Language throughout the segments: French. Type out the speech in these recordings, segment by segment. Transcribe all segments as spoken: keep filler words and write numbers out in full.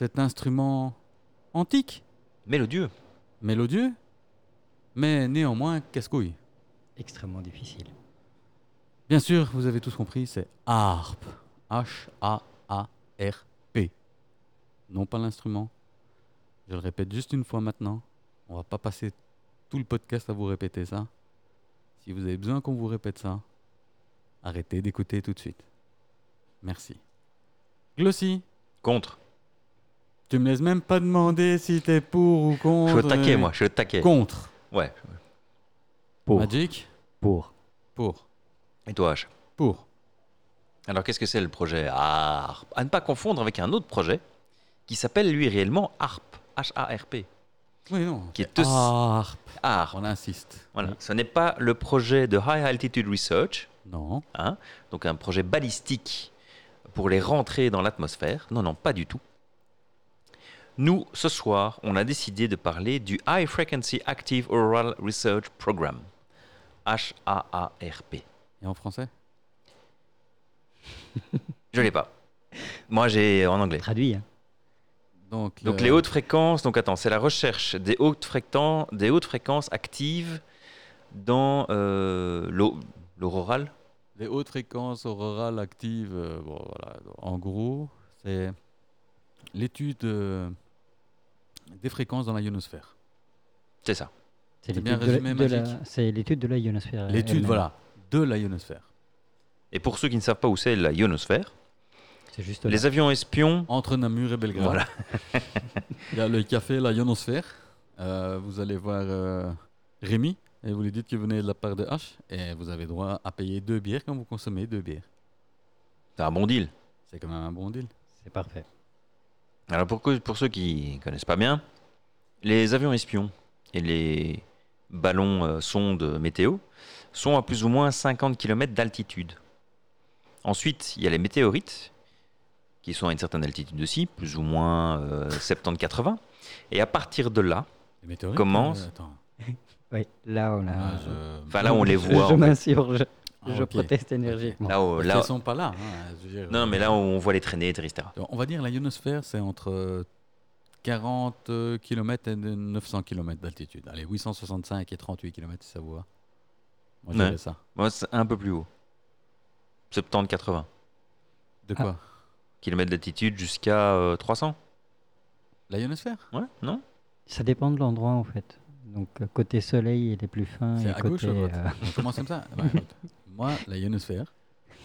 cet instrument antique, Mélodieux. mélodieux, mais néanmoins casse-couille. Extrêmement difficile. Bien sûr, vous avez tous compris, c'est harpe. H A A R P. Non pas l'instrument. Je le répète juste une fois maintenant. On va pas passer tout le podcast à vous répéter ça. Si vous avez besoin qu'on vous répète ça, arrêtez d'écouter tout de suite. Merci. Glossy, Contre. tu me laisses même pas demander si t'es pour ou Je contre. suis au taquet, euh, moi. Je suis au taquet. Contre. Ouais. Pour. Magic, Pour. pour. Et toi, H? Pour. Alors, qu'est-ce que c'est le projet harpe? À ne pas confondre avec un autre projet qui s'appelle, lui, réellement harpe. H A R P. Oui, non. Qui est c'est tous- harpe. Harpe. On insiste. Voilà. Oui. Ce n'est pas le projet de High Altitude Research, Non. hein, donc un projet balistique pour les rentrer dans l'atmosphère. Non, non, pas du tout. Nous, ce soir, on a décidé de parler du High Frequency Active Auroral Research Program. H A A R P. Et en français? Je l'ai pas. Moi, j'ai en anglais. Traduit. Hein. Donc, Donc le- les hautes fréquences, donc attends, c'est la recherche des hautes fréquences, des hautes fréquences actives dans euh, l'au- l'auroral. les hautes fréquences aurorales actives, euh, bon, voilà. En gros, c'est l'étude euh, des fréquences dans la ionosphère. C'est ça. C'est C'est bien l'étude de la- résumé, de la- Magic. c'est l'étude de la ionosphère. L'étude, elle-même. voilà, de la ionosphère. Et pour ceux qui ne savent pas où c'est la ionosphère, C'est juste les là. avions espions. Entre Namur et Belgrade. Voilà. Il y a le café La Ionosphère. Euh, vous allez voir euh, Rémi et vous lui dites que vous venez de la part de H et vous avez droit à payer deux bières quand vous consommez deux bières. C'est un bon deal. C'est quand même un bon deal. C'est parfait. Alors pour, que- pour ceux qui connaissent pas bien, les avions espions et les ballons euh, sondes météo sont à plus ou moins cinquante kilomètres d'altitude. Ensuite, il y a les météorites qui sont à une certaine altitude aussi, plus ou moins euh, soixante-dix quatre-vingts. Et à partir de là, Les météorites, Commence. euh, attends. Oui, là on a. Ah, je- enfin là on les Je- voit. Je en fait. m'insurge. Ah, Je ok. proteste énergiquement. Là, où- Parce là- qu'elles sont pas là. hein, je veux dire, non, mais là euh, on voit les traînées, et cetera. On va dire la ionosphère, c'est entre euh, quarante kilomètres et neuf cents kilomètres d'altitude. Allez, huit cent soixante-cinq et trente-huit kilomètres si ça vous va. Moi, je Ouais. dirais ça. Moi, c'est un peu plus haut. soixante-dix quatre-vingts De quoi kilomètres d'altitude jusqu'à euh, trois cents. La ionosphère Ouais, non? Ça dépend de l'endroit en fait. Donc euh, côté soleil, il est plus fin. C'est et à gauche ou à côté, droite euh, On commence comme ça Ouais, écoute. Moi, la ionosphère,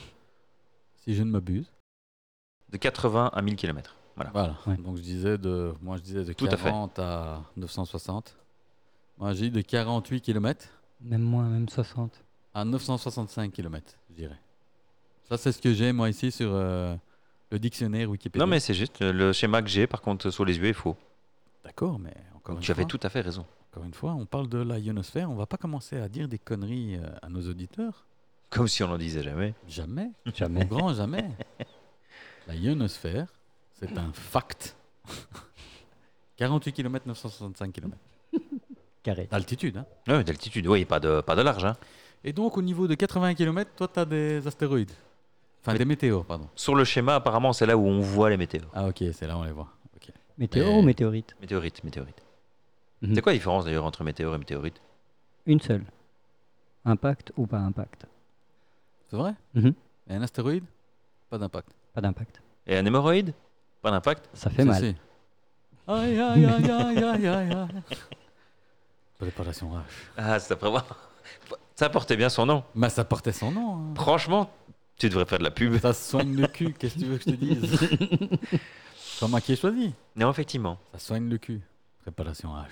si je ne m'abuse, De quatre-vingts à mille kilomètres. Voilà. voilà. Ouais. Donc je disais de, moi je disais de Tout à fait. quarante à, neuf cent soixante. Moi j'ai dit de quarante-huit kilomètres même moins, même soixante. à neuf cent soixante-cinq kilomètres, je dirais. Ça c'est ce que j'ai moi ici sur euh, le dictionnaire Wikipédia. Non, mais c'est juste. Le schéma que j'ai, par contre, sur les yeux, est faux. D'accord, mais encore une Tu avais fois, tout à fait raison. encore une fois, on parle de la ionosphère. On va pas commencer à dire des conneries euh, à nos auditeurs. Comme si on n'en disait jamais. Jamais. Au Jamais. grand jamais. La ionosphère, c'est un fact. quarante-huit kilomètres, neuf cent soixante-cinq kilomètres. Carré. D'altitude. Hein. Oui, d'altitude, oui, pas de, pas de large. Hein. Et donc, au niveau de quatre-vingts kilomètres, toi, tu as des astéroïdes. Enfin, Mais- des météores, pardon. Sur le schéma, apparemment, c'est là où on voit les météores. Ah, ok, c'est là où on les voit. Ok. Météore Mais- ou météorite Météorites, météorites. Mhm. C'est quoi la différence d'ailleurs entre météore et météorite? Une seule. Impact ou pas impact C'est vrai Mhm. Et un astéroïde Pas d'impact. Pas d'impact. Et un hémorroïde? Pas d'impact? Ça fait Si, mal. si. Aïe, aïe, aïe, aïe, aïe, aïe, aïe. Préparation H. Ah, c'est après moi. Ça portait bien son nom. Mais ça portait son nom. hein. Franchement, tu devrais faire de la pub. Ça soigne le cul, qu'est-ce que tu veux que je te dise C'est moi qui ai choisi. Non, effectivement. Ça soigne le cul. Préparation H.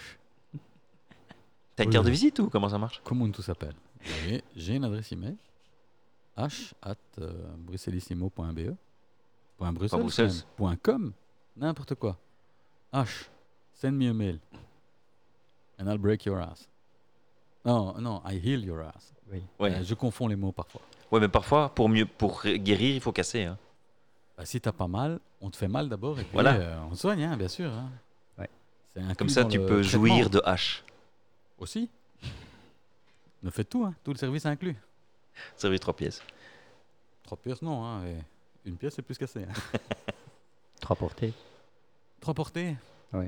T'as une Oui. carte de visite ou comment ça marche? Comment tout s'appelle Et j'ai une adresse email h at euh, bruxellissimo point b e point bruxelles Bruxelles. même, point com n'importe quoi. H send me a mail and I'll break your ass. Non, non, I heal your ass. Oui. Ouais. Euh, je confonds les mots parfois. Ouais, mais parfois, pour mieux, pour guérir, il faut casser. Hein. Bah, si t'as pas mal, on te fait mal d'abord et puis Voilà. euh, on soigne, hein, bien sûr. hein. Ouais. C'est inclus Comme ça, dans tu le peux traitement. jouir de hache. Aussi. Ne faites tout, hein, tout le service inclus. Servir trois pièces. Trois pièces, non. Hein, et une pièce, c'est plus cassé. hein. Trois portées. Trois portées. Ouais.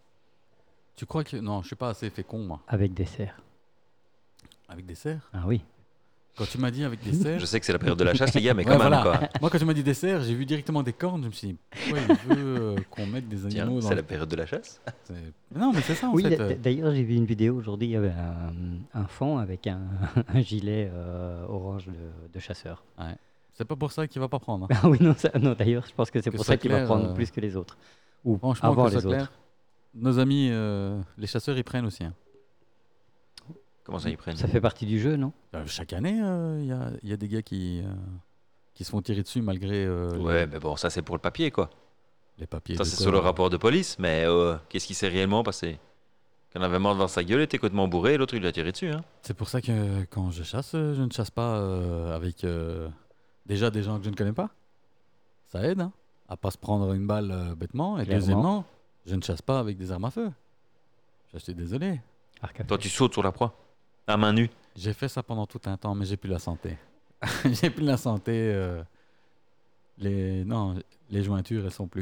Tu crois que... Non, je suis pas assez fécond, moi. Avec dessert. Avec des cerfs. Ah oui. Quand tu m'as dit avec des cerfs... Je sais que c'est la période de la chasse, les gars, mais Ouais, quand même, voilà. quoi. Moi, quand tu m'as dit des cerfs, j'ai vu directement des cornes. Je me suis dit, pourquoi il veut euh, qu'on mette des Tiens, animaux dans c'est le... la période de la chasse. C'est- Non, mais c'est ça, en Oui, fait. d'a- euh. d'ailleurs, j'ai vu une vidéo aujourd'hui, il y avait un, un fond avec un, un gilet euh, orange de, de chasseur. C'est pas pour ça qu'il va pas prendre. hein. Ah oui, non, ça- non d'ailleurs, je pense que c'est Que pour ça ça qu'il va claire, prendre euh, plus que les autres. Ou Franchement, avant que les ça clair, autres. nos amis, euh, les chasseurs, ils prennent aussi. hein. Comment ça, ils prennent Ça fait partie du jeu, non? Euh, chaque année, il y, a, y a des gars qui, euh, qui se font tirer dessus malgré euh, Ouais, mais bon, ça, c'est pour le papier, quoi. les, les papiers. Ça, de c'est quoi, sur le euh. rapport de police, mais euh, qu'est-ce qui s'est réellement passé? Qu'on avait mort devant sa gueule, il était complètement bourré, et l'autre, il lui a tiré dessus, hein. C'est pour ça que quand je chasse, euh, je ne chasse pas euh, avec euh, déjà des gens que je ne connais pas. Ça aide, hein, à pas se prendre une balle euh, bêtement. Et Clairement. deuxièmement, je ne chasse pas avec des armes à feu. Je suis désolé. Arc à Toi, flèche. tu sautes sur la proie, à main nue. J'ai fait ça pendant tout un temps, mais j'ai plus la santé. j'ai plus la santé. euh, les non, les jointures, elles sont plus.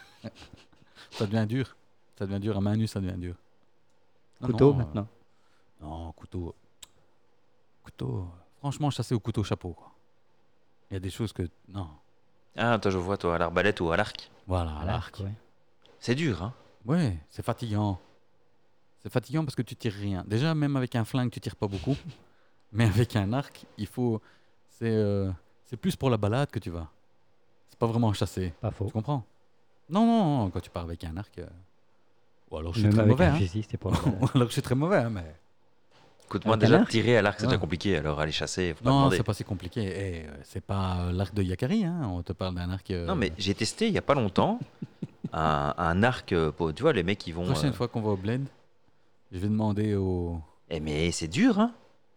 Ça devient dur. Ça devient dur à main nue, ça devient dur. Non, Couteau non, euh, maintenant. Non, couteau. Couteau. Franchement, chasser au couteau chapeau, quoi. Il y a des choses que non. Ah, toi, je vois, toi, à l'arbalète ou à l'arc. Voilà, À à l'arc. ouais. C'est dur, hein. Ouais, c'est fatigant. C'est fatigant parce que tu tires rien. Déjà, même avec un flingue, tu tires pas beaucoup. Mais avec un arc, il faut. C'est euh, c'est plus pour la balade que tu vas. C'est pas vraiment chasser. Pas faux. Tu comprends? Non, non, non, quand tu pars avec un arc. euh, Ou alors je suis Même très avec mauvais. un hein. fusil, c'était pas mal. Ou alors je suis très mauvais, hein, mais. Écoute-moi, Avec un déjà, arc tirer à l'arc, c'est Ouais. déjà compliqué, alors aller chasser, faut pas Non, demander. c'est pas si compliqué. Eh, euh, c'est pas euh, l'arc de Yakari, hein. On te parle d'un arc. euh, Non, mais j'ai testé il y a pas longtemps un, un arc, euh, pour, tu vois, les mecs qui vont. Prochaine euh, fois qu'on va au bled, je vais demander au. Eh, mais c'est dur, hein.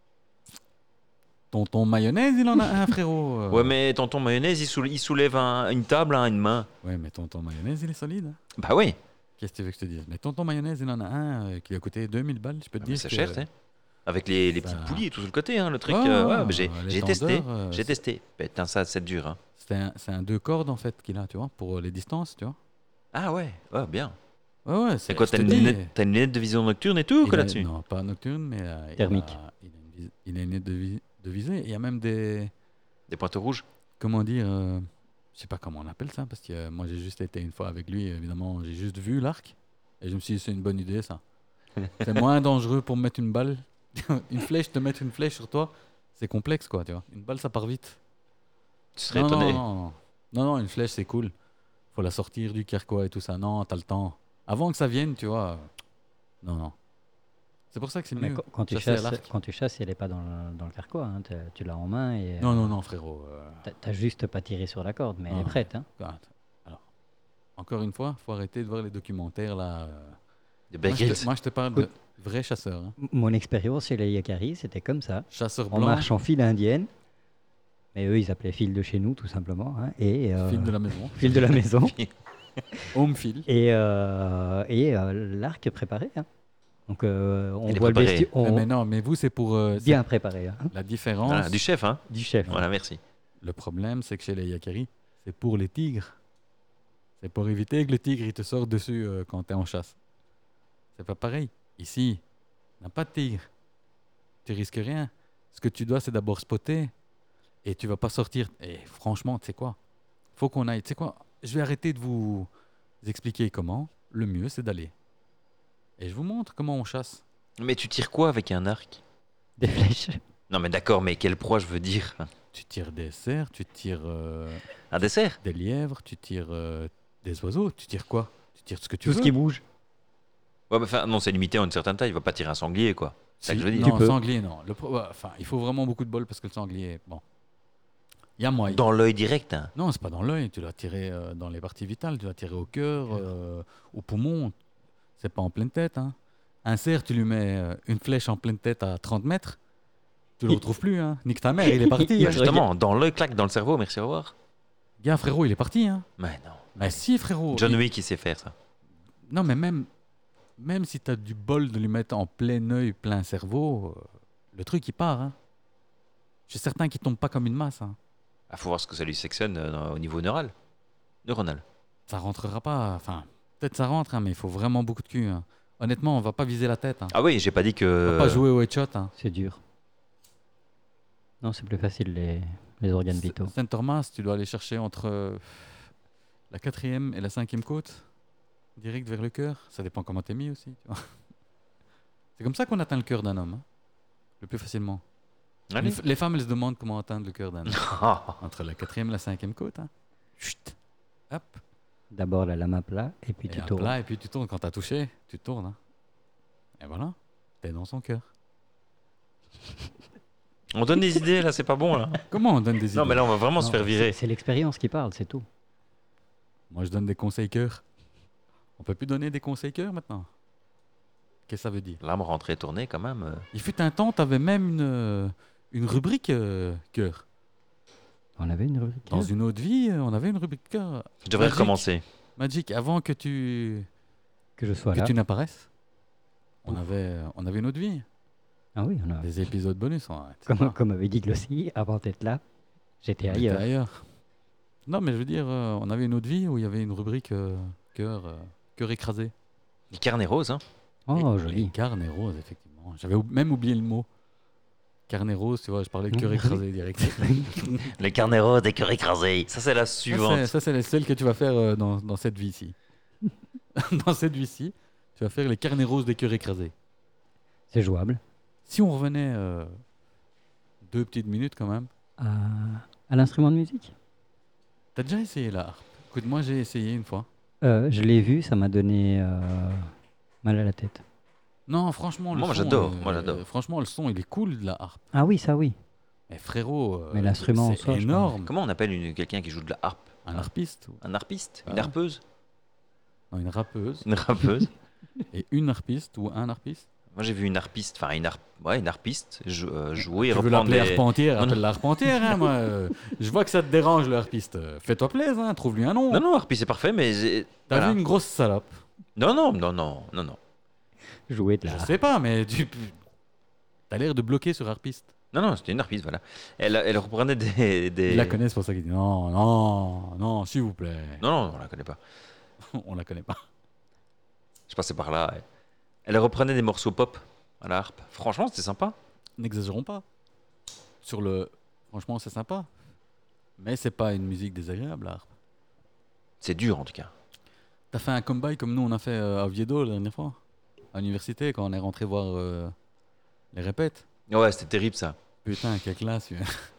Tonton mayonnaise, il en a un, frérot. euh. Ouais, mais tonton mayonnaise, il, soulè- il soulève un- une table à une main. Ouais, mais tonton mayonnaise, il est solide. hein. Bah oui. Qu'est-ce que tu veux que je te dise? Mais tonton mayonnaise, il en a un euh, qui a coûté deux mille balles, je peux te Ah, mais dire. c'est que- cher, tu sais. Avec les, les Ça- petites poulies et tout sur le côté, hein, le truc. Ouais, euh, ouais, ouais, mais j'ai ouais, les j'ai testé. tendeurs, euh, J'ai c'est- testé. Putain, ça, c'est dur, hein. C'est un, c'est un deux cordes en fait qu'il a, tu vois, pour les distances, tu vois. Ah ouais, ouais, bien. Ouais, ouais, C'est quoi, je t'as te une, dis, lunette- t'as une lunette de vision nocturne et tout, il quoi, a- là-dessus? Non, pas nocturne, mais euh, il Thermique. a- Il a, une, vis- il a une lunette de, vi- de visée. Il y a même des. Des pointes rouges? Comment dire euh, Je sais pas comment on appelle ça, parce que euh, moi j'ai juste été une fois avec lui, évidemment, j'ai juste vu l'arc. Et je me suis dit, c'est une bonne idée ça. C'est moins dangereux pour me mettre une balle. Une flèche, te mettre une flèche sur toi, c'est complexe quoi, tu vois. Une balle ça part vite. Tu serais Non, étonné. non, non, non. Non, non, une flèche, c'est cool. Faut la sortir du carquois et tout ça. Non, t'as le temps. Avant que ça vienne, tu vois. euh, Non, non. C'est pour ça que c'est Mais mieux. quand, quand tu chasser à chasses, l'arc. quand tu chasses, elle n'est pas dans le, dans le carquois. hein. T'as- Tu l'as en main et Non, euh, non, non, frérot. euh, t'as- t'as juste pas tiré sur la corde, mais elle Non. est prête. Hein. regarde. Alors, encore une fois, faut arrêter de voir les documentaires là. euh. Des Moi, Bear je te, Grylls. moi, je te parle de vrais chasseurs. hein. M- Mon expérience chez les Yakari, c'était comme ça. Chasseurs On blancs, marche en file indienne, mais eux, ils appelaient file de chez nous, tout simplement. hein, et euh, fil de la maison. file de la maison. Home fil. Et, euh, et euh, l'arc préparé. hein. Donc, euh, on Il est voit le préparé. bestiau. Mais, on- mais non, mais vous, c'est pour. euh, c'est Bien préparé. hein. La différence. Voilà, du chef, hein. Du chef. Voilà, merci. Le problème, c'est que chez les Yakari, c'est pour les tigres. C'est pour éviter que le tigre il te sorte dessus euh, quand tu es en chasse. C'est pas pareil. Ici, il n'y a pas de tigre. Tu risques rien. Ce que tu dois, c'est d'abord spotter. Et tu vas pas sortir. Et franchement, tu sais quoi? Faut qu'on aille. Tu sais quoi? Je vais arrêter de vous expliquer comment. Le mieux, c'est d'aller. Et je vous montre comment on chasse. Mais tu tires quoi avec un arc? Des flèches. Non, mais d'accord, mais quelle proie je veux dire? Tu tires des cerfs, tu tires euh, Un dessert? des lièvres, tu tires euh, des oiseaux. Tu tires quoi? Tu tires ce que tu Tout veux. ce qui bouge. Ouais, mais enfin, non, c'est limité à une certaine taille. Il va pas tirer un sanglier, quoi. C'est ça que je veux dire. Non, Tu peux. sanglier, non. Le pro- ouais, Enfin, il faut vraiment beaucoup de bol parce que le sanglier, bon. Il y a moyen. Dans l'œil direct, hein. Non, c'est pas dans l'œil. Tu dois tirer euh, dans les parties vitales. Tu dois tirer au cœur, euh, au poumon. C'est pas en pleine tête. Hein. Un cerf, tu lui mets euh, une flèche en pleine tête à trente mètres. Tu le Il- retrouves plus. Hein. Nique ta mère, il est parti. Il hein. Justement, dans l'œil, claque, dans le cerveau, merci, au revoir. Gars, frérot, il est parti. Hein. Mais non. Mais si, frérot. John il- Wick, qui sait faire ça. Non, mais même, même si tu as du bol de lui mettre en plein œil, plein cerveau, euh, le truc, il part. Hein. Je suis certain qu'il tombe pas comme une masse. Hein. Il faut voir ce que ça lui sectionne euh, dans- au niveau neural. Neuronal. Ça rentrera pas. Enfin, Peut-être ça rentre, hein, mais il faut vraiment beaucoup de cul. Hein. Honnêtement, on va pas viser la tête. Hein. Ah oui, j'ai pas dit On va que. pas jouer au headshot. Hein. C'est dur. Non, c'est plus facile les, les organes vitaux. Saint Thomas, tu dois aller chercher entre euh, la quatrième et la cinquième côte, direct vers le cœur. Ça dépend comment t'es mis aussi. Tu vois. C'est comme ça qu'on atteint le cœur d'un homme, hein, le plus facilement. Allez. Une f- Les femmes, elles se demandent comment atteindre le cœur d'un homme. Entre la quatrième et la cinquième côte. Hein. Chut. Hop. D'abord la lame à plat et puis Et tu hop tournes. là, et puis tu tournes. Quand t'as touché, tu tournes. Hein. Et voilà. T'es dans son cœur. On donne des idées là, c'est pas bon là. Comment on donne des idées? Non, mais là, on va vraiment se Non, faire C'est virer. c'est l'expérience qui parle, c'est tout. Moi, je donne des conseils cœur. On peut plus donner des conseils cœur maintenant. Qu'est-ce que ça veut dire? Là, me rentrer tourner quand même. euh. Il fut un temps, tu avais même une, euh, une rubrique euh, cœur. On avait une rubrique. Dans une autre vie, euh, on avait une rubrique cœur. Je devrais Magic. recommencer. Magic, avant que tu, Que je sois que là. tu n'apparaisses, on Ouf. avait, on avait une autre vie. Ah oui, on a. Des épisodes bonus. Ouais, tu sais Comme, pas. comme avait dit Glossy, avant d'être là, j'étais On était ailleurs. ailleurs. Non, mais je veux dire, euh, on avait une autre vie où il y avait une rubrique euh, cœur, euh, cœur écrasé. Les carnets roses, hein. Oh, Et- joli. et Carnet rose, effectivement. J'avais ou- même oublié le mot. Carnet rose, tu vois, je parlais de cœur écrasé direct. Les carnets roses des cœurs écrasés. Ça, c'est la Ça, c'est- suivante. Ça, c'est la seule que tu vas faire euh, dans, dans cette vie-ci. Dans cette vie-ci, tu vas faire les carnets roses des cœurs écrasés. C'est jouable. Si on revenait euh, deux petites minutes quand même. À, à l'instrument de musique T'as déjà essayé la harpe? Écoute, moi j'ai essayé une fois. Euh, Je l'ai vu, ça m'a donné euh, mal à la tête. Non, franchement, le Moi, son... j'adore, euh, moi, j'adore. euh, franchement, le son, il est cool de la harpe. Ah oui, ça oui. Mais frérot, euh, Mais l'instrument en c'est soi, je énorme. Comment on appelle une- quelqu'un qui joue de la harpe? Un harpiste. ou- Un harpiste? Ah. Une harpeuse? Non, une rappeuse. Une rappeuse? Et une harpiste ou un harpiste. Moi, j'ai vu une harpiste, enfin une, harp... ouais, une harpiste jou- euh, jouer et Tu veux reprendre l'appeler des... arpentière, Non, non. appelle-la arpentière, hein, moi. euh, je vois que ça te dérange, le harpiste. Euh, Fais-toi plaisir, hein, trouve-lui un nom. Non, non, harpiste, c'est parfait, mais... j'ai- T'as voilà. vu une grosse salope. Non, non, non, non, non, non. Jouer de la. Je sais pas, mais tu... T'as l'air de bloquer sur harpiste. Non, non, c'était une harpiste, voilà. Elle, elle reprenait des... des... Ils la connaissent, c'est pour ça qu'ils disent non, non, non, s'il vous plaît. Non, non, on la connaît pas. On la connaît pas. Je passais par là. Elle, elle reprenait des morceaux pop à la harpe. Franchement, c'était sympa. N'exagérons pas. Sur le... Franchement, c'est sympa. Mais c'est pas une musique désagréable, la harpe. C'est dur, en tout cas. T'as fait un comeback comme nous, on a fait euh, à Oviedo la dernière fois. À l'université, quand on est rentré voir euh, les répètes. Ouais, c'était terrible, ça. Putain, quelle classe.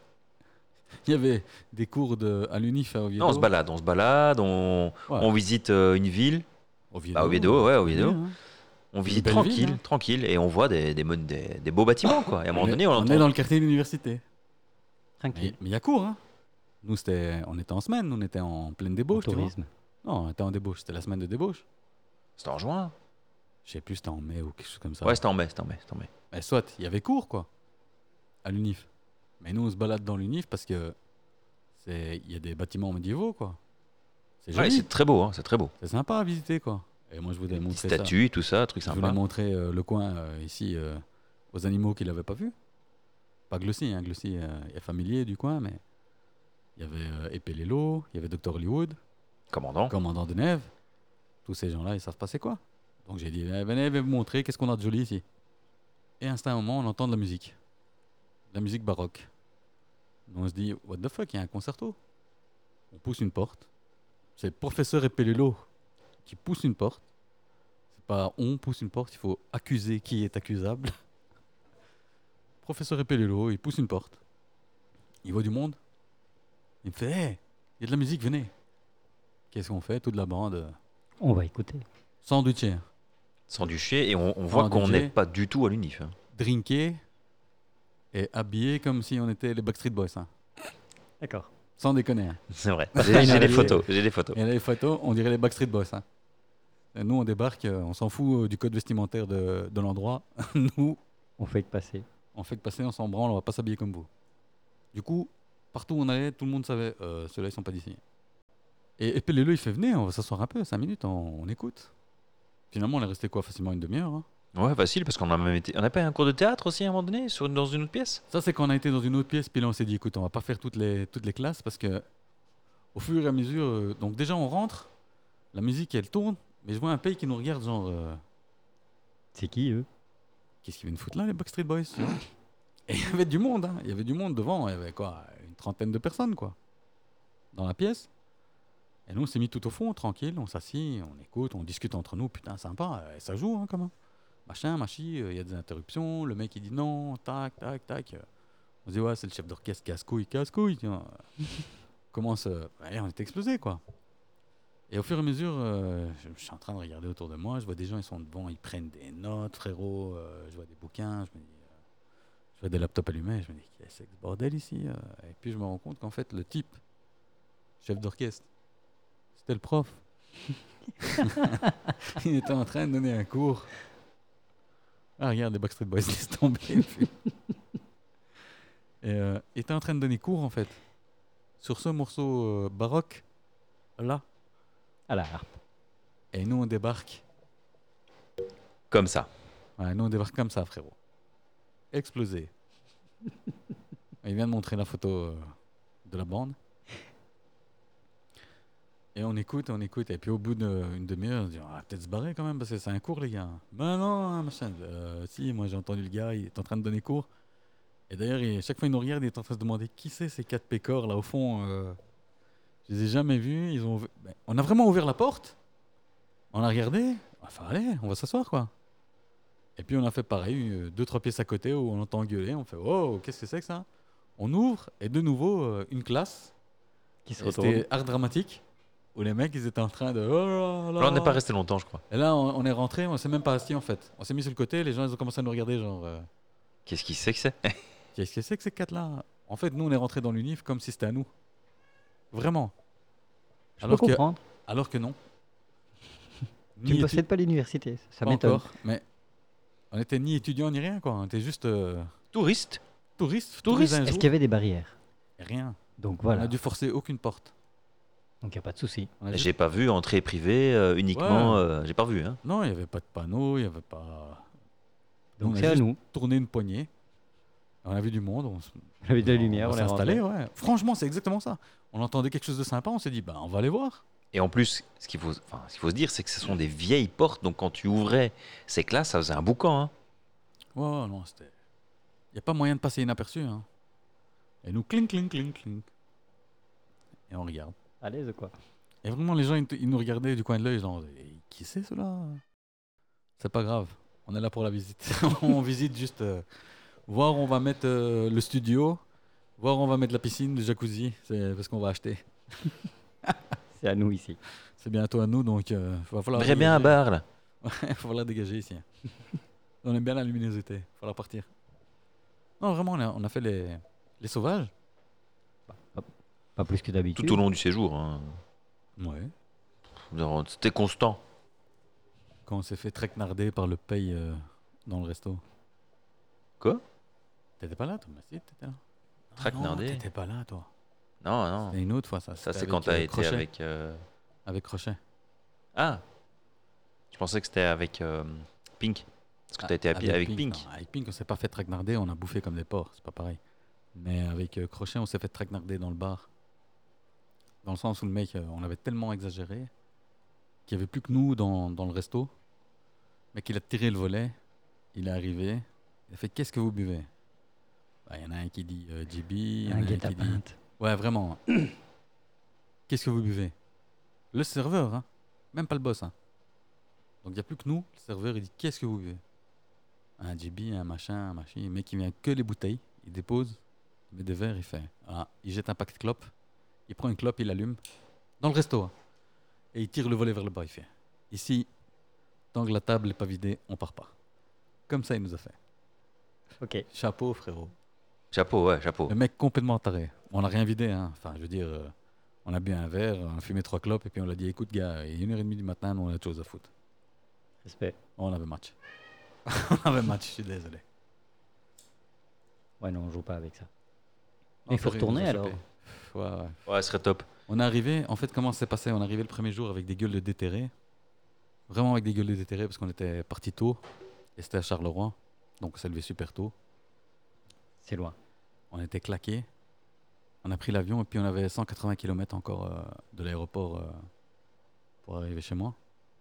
Il y avait des cours de... à l'Unif à Oviedo. Non, on se balade, on se balade, on, Ouais. on visite euh, une ville, Oviedo, Bah, Oviedo, ouais, Oviedo. hein. on visite belle tranquille, ville, hein. tranquille, et on voit des, des, mo- des, des beaux bâtiments, quoi. Et à un moment est- donné, on on entend... est dans le quartier de l'université. Mais Tranquille. mais il y a cours, hein. Nous, c'était, on était en semaine, on était en pleine Au débauche, tu vois. tourisme. Non, on était en débauche, c'était la semaine de débauche. C'était en juin. Je sais plus, c'était en mai ou quelque chose comme ça. Ouais, c'était en mai, c'était en mai, c'était en mai. Mais soit, il y avait cours, quoi, à l'Unif. Mais nous, on se balade dans l'Unif parce que c'est, il y a des bâtiments médiévaux, quoi. C'est Ouais, joli, c'est très beau, hein, c'est très beau. c'est sympa à visiter, quoi. Et moi, je voulais Des petites montrer ça. statues, tout ça, truc Je voulais sympa. montrer euh, le coin euh, ici euh, aux animaux qu'il n'avait pas vus. Pas Glossy, hein. Glossy euh, est familier du coin, mais il y avait euh, Épée Lélo, il y avait docteur Hollywood, Commandant. Commandant de Neve. Tous ces gens-là, ils savent pas c'est quoi. Donc j'ai dit, eh, venez, je vais vous montrer qu'est-ce qu'on a de joli ici. Et à un certain moment, on entend de la musique. De la musique baroque. Nous, on se dit, what the fuck, il y a un concerto. On pousse une porte. C'est le professeur Épée Lélo qui pousse une porte. C'est pas on pousse une porte, il faut accuser qui est accusable. Professeur Epelelo, il pousse une porte. Il voit du monde. Il me fait, hé, il y a de la musique, venez. Qu'est-ce qu'on fait? Toute la bande, euh, On va écouter. sandwiché, Sans du chier, et on, on voit Sans qu'on D J. n'est pas du tout à l'unif. hein. drinké et habillé comme si on était les Backstreet Boys. Hein. D'accord. Sans déconner. Hein. C'est vrai. J'ai j'ai des photos, j'ai des photos. Et là, les photos, on dirait les Backstreet Boys. Hein. Et nous, on débarque, euh, on s'en fout euh, du code vestimentaire de, de l'endroit. Nous, On fait que passer. on fait que passer, on s'en branle, on va pas s'habiller comme vous. Du coup, partout où on allait, tout le monde savait, euh, ceux-là, ils sont pas d'ici. Et, et Pelelo, il fait, venez, on va s'asseoir un peu, cinq minutes, on, on écoute. Finalement, on est resté quoi, facilement une demi-heure. Hein. Ouais, facile, parce qu'on a même été. On n'a pas eu un cours de théâtre aussi à un moment donné, sur, dans une autre pièce? Ça, c'est quand on a été dans une autre pièce, puis là, on s'est dit, écoute, on va pas faire toutes les, toutes les classes, parce que au fur et à mesure, euh, donc déjà, on rentre, la musique, elle tourne, Mais je vois un pays qui nous regarde, genre, euh, C'est qui, eux? qu'est-ce qu'ils viennent foutre là, les Backstreet Boys? Et il y avait du monde, hein. Il y avait du monde devant, il y avait quoi, une trentaine de personnes, quoi, dans la pièce. Et nous, on s'est mis tout au fond, tranquille, on s'assit, on écoute, on discute entre nous, putain, sympa, et ça joue, hein, quand même. Machin, machi, euh, il y a des interruptions, le mec il dit non, tac, tac, tac. euh. On se dit, ouais, c'est le chef d'orchestre, casse-couille, casse-couille, tiens. Commence, euh, ouais, on est explosé, quoi. Et au fur et à mesure, euh, je, je suis en train de regarder autour de moi, je vois des gens, ils sont devant, ils prennent des notes, frérot, euh, je vois des bouquins, je me dis, euh, je vois des laptops allumés, je me dis, qu'est-ce que c'est que ce bordel ici euh. Et puis je me rends compte qu'en fait, le type, chef d'orchestre, c'était le prof. Il était en train de donner un cours. Ah, regarde, les Backstreet Boys, laisse tomber. Et, euh, il était en train de donner cours, en fait, sur ce morceau euh, baroque, là. À la harpe. Et nous, on débarque. Comme ça. Ouais, nous, on débarque comme ça, frérot. Explosé. Il vient de montrer la photo euh, de la bande. Et on écoute, on écoute. Et puis au bout d'une demi-heure, on se dit, on va peut-être se barrer quand même, parce que c'est un cours, les gars. Ben non, hein, machin. Euh, si, moi j'ai entendu le gars, il est en train de donner cours. Et d'ailleurs, il- chaque fois qu'il nous regarde, il est en train de se demander qui c'est ces quatre pécores là au fond. euh, je les ai jamais vus. Ils ont... ben, on a vraiment ouvert la porte. On a regardé. Enfin, allez, on va s'asseoir, quoi. Et puis on a fait pareil, euh, deux, trois pièces à côté où on entend gueuler. On fait, oh, qu'est-ce que c'est que ça? On ouvre, et de nouveau, euh, une classe. Qui se Et retourne. c'était art dramatique, où les mecs, ils étaient en train de... Oh là là. Là, on n'est pas resté longtemps, je crois. Et là, on, on est rentré, on s'est même pas assis en fait. On s'est mis sur le côté, les gens, ils ont commencé à nous regarder, genre... euh, Qu'est-ce qu'il sait que c'est? Qu'est-ce que c'est que ces quatre-là? En fait, nous, on est rentré dans l'unif comme si c'était à nous. Vraiment. Je Alors peux que, comprendre. alors que non. Tu Ni ne étu- possèdes pas l'université. Ça pas m'étonne. encore, mais on était ni étudiants ni rien, quoi. On était juste euh, Touriste. touristes. Touriste. touristes un Est-ce jour. qu'il y avait des barrières? Rien. Donc On voilà. a dû forcer aucune porte. Donc il n'y a pas de souci. On a juste- J'ai pas vu entrée privée euh, uniquement. Ouais. euh, J'ai pas vu, hein. Non, il n'y avait pas de panneau, il n'y avait pas... Donc on a c'est à juste nous. tourné une poignée. On a vu du monde. On, s- On avait de la on- lumière, on on s'est est installé, rentré. ouais. Franchement, c'est exactement ça. On entendait quelque chose de sympa, on s'est dit, bah, on va aller voir. Et en plus, ce qu'il faut, enfin, ce qu'il faut se dire, c'est que ce sont des vieilles portes. Donc quand tu ouvrais ces classes, ça faisait un boucan. Hein. Ouais, ouais, non, c'était... Il n'y a pas moyen de passer inaperçu. Hein. Et nous, clink, clink, clink, clink. Et on regarde. À l'aise quoi. Et vraiment, les gens, ils, te- ils nous regardaient du coin de l'œil, genre, Eh, qui c'est cela? C'est pas grave. On est là pour la visite. On visite juste euh, voir où on va mettre euh, le studio, voir où on va mettre la piscine, le jacuzzi. C'est parce qu'on va acheter. C'est à nous ici. C'est bientôt à nous, donc il va On falloir. dirait bien un dégager. bar là. Ouais, il va falloir dégager ici. On aime bien la luminosité. Il va falloir partir. Non, vraiment, on a, on a fait les, les sauvages. Pas plus que d'habitude. Tout au long du séjour. hein. Ouais. Genre, C'était constant. Quand on s'est fait traquenarder par le paye euh, dans le resto. Quoi? T'étais pas là, toi? Bah si, t'étais là. Ah Traquenardé? non, t'étais pas là, toi. Non, non. C'était une autre fois, ça. Ça, C'était c'est avec, quand t'as euh, été Crochet. avec. euh, Avec Crochet. Ah! Je pensais que c'était avec euh, Pink. Parce que t'as été à pi- avec Pink. non, avec Pink, on s'est pas fait traquenarder, on a bouffé comme des porcs, c'est pas pareil. Mais avec euh, Crochet, on s'est fait traquenarder dans le bar. Dans le sens où le mec, euh, on avait tellement exagéré qu'il n'y avait plus que nous dans, dans le resto. Mais qu'il a tiré le volet, il est arrivé, il a fait qu'est-ce que vous buvez? Bah, il y en a un qui dit euh, J B, il y en a Un un qui dit. guet-apens. Ouais, vraiment. Qu'est-ce que vous buvez? Le serveur, hein. Même pas le boss. Hein. Donc il n'y a plus que nous. Le serveur, il dit qu'est-ce que vous buvez? Un J B, un machin, un machin. Le mec, il vient que les bouteilles. Il dépose, il met des verres, il fait. Ah, il jette un paquet de clopes. Il prend une clope, il l'allume. Dans le resto. Hein. Et il tire le volet vers le bas. Il fait. Ici, tant que la table n'est pas vidée, on part pas. Comme ça, il nous a fait. Ok. Chapeau, frérot. Chapeau, ouais, chapeau. Le mec complètement taré. On n'a rien vidé. Hein. Enfin, je veux dire. euh, On a bu un verre, on a fumé trois clopes et puis on l'a dit écoute gars, il est une heure et demie du matin, nous on a autre chose à foutre. Respect. On avait match. on avait match, je suis désolé. Ouais, non, on joue pas avec ça. Non, il faut purée, il nous retourner a alors. chopé. Ouais, ouais. Ouais, ce serait top. On est arrivé, en fait comment ça s'est passé? On est arrivé le premier jour avec des gueules de déterrés. Vraiment avec des gueules de déterrés parce qu'on était parti tôt. Et c'était à Charleroi. Donc on s'est levé super tôt. C'est loin. On était claqués. On a pris l'avion et puis on avait cent quatre-vingts kilomètres encore euh, de l'aéroport euh, pour arriver chez moi.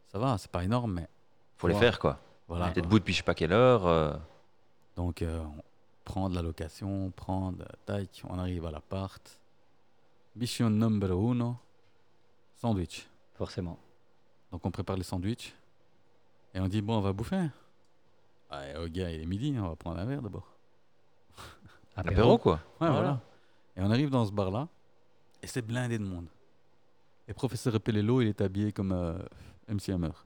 ça va, c'est pas énorme, mais Faut les Ouais. faire, quoi. voilà. T'es quoi. debout depuis je sais pas quelle heure. euh, Donc, euh, on prend de la location, prendre, tac, on arrive à l'appart. Mission number uno, sandwich. Forcément. Donc, on prépare les sandwichs et on dit, bon, on va bouffer. Ouais, au gars, il est midi, on va prendre un verre d'abord. L'apéro, quoi. Ouais, Voilà. voilà. Et on arrive dans ce bar-là et c'est blindé de monde. Et professeur Pelello, il est habillé comme euh, M C Hammer.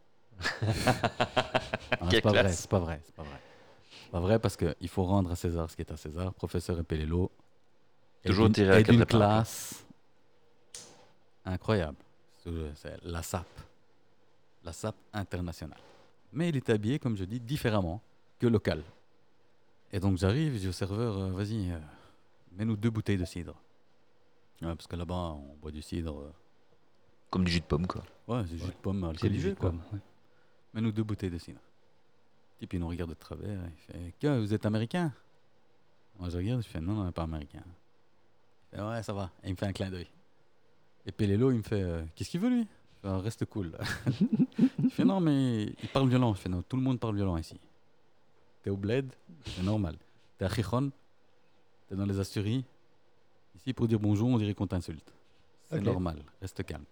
Ah, Quelle c'est pas vrai, classe. c'est pas vrai, c'est pas vrai. C'est pas vrai parce qu'il faut rendre à César ce qui est à César. Professeur Pelello est Toujours d'une- tiré est avec la d'une préparation. classe incroyable. C'est c'est la S A P. La S A P internationale. Mais il est habillé, comme je dis, différemment que local. Et donc j'arrive, je dis au serveur, euh, vas-y, euh, mets-nous deux bouteilles de cidre. Ouais, parce que là-bas, on boit du cidre. euh, Comme du jus de pomme, quoi. Ouais, c'est jus de pomme C'est du jus alcoolisé, de quoi. pomme. ouais. Mets-nous deux bouteilles de cidre. Le type, il nous regarde de travers. Il fait, que, vous êtes américain? Moi, je regarde, je fais, non, non, pas américain. Il fait, ouais, ça va. Et il me fait un clin d'œil. Et Pelelo, il me fait, euh, qu'est-ce qu'il veut, lui? Je fais, ah, reste cool. Il fait, non, mais il parle violent. Je fais, non, tout le monde parle violent ici. T'es au bled, c'est normal. T'es à Gijón, t'es dans les Asturies. Ici, pour dire bonjour, on dirait qu'on t'insulte. C'est Ok. normal, reste calme.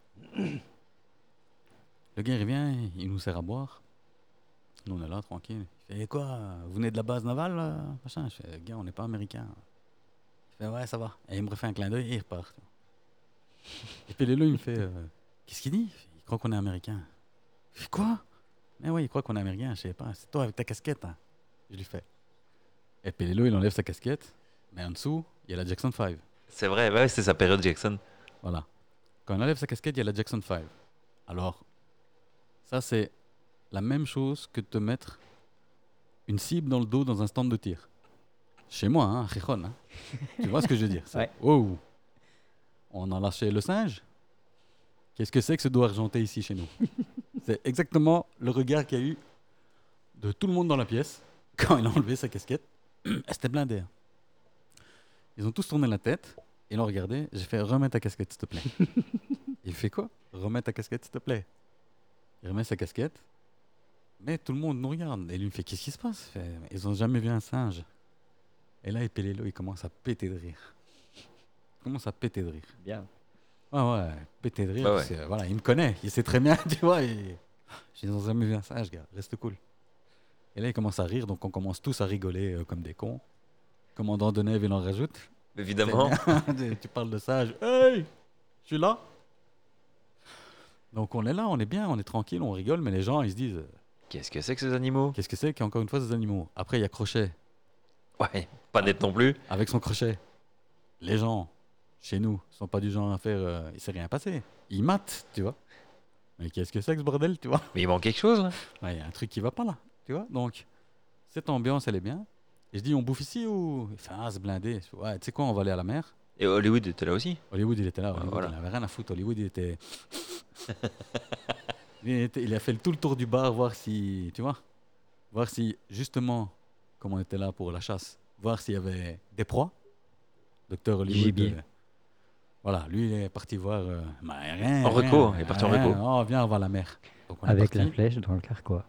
Le gars, il revient, il nous sert à boire. Nous, on est là, tranquille. Il fait, quoi, vous venez de la base navale, euh, machin? Je fais, gars, on n'est pas américain. Il fait, ouais, ça va. Et il me refait un clin d'œil et il repart. Et puis Lélo, il me fait, euh, qu'est-ce qu'il dit? Il croit qu'on est américain. Je fais, quoi? Mais oui, il croit qu'on est américain, je sais pas. C'est toi avec ta casquette. Hein. Je lui fais. Et puis Lélo, il enlève sa casquette, mais en dessous, il y a la Jackson cinq. C'est vrai, ouais, c'est sa période Jackson. Voilà. Quand il enlève sa casquette, il y a la Jackson cinq. Alors, ça, c'est la même chose que de te mettre une cible dans le dos dans un stand de tir. Chez moi, hein, à Gijón, hein. Tu vois ce que je veux dire? C'est, Ouais. wow. On a lâché le singe. Qu'est-ce que c'est que ce dos argenté ici chez nous? C'est exactement le regard qu'il y a eu de tout le monde dans la pièce quand il a enlevé sa casquette. C'était blindé. hein. Ils ont tous tourné la tête et l'ont regardé. J'ai fait, remets ta casquette, s'il te plaît. Il fait quoi? Remets ta casquette, s'il te plaît. Il remet sa casquette. Mais tout le monde nous regarde. Et lui il fait, qu'est-ce qui se passe? Il fait, ils ont jamais vu un singe. Et là, Pelelo, il commence à péter de rire. Il commence à péter de rire. Bien. Ouais, ouais, péter de rire. Ouais, parce que, voilà, il me connaît. Il sait très bien, tu vois. Et... Ils n'ont jamais vu un singe, gars. Reste cool. Et là, il commence à rire. Donc, on commence tous à rigoler euh, comme des cons. Commandant Deneuve, il en rajoute. Évidemment. C'est bien. Tu parles de singe. Hey, je suis là. Donc, on est là, on est bien, on est tranquille, on rigole. Mais les gens, ils se disent, euh, Qu'est-ce que c'est que ces animaux? qu'est-ce que c'est qu'il y a encore une fois des animaux? Après, il y a Crochet. Ouais, pas net non plus. Avec son crochet. Les gens, chez nous, sont pas du genre à faire. Euh, il s'est rien passé. Ils matent, tu vois. Mais qu'est-ce que c'est que ce bordel, tu vois? Mais il manque quelque chose, là. Ouais, il y a un truc qui va pas là, tu vois. Donc, cette ambiance, elle est bien. Et je dis, on bouffe ici ou. Il fait, ah, c'est blindé. Je fais, ouais, tu sais quoi, on va aller à la mer. Et Hollywood était là aussi. Hollywood, il était là. Ouais, Hollywood, voilà. il avait rien à foutre. Hollywood, il était. il, était- il a fait le- tout le tour du bar, voir si. Tu vois. Voir si, justement, comme on était là pour la chasse, voir s'il y avait des proies. Docteur Hollywood. Gibier. euh, voilà, lui, il est parti voir. euh, bah, rien, En rien, reco, il est parti en rien. reco. Oh, viens, on va à la mer. Donc, on est Avec parti. la flèche dans le carquois.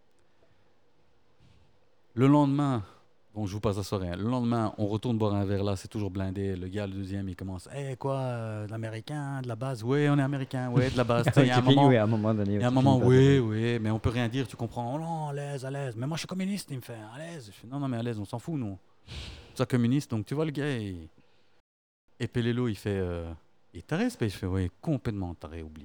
Le lendemain, bon, je vous passe la soirée. hein. Le lendemain, on retourne boire un verre là, c'est toujours blindé. Le gars, le deuxième, il commence. Eh, quoi, euh, de l'américain, de la base? Oui, on est américain, oui, de la base. Tu sais, Il y a un Tu finis, moment, oui, à un moment donné. il y a un tu moment, finis par oui, donner. oui, mais on peut rien dire, tu comprends. Oh non, à l'aise, à l'aise. Mais moi, je suis communiste, il me fait. À l'aise. Je fais, non, non, mais à l'aise, on s'en fout, nous. Tu es communiste, donc tu vois le gars. il- Et Pelelo, il fait. Euh... Il est taré, ce pays. Je fais, oui, complètement taré, oublie.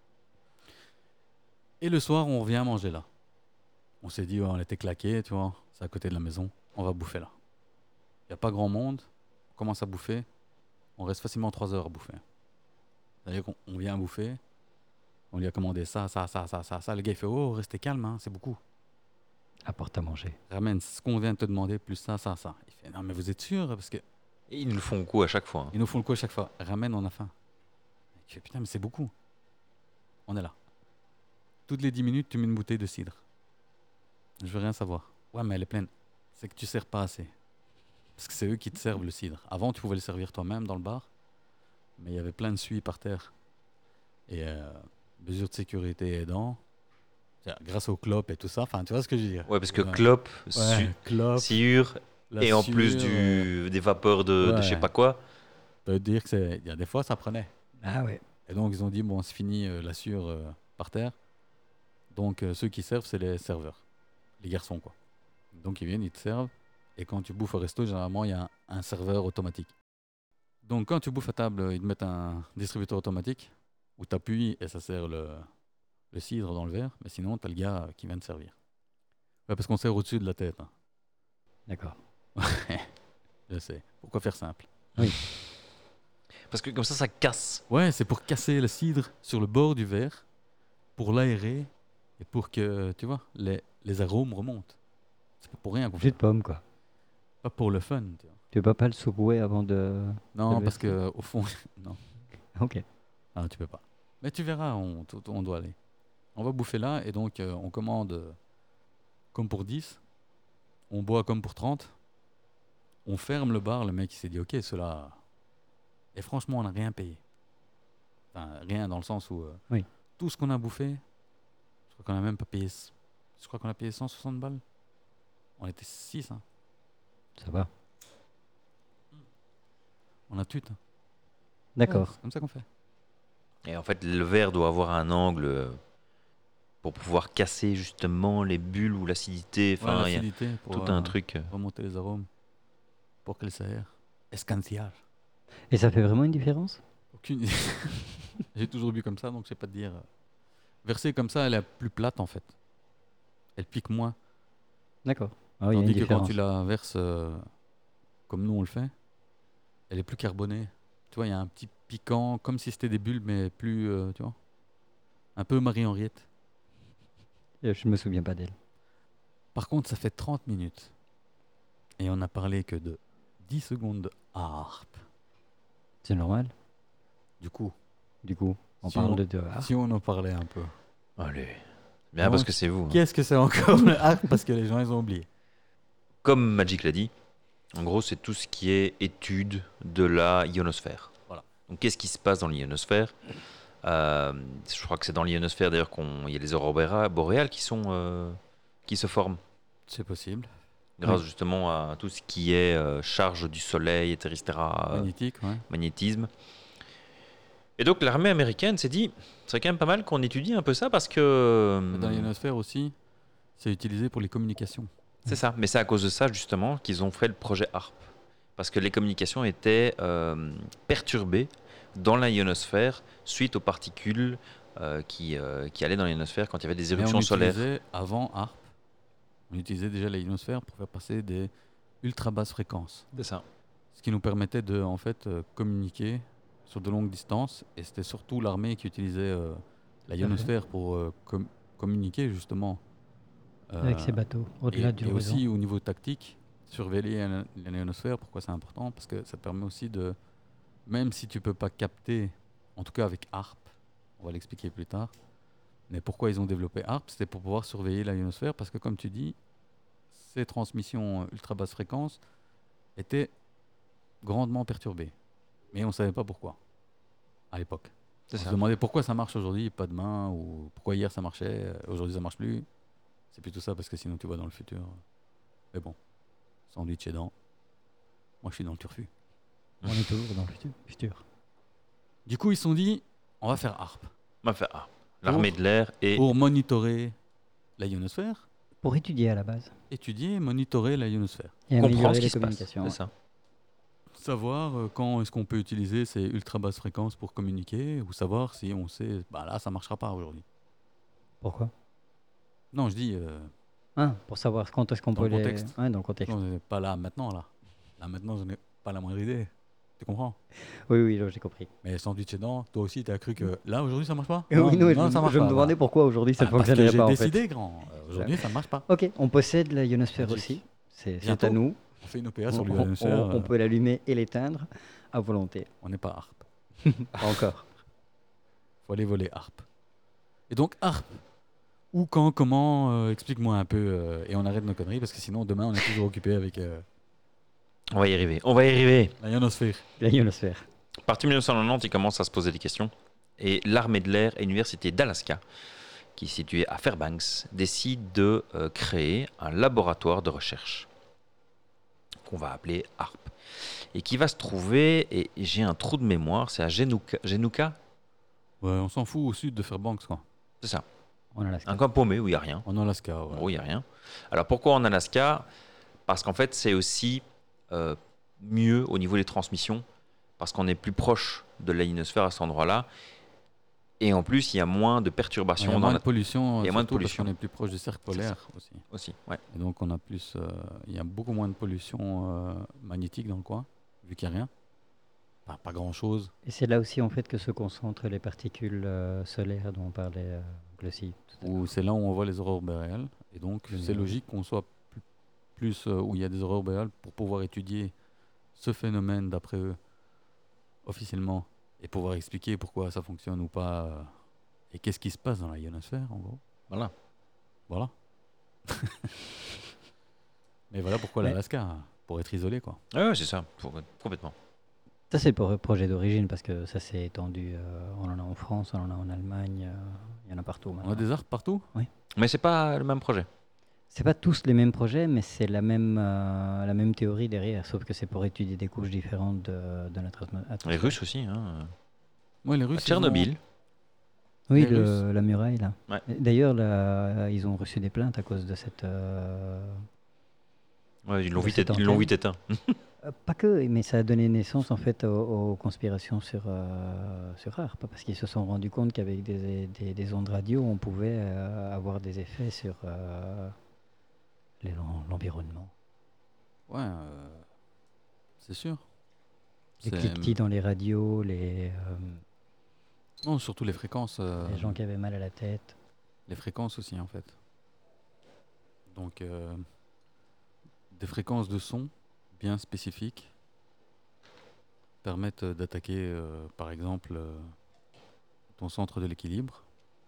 Et le soir, on revient manger là. On s'est dit, ouais, on était claqués, tu vois, c'est à côté de la maison, on va bouffer là. Il n'y a pas grand monde, on commence à bouffer, on reste facilement trois heures à bouffer. C'est-à-dire qu'on on vient bouffer, on lui a commandé ça, ça, ça, ça, ça, ça. Le gars il fait, oh, restez calme, hein, c'est beaucoup. Apporte à manger. Ramène ce qu'on vient de te demander, plus ça, ça, ça. Il fait, non mais vous êtes sûr? Parce qu'ils Et ils nous le font au coup à chaque fois. hein. nous font le coup à chaque fois. Ramène, on a faim. Je fais, putain, mais c'est beaucoup. On est là. Toutes les dix minutes, tu mets une bouteille de cidre. Je veux rien savoir. Ouais, mais elle est pleine. C'est que tu sers pas assez. Parce que c'est eux qui te servent le cidre. Avant, tu pouvais le servir toi-même dans le bar. Mais il y avait plein de suie par terre. Et euh, mesures de sécurité aidant, C'est-à-dire, grâce aux clopes et tout ça. Enfin, tu vois ce que je veux dire? Ouais, parce que Ouais. clope, Ouais, su- clopes, sciure, la et en plus sueur, euh, du, des vapeurs de, de je sais ouais. pas quoi. Ça veut dire que c'est, il y a des fois, ça prenait. Ah ouais. Et donc, ils ont dit, bon, c'est fini euh, la sueur euh, par terre. Donc, euh, ceux qui servent, c'est les serveurs. Les garçons, quoi. Donc, ils viennent, ils te servent. Et quand tu bouffes au resto, généralement, il y a un, un serveur automatique. Donc, quand tu bouffes à table, ils te mettent un distributeur automatique où tu appuies et ça sert le, le cidre dans le verre. Mais sinon, tu as le gars euh, qui vient te servir. Ouais, parce qu'on sert au-dessus de la tête. hein. D'accord. Je sais. Pourquoi faire simple? Parce que comme ça, ça casse. Ouais, c'est pour casser le cidre sur le bord du verre, pour l'aérer et pour que, tu vois, les, les arômes remontent. C'est pas pour rien qu'on Jus fait de pomme, quoi. pas pour le fun. Tu vois. Tu peux pas le secouer avant de... Non, le parce verser. que au fond, non, Ok. ah, tu peux pas. Mais tu verras, on, t- on doit aller. On va bouffer là et donc euh, on commande euh, comme pour dix, on boit comme pour trente, on ferme le bar, le mec il s'est dit ok, cela. Et franchement, on n'a rien payé. Enfin, rien dans le sens où euh, Oui. tout ce qu'on a bouffé, je crois qu'on a même pas payé. c- Je crois qu'on a payé cent soixante balles. On était six, hein. Ça va. On a tué. hein. D'accord. Ouais, c'est comme ça qu'on fait. Et en fait, le verre doit avoir un angle euh, pour pouvoir casser justement les bulles ou l'acidité. Ouais, Enfin, il y a l'acidité pour tout euh, un truc. euh. remonter les arômes. Pour qu'elle s'aère. Escanciage. Et ça fait vraiment une différence? Aucune idée. J'ai toujours bu comme ça, donc je sais pas te dire. euh. Versée comme ça, elle est plus plate en fait. Elle pique moins. D'accord. Ah oui, il y a une Tandis que quand différence. tu la verses euh, comme nous on le fait, elle est plus carbonée. Tu vois, il y a un petit piquant, comme si c'était des bulles, mais plus, euh, tu vois, un peu Marie-Henriette. Euh, Je me souviens pas d'elle. Par contre, ça fait trente minutes. Et on n'a parlé que de dix secondes de harpe. C'est normal. Du coup, Du coup, on Si parle on- de deux A. si on en parlait un peu. Allez. Bien Non, parce que c'est vous. hein. Qu'est-ce que c'est encore le harpe? Parce que les gens, ils ont oublié. Comme Magic l'a dit, en gros, c'est tout ce qui est étude de la ionosphère. Voilà. Donc, qu'est-ce qui se passe dans l'ionosphère Euh, Je crois que c'est dans l'ionosphère d'ailleurs qu'il y a les aurores boréa- boréales qui, sont, euh, qui se forment C'est possible. grâce Oui. justement à tout ce qui est euh, charge du soleil, et cetera, euh, Magnétique, ouais. magnétisme. Et donc, l'armée américaine s'est dit, ce serait quand même pas mal qu'on étudie un peu ça parce que. Mais dans l'ionosphère aussi, c'est utilisé pour les communications. C'est ça, mais c'est à cause de ça justement qu'ils ont fait le projet HARP. Parce que les communications étaient euh, perturbées dans la ionosphère suite aux particules euh, qui, euh, qui allaient dans l'ionosphère quand il y avait des Mais on éruptions solaires. utilisait, avant harpe, on utilisait déjà la ionosphère pour faire passer des ultra basses fréquences. C'est ça. Ce qui nous permettait de en fait, euh, communiquer sur de longues distances. Et c'était surtout l'armée qui utilisait euh, la fait. ionosphère pour euh, com- communiquer justement. Euh, Avec ces bateaux, et, au-delà du et horizon. aussi au niveau tactique, surveiller la, la ionosphère, pourquoi c'est important? Parce que ça te permet aussi de, même si tu peux pas capter, en tout cas avec harpe, on va l'expliquer plus tard, mais pourquoi ils ont développé harpe, c'était pour pouvoir surveiller la ionosphère, parce que comme tu dis, ces transmissions ultra basse fréquence étaient grandement perturbées. Mais on ne savait pas pourquoi, à l'époque. C'est On se ça. demandait pourquoi ça marche aujourd'hui et pas demain, ou pourquoi hier ça marchait, euh, aujourd'hui ça marche plus. C'est plutôt ça, parce que sinon tu vois dans le futur. Mais bon, sandwich et dents. Moi je suis dans le turfu. On est toujours dans le futur- futur. Du coup, ils se sont dit, on va faire harpe On va faire HARP. L'armée de l'air et pour monitorer la ionosphère, Pour étudier à la base. étudier et monitorer la ionosphère. Et comprendre améliorer ce les qui se passe. communications. C'est ça. Savoir euh, quand est-ce qu'on peut utiliser ces ultra basses fréquences pour communiquer, ou savoir si on sait, bah là ça marchera pas aujourd'hui. Pourquoi? Non, je dis, euh, Ah, pour savoir quand est-ce qu'on Dans peut le les... contexte. Ouais, dans le contexte. non, euh, pas là maintenant là. Là maintenant, je n'ai pas la moindre idée. Tu comprends? Oui, oui, là, j'ai compris. Mais sandwich et dents, toi aussi, tu as cru que là aujourd'hui ça marche pas? oui, non, je, ça me- marche je me pas, demandais voilà. pourquoi aujourd'hui ça ne Ah, parce que fonctionnerait j'ai pas en décidé, fait. grand. Euh, aujourd'hui, ça ne marche pas. Ok, on possède la ionosphère Magic. aussi. C'est c'est Bientôt. à nous. On fait une O P A On, sur on- l'ionosphère. on- on peut l'allumer et l'éteindre à volonté. On n'est pas harpe. Pas encore. Faut aller voler harpe. Et donc harpe. Où, quand, comment, euh, explique-moi un peu euh, et on arrête nos conneries parce que sinon demain on est toujours occupé avec euh, On va y arriver. On va y arriver. la ionosphère. La ionosphère. À partir de mille neuf cent quatre-vingt-dix, il commence à se poser des questions. Et l'armée de l'air et l'université d'Alaska, qui est situé à Fairbanks, décide de euh, créer un laboratoire de recherche qu'on va appeler HARP et qui va se trouver, et j'ai un trou de mémoire, c'est à Genuka, Genuka Ouais, on s'en fout au sud de Fairbanks, quoi. c'est ça, En Alaska. un coin paumé où il n'y a rien. En Alaska, En ouais. gros, il n'y a rien. Alors pourquoi en Alaska? Parce qu'en fait, c'est aussi euh, mieux au niveau des transmissions, parce qu'on est plus proche de la ionosphère à cet endroit-là. Et en plus, il y a moins de Il y perturbations a dans moins la... de pollution, il y a moins de surtout pollution. parce qu'on est plus proche du cercle C'est polaire aussi. aussi. Ouais. Et donc on a plus, euh, il y a beaucoup moins de pollution euh, magnétique dans le coin, vu qu'il n'y a rien. Enfin, pas grand chose. Et c'est là aussi en fait que se concentrent les particules euh, solaires dont on parlait euh, Glossy. tout à l'heure. Où c'est là où on voit les aurores boréales. Et donc Le c'est nuage. logique qu'on soit plus, plus, euh, où il y a des aurores boréales pour pouvoir étudier ce phénomène d'après eux officiellement et pouvoir expliquer pourquoi ça fonctionne ou pas euh, et qu'est-ce qui se passe dans la ionosphère en gros. Voilà. Voilà. Mais voilà pourquoi Mais- l'Alaska, pour être isolé quoi. Ouais, ouais, c'est ça, pour- complètement. Ça c'est le pro- projet d'origine parce que ça s'est étendu. euh, on en a en France, on en a en Allemagne, euh, il y en a partout On maintenant. a des arbres partout. Mais c'est pas le même projet. C'est pas tous les mêmes projets, mais c'est la même, euh, la même théorie derrière, sauf que c'est pour étudier des couches différentes de, de notre atmo- Les atmosphère. Russes aussi. Hein. Ouais, les À Russes. ils Tchernobyl. Oui, Les le- la muraille là. Ouais. Et D'ailleurs, là, ils ont reçu des plaintes à cause de cette. euh, Ouais, ils l'ont de vite, cette ils l'ont antenne. vite éteint. Euh, Pas que, mais ça a donné naissance en fait aux, aux conspirations sur, euh, sur HARP, parce qu'ils se sont rendus compte qu'avec des, des, des ondes radio, on pouvait euh, avoir des effets sur euh, les- l'en- l'environnement. Ouais, euh, c'est sûr. Les C'est- cliquetis dans les radios, les, euh, Non, surtout les fréquences. euh, les gens qui avaient mal à la tête. Les fréquences aussi, en fait. Donc, euh, des fréquences de son bien spécifiques permettent euh, d'attaquer, euh, par exemple, euh, ton centre de l'équilibre.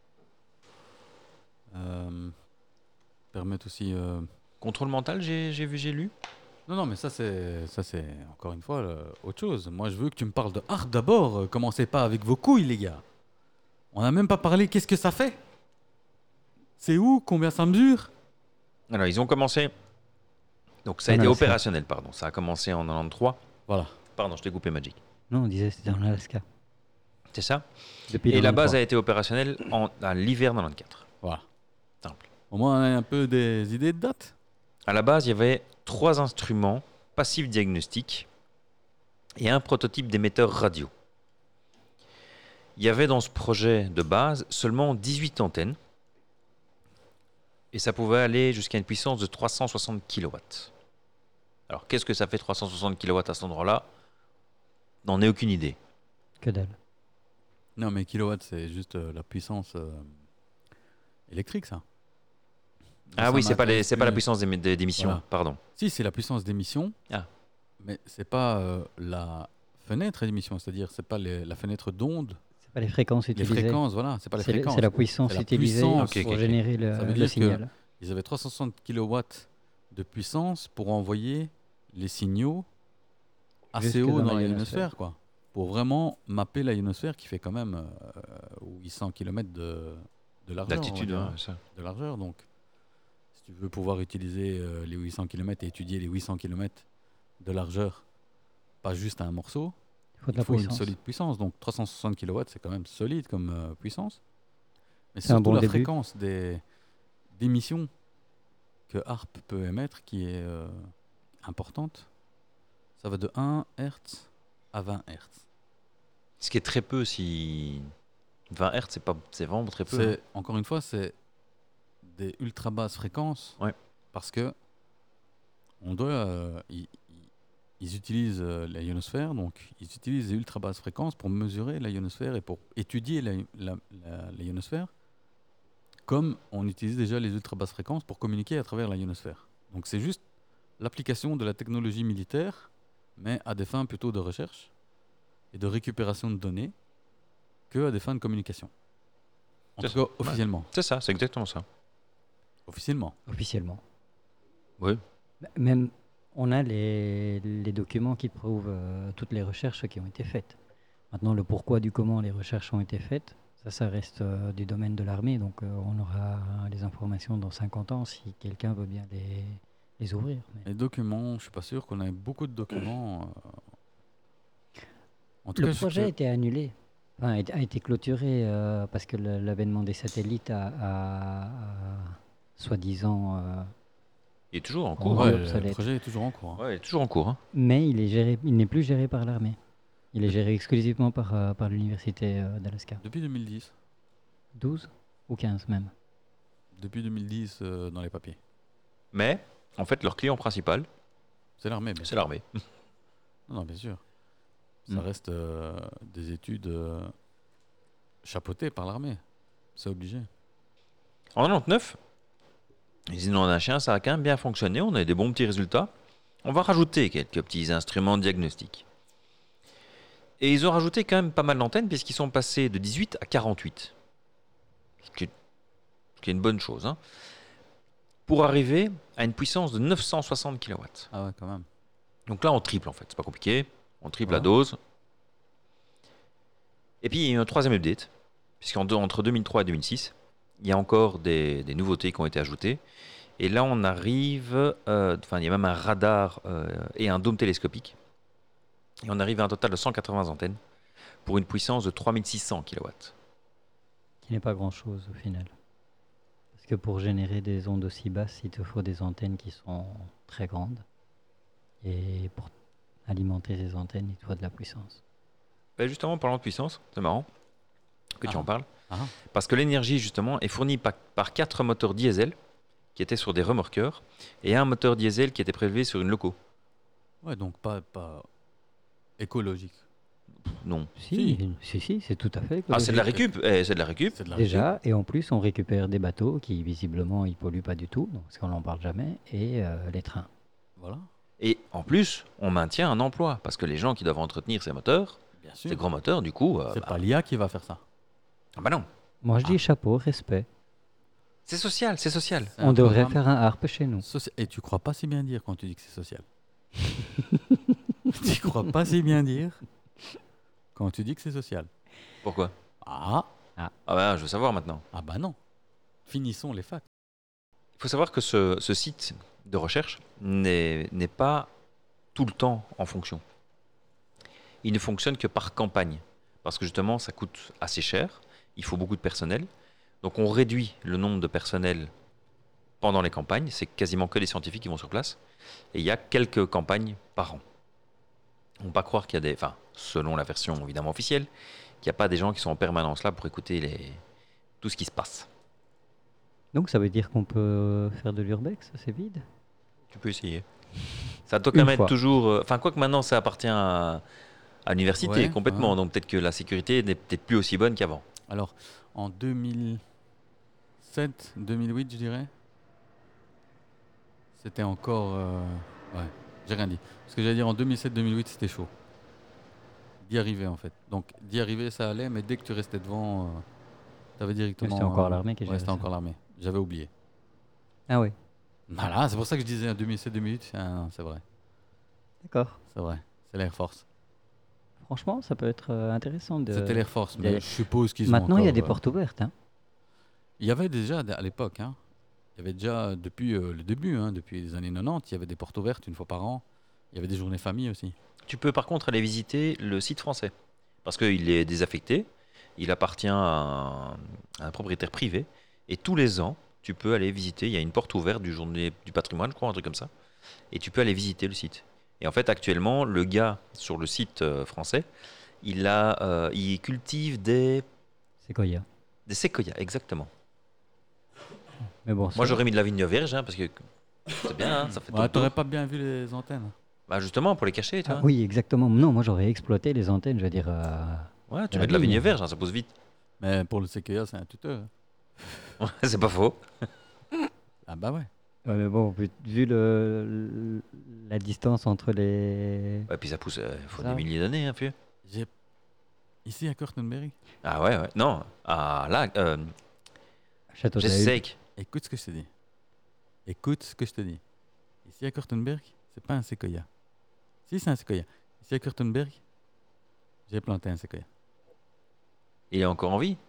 Euh, permettent aussi... euh, Contrôle mental, j'ai j'ai vu, j'ai lu. Non, non, mais ça, c'est, ça, c'est encore une fois euh, autre chose. Moi, je veux que tu me parles de harpe d'abord. Euh, Commencez pas avec vos couilles, les gars. On n'a même pas parlé qu'est-ce que ça fait. C'est où? Combien ça mesure? Alors, ils ont commencé. Donc, ça a En été Alaska. opérationnel, pardon. Ça a commencé en quatre-vingt-treize. Voilà. Pardon, je t'ai coupé, Magic. Non, on disait que c'était en Alaska. C'est ça. Depuis Et la base a quatre-vingt-trois. été opérationnelle en, à l'hiver quatre-vingt-quatorze. Voilà. Simple. Au moins, on a un peu des idées de date. À la base, il y avait trois instruments passifs diagnostiques et un prototype d'émetteur radio. Il y avait dans ce projet de base seulement dix-huit antennes et ça pouvait aller jusqu'à une puissance de trois cent soixante kilowatts. Alors, qu'est-ce que ça fait trois cent soixante kilowatts à cet endroit-là? N'en ai aucune idée. Que dalle. Non, mais kilowatt, c'est juste euh, la puissance euh, électrique, ça. Ah Ça oui, c'est pas, les- m'intéresse c'est pas la plus. puissance d'émi- des- d'émission, Voilà. pardon. Si, c'est la puissance d'émission. Ah. Mais c'est pas euh, la fenêtre d'émission, c'est-à-dire c'est pas les- la fenêtre d'onde, C'est pas les fréquences les utilisées. fréquences, voilà, c'est pas les C'est la- fréquences. c'est la puissance C'est la utilisée puissance. Ok, ok, pour ok. générer le, Ça veut le dire que- signal. Ils avaient trois cent soixante kilowatts de puissance pour envoyer les signaux assez Jusque haut dans dans, la la ionosphère. ionosphère, quoi. Pour vraiment mapper la ionosphère qui fait quand même euh, huit cents kilomètres de, de largeur. on va D'altitude, dire. hein, ça. De largeur, donc si tu veux pouvoir utiliser euh, les huit cents kilomètres et étudier les huit cents kilomètres de largeur, pas juste un morceau, Il faut de il la faut une puissance. solide puissance. Donc trois cent soixante kilowatts, c'est quand même solide comme euh, puissance. Mais c'est C'est un surtout bon la début. fréquence des d'émission que HARP peut émettre qui est euh, importante. Ça va de un hertz à vingt hertz. Ce qui est très peu si. vingt hertz, c'est pas, c'est vraiment très peu. C'est hein. encore une fois, c'est des ultra basses fréquences. Ouais. Parce que on doit, euh, ils, ils- ils utilisent euh, la ionosphère, donc ils utilisent les ultra basses fréquences pour mesurer la ionosphère et pour étudier la, la, la- la ionosphère, comme on utilise déjà les ultra basses fréquences pour communiquer à travers la ionosphère. Donc c'est juste l'application de la technologie militaire, mais à des fins plutôt de recherche et de récupération de données que à des fins de communication. En C'est tout cas, officiellement. C'est ça, c'est exactement ça. Officiellement. Officiellement. Oui. M- Même, on a les, les documents qui prouvent euh, toutes les recherches qui ont été faites. Maintenant, le pourquoi du comment les recherches ont été faites, Ça, ça reste euh, du domaine de l'armée, donc euh, on aura les informations dans cinquante ans si quelqu'un veut bien les, les ouvrir. Mais Les documents, je suis pas sûr qu'on ait beaucoup de documents. euh. En tout le cas, je sais projet a que été annulé, enfin, a été- a été clôturé euh, parce que le- l'avènement des satellites a, a- a soi-disant euh, Il est toujours en rendu cours. ouais, Hein. le obsolète. projet est toujours en cours. hein. Ouais, il est toujours en cours. Hein. Mais il est géré, il n'est plus géré par l'armée. Il est géré exclusivement par, euh, par l'université euh, d'Alaska. Depuis deux mille dix. douze ou quinze même. Depuis deux mille dix euh, dans les papiers. Mais, en fait, leur client principal, C'est l'armée, bien c'est sûr. l'armée. Non, non, bien sûr. Ça Mm. reste euh, des études euh, chapeautées par l'armée. C'est obligé. En quatre-vingt-dix-neuf, l'usine en un chien, ça a quand même bien fonctionné. On a eu des bons petits résultats. On va rajouter quelques petits instruments de diagnostic. Et ils ont rajouté quand même pas mal d'antennes puisqu'ils sont passés de dix-huit à quarante-huit. Ce qui est, ce qui est une bonne chose. Hein. Pour arriver à une puissance de neuf cent soixante kilowatts. Ah ouais, quand même. Donc là, on triple en fait. C'est pas compliqué. On triple la Ouais. dose. Et puis, il y a eu un troisième update. Puisqu'entre deux mille trois et deux mille six, il y a encore des, des nouveautés qui ont été ajoutées. Et là, on arrive. euh, Enfin, il y a même un radar euh, et un dôme télescopique. Et on arrive à un total de cent quatre-vingts antennes pour une puissance de trois mille six cents kilowatts. Qui n'est pas grand-chose au final. Parce que pour générer des ondes aussi basses, il te faut des antennes qui sont très grandes. Et pour alimenter ces antennes, il te faut de la puissance. Ben justement, parlant de puissance, c'est marrant que tu Ah. en parles. Ah, Parce que l'énergie, justement, est fournie par, par quatre moteurs diesel qui étaient sur des remorqueurs et un moteur diesel qui était prélevé sur une loco. ouais, donc pas, pas écologique. Non. Si, si, si, c'est tout à fait Ah, c'est de la écologique. récup. Eh, c'est de la récup. C'est de la Déjà, et en plus, on récupère des bateaux qui, visiblement, ils polluent pas du tout, donc, parce qu'on n'en parle jamais, et euh, les trains. Voilà, Et en plus, on maintient un emploi parce que les gens qui doivent entretenir ces moteurs, bien sûr. ces grands moteurs, du coup, euh, C'est bah, pas l'I A qui va faire ça. ah bah non. Moi, je dis Ah. chapeau, respect. C'est social, c'est social. C'est On un devrait programme faire un harpe chez nous. socia- Et tu crois pas si bien dire quand tu dis que c'est social. Tu crois pas si bien dire quand tu dis que c'est social. Pourquoi? Ah, Ah bah, je veux savoir maintenant. ah bah non. Finissons les facts. Il faut savoir que ce, ce site de recherche n'est n'est pas tout le temps en fonction. Il ne fonctionne que par campagne. Parce que justement, ça coûte assez cher. Il faut beaucoup de personnel. Donc on réduit le nombre de personnel pendant les campagnes. C'est quasiment que les scientifiques qui vont sur place. Et il y a quelques campagnes par an. On ne peut pas croire qu'il y a des... Enfin, selon la version évidemment officielle, qu'il n'y a pas des gens qui sont en permanence là pour écouter les, tout ce qui se passe. Donc, ça veut dire qu'on peut faire de l'urbex, c'est vide. Tu peux essayer. Ça doit quand Une même être fois. toujours... euh, Enfin, quoi que maintenant, ça appartient à, à l'université Ouais, complètement. ouais. Donc peut-être que la sécurité n'est peut-être plus aussi bonne qu'avant. Alors, en deux mille sept, deux mille huit, je dirais, c'était encore... euh, Ouais, j'ai rien dit. Ce que j'allais dire, en deux mille sept, deux mille huit, c'était chaud. D'y arriver, en fait. Donc, d'y arriver, ça allait, mais dès que tu restais devant, euh, t'avais directement... C'était encore euh, l'armée qui Ouais, gérait c'était ça. encore l'armée. J'avais oublié. Ah oui, Voilà, c'est pour ça que je disais deux mille sept, deux mille huit. Ah, non, c'est vrai, d'accord. c'est vrai. C'est l'Air Force. Franchement, ça peut être euh, intéressant de... C'était l'Air Force, mais des- je suppose qu'ils ont Maintenant, il y a encore, des euh, portes ouvertes. Hein. Il y avait déjà à l'époque, hein, il y avait déjà depuis euh, le début, hein, depuis les années quatre-vingt-dix, il y avait des portes ouvertes une fois par an. Il y avait des journées famille aussi. Tu peux par contre aller visiter le site français. Parce qu'il est désaffecté. Il appartient à un, à un propriétaire privé. Et tous les ans, tu peux aller visiter. Il y a une porte ouverte du journée du patrimoine, je crois, un truc comme ça. Et tu peux aller visiter le site. Et en fait, actuellement, le gars sur le site euh, français, il, a, euh, il cultive des, C'est Koya. des séquoias, exactement. Mais bon, Moi, ça- j'aurais mis de la vigne vierge, hein, parce que c'est bien, hein, ça fait Ouais, tout le t'aurais tour. pas bien vu les antennes. Bah, justement, pour les cacher, tu Ah vois. oui, exactement. Non, moi, j'aurais exploité les antennes, je veux dire... euh, Ouais, tu la mets de la vigne vigne. vierge, hein, ça pousse vite. Mais pour le séquoia, c'est un tuteur. Ouais, c'est pas faux. Ah bah ouais. Ouais, mais bon, vu, vu le, le- la distance entre les... Ouais, puis ça pousse, il faut Ça. des milliers d'années, hein, vieux. J'ai ici à Cortenberry. Ah ouais, ouais. Non, ah là, euh, Château je de la Hulpe. sais que... Écoute ce que je te dis. Écoute ce que je te dis. Ici à Cortenberg, c'est pas un séquoia. Si, c'est un séquoia. Ici à Cortenberg, j'ai planté un séquoia. Il est encore en vie.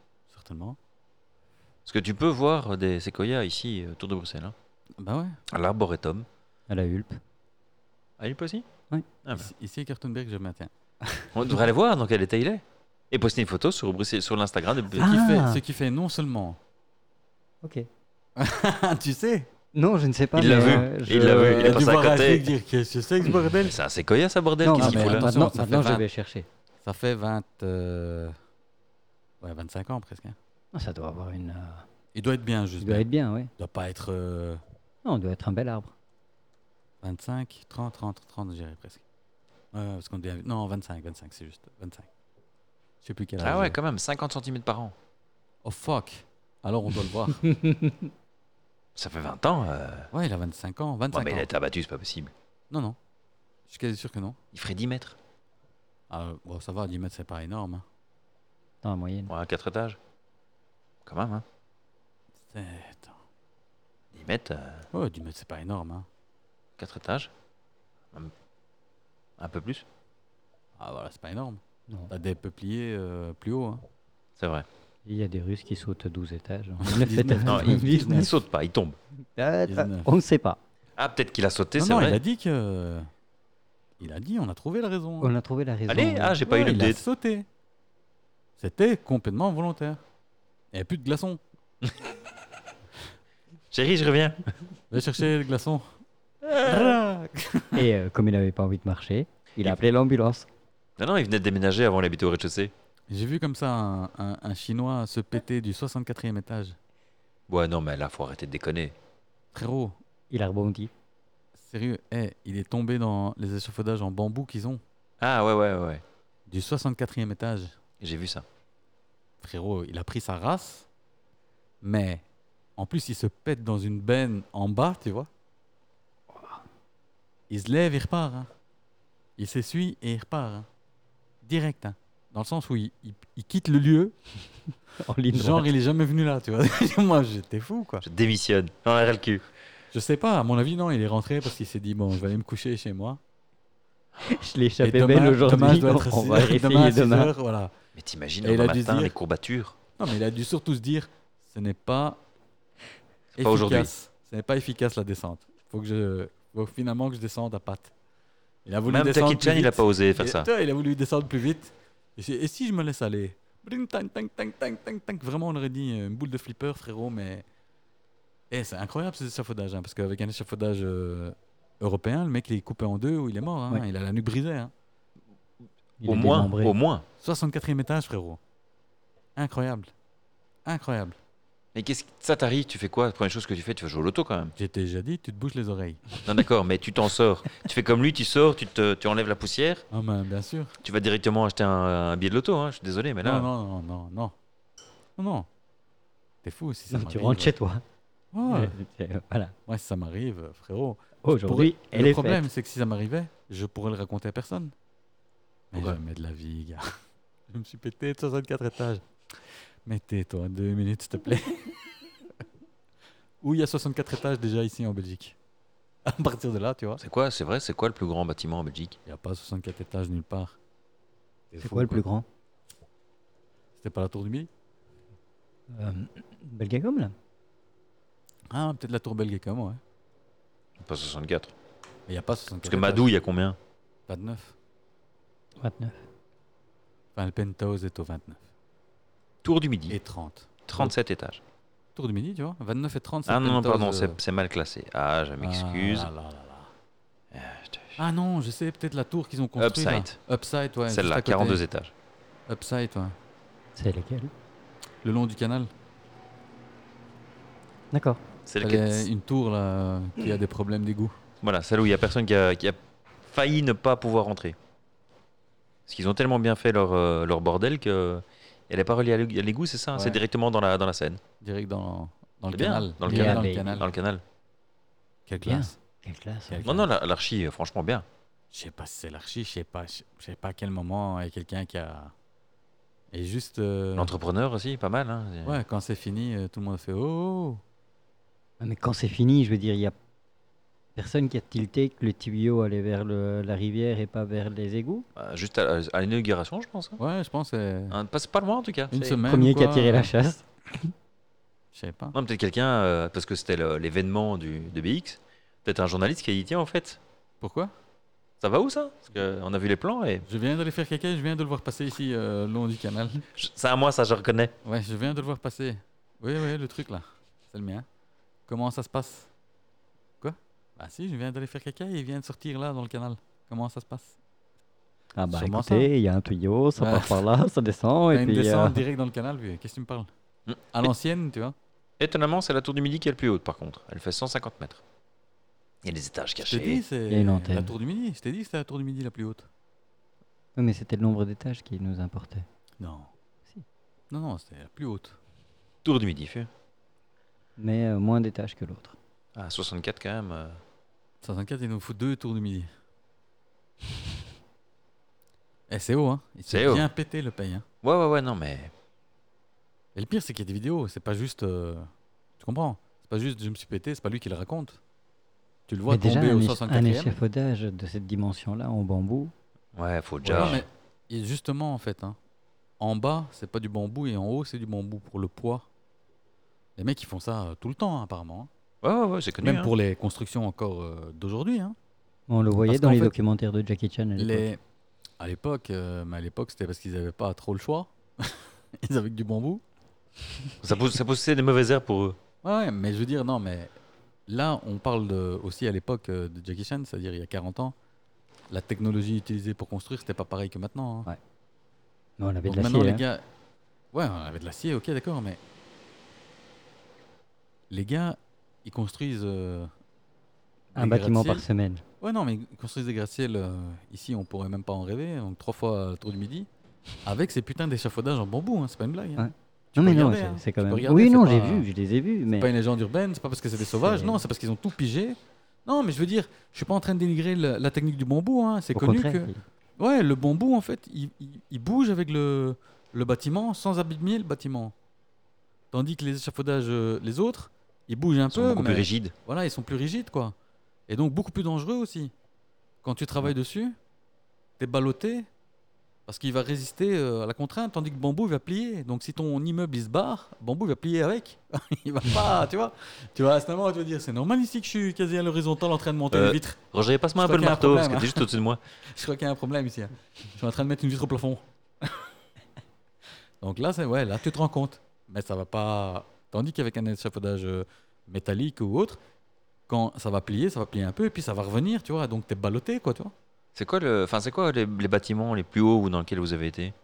certainement. Parce que tu peux voir des séquoias ici, autour de Bruxelles. Hein. Bah ouais. À l'Arboretum. À la Hulpe. À Ypres aussi Oui. Ah bah. Ici, ici à Kartenberg, je maintiens. On devrait aller voir dans quel état il est. Et poster une photo sur, Bruxelles, sur l'Instagram. De... Ce Ah. qui fait, ce qui fait non seulement. Ok. Tu sais. Non, je ne sais pas. Il l'a mais, vu. euh, Il je- l'a vu. Il est a dû passé à voir côté. Rachid dire qu'est-ce que c'est que ce bordel. Mais c'est un séquoia, ça, bordel. Non, Qu'est-ce non, qu'il mais fout là attention, maintenant, ça fait maintenant, je vingt. vais chercher. Ça fait vingt. euh, Ouais, vingt-cinq ans presque. hein. Ah, ça doit avoir une. euh, Il doit être bien, juste. Il doit bien. être bien, oui. Il doit pas être euh, Non, il doit être un bel arbre. vingt-cinq, trente, trente, trente, je dirais presque. Ouais, ouais, parce qu'on dit. Non, vingt-cinq, vingt-cinq, c'est juste. vingt-cinq. Je sais plus quel âge. Ah ouais, j'ai. quand même, cinquante centimètres par an. Oh fuck. Alors on doit le voir. Ça fait vingt ans. Euh... Ouais, il a vingt-cinq ans. Ouais, vingt-cinq mais il ans. a été abattu, c'est pas possible. Non, non. Je suis quasi sûr que non. Il ferait dix mètres. Ah, bon, ça va, dix mètres, c'est pas énorme. hein. Dans la moyenne. Ouais, quatre étages. Quand même, hein. C'est- Attends. dix mètres, euh, Ouais, dix mètres, c'est pas énorme. Hein. quatre étages. Un- Un peu plus. Ah, voilà, c'est pas énorme. Non. T'as des peupliers euh, plus hauts. Hein. C'est vrai. Il y a des Russes qui sautent douze étages. dix-neuf. Non, il, il, il saute pas, il tombe. Ah, dix-neuf. on ne sait pas. Ah, peut-être qu'il a sauté, Non, c'est non, vrai. il a dit que. Il a dit, on a trouvé la raison. On a trouvé la raison. Allez, ah, j'ai pas eu Ouais, il a l'update. sauté. C'était complètement volontaire. Il n'y avait plus de glaçons. Chérie, je reviens. Va chercher le glaçon. Et euh, comme il n'avait pas envie de marcher, il a appelé l'ambulance. Non, non, il venait de déménager avant d'habiter au rez-de-chaussée. J'ai vu comme ça un, un- un Chinois se péter du soixante-quatrième étage. Ouais, non, mais là, faut arrêter de déconner. Frérot, Il a rebondi. sérieux, eh, il est tombé dans les échafaudages en bambou qu'ils ont. Ah, ouais, ouais, ouais. Du soixante-quatrième étage. J'ai vu ça. Frérot, il a pris sa race. Mais, en plus, il se pète dans une benne en bas, tu vois. Il se lève, il repart. hein. Il s'essuie et il repart. hein. Direct. hein. Dans le sens où il, il- il quitte le lieu. En ligne Genre, droite. il est jamais venu là, tu vois. Moi, j'étais fou, quoi. Je démissionne. Non, R L Q. Je sais pas, à mon avis, non, il est rentré parce qu'il s'est dit, bon, je vais aller me coucher chez moi. Je l'ai Et échappé demain- belle demain, aujourd'hui. je dois On, être on assis- va demain à essayer six demain. heures, voilà. Mais t'imagines, Et il le a dû matin, dire- les courbatures. Non, mais il a dû surtout se dire, ce n'est pas Pas aujourd'hui. efficace. Ce n'est pas efficace la descente. Faut que je, faut finalement que je descende à pattes. Il a voulu Même descendre Jackie plus Chan, il a vite. pas osé faire Et- ça. toi, il a voulu descendre plus vite. Et, j'ai- et si je me laisse aller Bring, tang, tang, tang, tang, tang, tang. Vraiment, on aurait dit euh, une boule de flipper, frérot, mais. Eh, c'est incroyable ces échafaudages, hein, parce qu'avec un échafaudage euh, européen, le mec il est coupé en deux ou il est mort. hein, Ouais. Il a la nuque brisée. hein. Il Au est moins, démembré. au moins. soixante-quatrième étage, frérot. Incroyable. Incroyable. Mais qu'est-ce que ça t'arrive? Tu fais quoi? La première chose que tu fais, tu vas jouer au loto quand même. J'ai déjà dit, tu te bouches les oreilles. Non, d'accord, mais tu t'en sors. Tu fais comme lui, tu sors, tu, te, tu enlèves la poussière, Ah, ben, bien sûr. tu vas directement acheter un, un billet de loto. Hein. Je suis désolé, mais là. Non, non, non, non, non. Non, non. T'es fou si ça Non, tu m'arrive. rentres chez toi. Ouais. Euh, Voilà. Moi, si ça m'arrive, frérot. Aujourd'hui, pourrais- elle Le est problème, faite. c'est que si ça m'arrivait, je pourrais le raconter à personne. Mais Pourquoi jamais de la vie, gars. Je me suis pété de soixante-quatre étages. Mais tais-toi deux minutes, s'il te plaît. Où il y a soixante-quatre étages déjà ici en Belgique. À partir de là, tu vois, C'est quoi, c'est vrai, c'est quoi le plus grand bâtiment en Belgique? il n'y a pas soixante-quatre étages nulle part. C'est quoi le plus grand C'était pas la tour du Midi? euh, Belgacom, là Ah, peut-être la tour Belgacom, ouais. Pas soixante-quatre. Mais il n'y a pas soixante-quatre Parce que étages. Madou, il y a combien? vingt-neuf. vingt-neuf. Enfin, le penthouse est au vingt-neuf. Tour du Midi, Et trente. trente-sept étages. Tour du Midi, tu vois, vingt-neuf et trente. c'est Ah le non, non, penthouse, pardon, euh, c'est c'est mal classé. Ah, je m'excuse. Ah, là, là, là. Euh, je te- Ah non, je sais, peut-être la tour qu'ils ont construite. là. Upside. Upside, ouais. juste Celle-là, à côté. quarante-deux étages. Upside, ouais. C'est lesquels Le long du canal. D'accord. Celle Elle qui est est- une tour là, qui a des problèmes d'égout. Voilà, celle où il y a personne qui a, qui a failli ne pas pouvoir rentrer. Parce qu'ils ont tellement bien fait leur, euh, leur bordel que elle n'est pas reliée à l'ég- à l'égout, c'est ça? hein C'est Ouais. directement dans la, dans la Seine. Direct dans, dans le C'est bien, canal. dans le Direct canal. Dans le Mais- canal. Dans le canal. Quelle Bien. classe. Quelle classe. Quelle hein. Non, non, la- l'archi, euh, franchement bien. Je sais pas si c'est l'archi, je sais pas. Je je sais pas à quel moment il y a quelqu'un qui a. Et juste. euh, L'entrepreneur aussi, pas mal. Hein. Ouais, quand c'est fini, euh, tout le monde fait oh. Ah, mais quand c'est fini, je veux dire, il y a Personne qui a tilté que le tuyau allait vers le- la rivière et pas vers les égouts. Bah, juste à, à l'inauguration, je pense. hein. Ouais, je pense que c'est Hein, pas, c'est pas loin en tout cas. une C'est- semaine. Premier ou qui a quoi, tiré euh, la chasse. Je sais pas. Non, peut-être quelqu'un, euh, parce que c'était le- l'événement du, de B X, peut-être un journaliste qui a dit tiens, en fait, Pourquoi? ça va où ça Parce qu'on a vu les plans et. Je viens d'aller faire caca et je viens de le voir passer ici, euh, le long du canal. je- C'est à moi, ça, je reconnais. Ouais, je viens de le voir passer. Oui, oui, le truc là. C'est le mien. Comment ça se passe? Quoi? Bah si, je viens d'aller faire caca et il vient de sortir là dans le canal. Comment ça se passe? Ah bah Sûrement ça. écoutez, il y a un tuyau, ça Ouais. part par là, ça descend T'as et une puis. euh, descente direct dans le canal, puis qu'est-ce que tu me parles? Mm. À l'ancienne, tu vois? Étonnamment, c'est la tour du Midi qui est la plus haute par contre. Elle fait cent cinquante mètres. Il y a des étages Je t'ai cachés. dit, c'est Il y a une antenne. la tour du Midi. Je t'ai dit que c'était la tour du Midi la plus haute. Oui, mais c'était le nombre d'étages qui nous importait. Non. Si. Non, non, c'était la plus haute. Tour du Midi, fait. Mais euh, moins d'étages que l'autre. Ah, soixante-quatre quand même. euh. soixante-quatre, il nous faut deux tours du Midi. Eh, c'est haut, hein? Il C'est s'est haut. bien pété le paye, hein? Ouais, ouais, ouais, non, mais. Et le pire, c'est qu'il y a des vidéos. C'est pas juste. euh, Tu comprends? C'est pas juste je me suis pété, c'est pas lui qui le raconte. Tu le vois Mais déjà, tomber un, au éche- un soixante-quatrième. échafaudage de cette dimension-là en bambou. Ouais, faut Ouais, déjà. mais et justement, en fait, hein, en bas, c'est pas du bambou et en haut, c'est du bambou pour le poids. Les mecs, ils font ça euh, tout le temps, hein, apparemment. hein. Ouais, ouais, ouais, c'est connu. Même hein. pour les constructions encore euh, d'aujourd'hui. hein. On le voyait Parce dans qu'en les fait, documentaires de Jackie Chan à l'époque. Les... À l'époque, euh, mais à l'époque, c'était parce qu'ils avaient pas trop le choix. Ils avaient que du bambou. Ça, pousse, ça poussait des mauvaises herbes pour eux. Ouais, ouais, mais je veux dire, non, mais là, on parle de- aussi à l'époque euh, de Jackie Chan, c'est-à-dire il y a quarante ans. La technologie utilisée pour construire, c'était pas pareil que maintenant. hein. Ouais. Mais on avait Donc de maintenant, l'acier. les hein. gars. Ouais, on avait de l'acier, ok, d'accord, mais. Les gars, ils construisent. euh, Un des bâtiment par gratte-ciel. semaine. Ouais, non, mais ils construisent des gratte-ciel. euh, ici, on pourrait même pas en rêver. Donc, trois fois le tour du Midi. Avec ces putains d'échafaudages en bambou, hein, c'est pas une blague. hein. Ouais. Tu Non peux mais non, regarder, c'est hein. c'est quand Tu peux même. regarder, Oui, c'est non, pas- j'ai vu, je les ai vus, mais C'est pas une légende urbaine, c'est pas parce que c'est des sauvages, C'est- non, c'est parce qu'ils ont tout pigé. Non, mais je veux dire, je suis pas en train de dénigrer la, la technique du bambou, hein. C'est au connu contraire, que. Ouais, le bambou, en fait, il, il- il bouge avec le, le bâtiment sans abîmer le bâtiment. Tandis que les échafaudages, euh, les autres, ils bougent un Ils sont peu, beaucoup mais plus rigides. voilà, ils sont plus rigides, quoi. Et donc beaucoup plus dangereux aussi. Quand tu travailles dessus, t'es ballotté parce qu'il va résister euh, à la contrainte, tandis que le bambou il va plier. Donc si ton immeuble il se barre, le bambou il va plier avec. il va pas, tu vois. Tu vois, à ce moment, tu vas dire, c'est normal ici que je suis quasi à l'horizontale en train de monter Euh, les vitres. Roger, passe-moi un Je peu le crois qu'il y a un marteau, parce problème, que t'es juste au-dessus de moi. Je crois qu'il y a un problème ici. hein. Je suis en train de mettre une vitre au plafond. Donc là, c'est ouais, là tu te rends compte. Mais ça va pas. Tandis qu'avec un échafaudage euh, métallique ou autre, quand ça va plier, ça va plier un peu et puis ça va revenir, tu vois. Donc t'es ballotté, quoi, tu vois. C'est quoi, le... enfin, c'est quoi les, les bâtiments les plus hauts dans lesquels vous avez été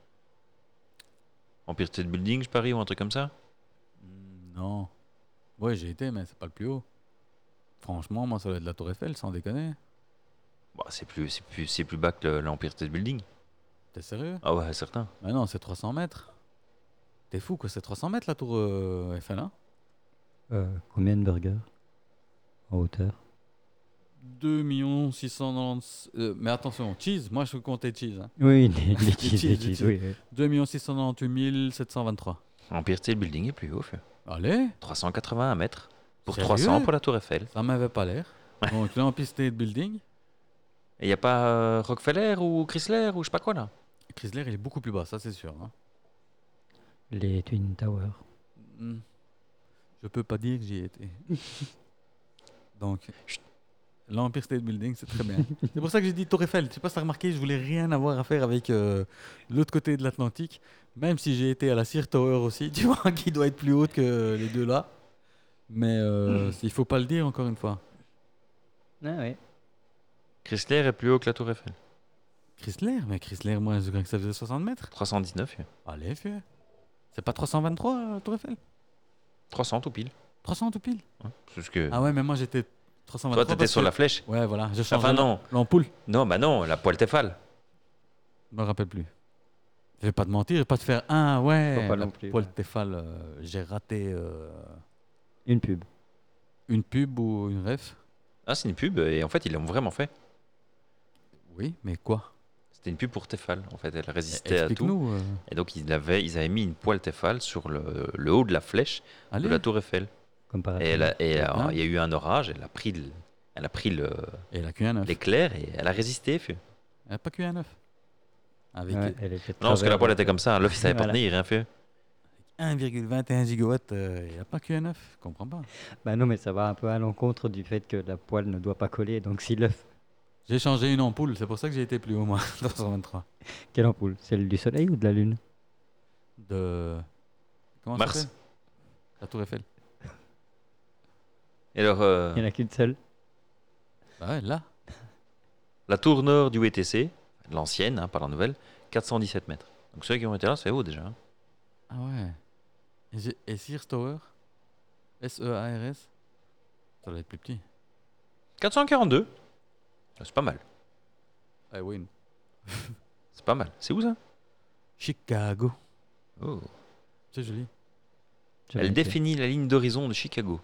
Empire State Building, je parie, ou un truc comme ça Hmm, Non. Ouais, j'ai été, mais c'est pas le plus haut. Franchement, moi, ça doit être la Tour Eiffel, sans déconner. Bah, c'est plus, c'est plus, c'est plus bas que le- l'Empire State Building. T'es sérieux? Ah ouais, certain. Mais non, c'est trois cents mètres. T'es fou, quoi, c'est trois cents mètres la Tour euh, Eiffel, hein? euh, combien de burgers en hauteur? deux millions six cent quatre-vingt-dix. euh, mais attention, cheese, moi je veux compter cheese. Hein. Oui, les, les cheese, cheese, les les cheese, cheese. oui, oui. deux millions six cent quatre-vingt-huit mille sept cent vingt-trois. Empire State Building est plus haut, feu. Allez, trois cent quatre-vingt-un mètres. Pour Sérieux trois cents pour la Tour Eiffel. ça m'avait pas l'air. Ouais. Donc là, en piste State Building, Et y a pas euh, Rockefeller ou Chrysler ou je sais pas quoi là Chrysler, il est beaucoup plus bas, ça c'est sûr. hein. Les Twin Towers. Hmm. Je peux pas dire que j'y ai été. Donc, chut, l'Empire State Building, c'est très bien. C'est pour ça que j'ai dit Tour Eiffel. Je sais pas si t'as remarqué, je voulais rien avoir à faire avec euh, l'autre côté de l'Atlantique. Même si j'ai été à la Sears Tower aussi, tu vois, qui doit être plus haute que les deux là. Mais euh, il faut pas le dire encore une fois. Ah ouais. Chrysler est plus haut que la Tour Eiffel. Chrysler, mais Chrysler, moi, je crois que ça faisait soixante mètres. trois cent dix-neuf. feu. Allez, fais. C'est pas trois cent vingt-trois, la Tour Eiffel? trois cents tout pile. trois cents tout pile? Hein. C'est ce que... Ah ouais, mais moi j'étais trois cent vingt-trois. Toi, t'étais parce sur que- la flèche. Ouais, voilà, je change Enfin, non. l'ampoule. Non, bah non, la poêle Tefal. Je me rappelle plus. Je vais pas te mentir, je vais pas te faire un, ouais, Faut pas la non plus, Paul ouais. Tefal, euh, j'ai raté euh, Une pub. une pub ou une ref. Ah, c'est une pub et en fait, ils l'ont vraiment fait. Oui, mais quoi? C'était une pub pour Tefal. En fait, elle résistait à tout. Explique-nous. euh, Et donc, ils avaient, ils avaient mis une poêle Tefal sur le, le haut de la flèche allez, de la Tour Eiffel. Comme par Et, elle a- et C'est alors, bien. il y a eu un orage, elle a pris, le- Elle a pris le, Et elle a Q un neuf. l'éclair et elle a résisté. Fait. Elle a pas Q un neuf. Avec Ouais, elle était de Non, parce que la travers, poêle donc, était comme ça. hein. L'œuf, il savait pas Voilà. tenir, il rien fait. un virgule vingt et un gigawatts, euh, il a pas Q un neuf. Je comprends pas. Bah non, mais ça va un peu à l'encontre du fait que la poêle ne doit pas coller. Donc si l'œuf, J'ai changé une ampoule, c'est pour ça que j'ai été plus haut, moi, dans cent vingt-trois. quelle ampoule? Celle du soleil ou de la lune? De. Comment ça Mars. s'appelle La Tour Eiffel. Et alors, euh, Il n'y en a qu'une seule. Bah ouais, là. la tour nord du W T C, l'ancienne, hein, pas la nouvelle, quatre cent dix-sept mètres. Donc ceux qui ont été là, c'est haut déjà. hein. Ah ouais. Et, j'ai- et Sears Tower S E A R S Ça doit être plus petit. quatre cent quarante-deux. C'est pas mal. I win. C'est pas mal. C'est où ça Chicago. oh. C'est joli. J'avais Elle été. définit la ligne d'horizon de Chicago.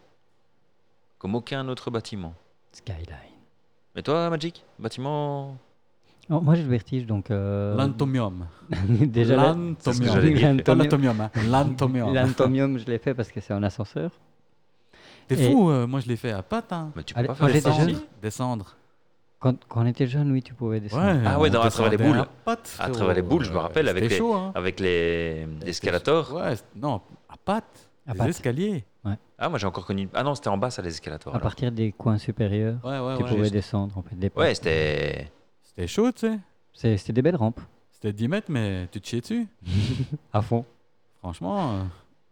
Comme aucun autre bâtiment. Skyline. Mais toi, Magic Bâtiment Oh, moi j'ai le vertige, donc. euh, L'antomium. déjà la- C'est ce que j'allais L'antomium. dire. Pas l'atomium, hein. L'antomium. l'antomium, je l'ai fait parce que c'est en ascenseur. T'es Et- fou, euh, moi je l'ai fait à pattes. Hein. Mais tu peux Allez, pas moi, faire j'étais ça jeune. aussi Descendre. Quand, quand on était jeune, oui, tu pouvais descendre. Ouais, Ah ouais, on dans- à travers les descendait boules. à pattes, À frérot. travers les boules, je me rappelle, avec C'était les- chaud, hein. Avec les C'était escalators. chaud. Ouais, c'est- non, à pattes. À Les pattes. escaliers. Ah, moi j'ai encore connu. Ah non, c'était en bas, ça, les escalators. À alors. partir des coins supérieurs, Ouais, ouais, tu ouais. pouvais descendre en fait. Des Ouais, portes. c'était. C'était chaud, tu sais. C'est- C'était des belles rampes, C'était dix mètres, mais tu te chiais dessus. à fond. Franchement, euh,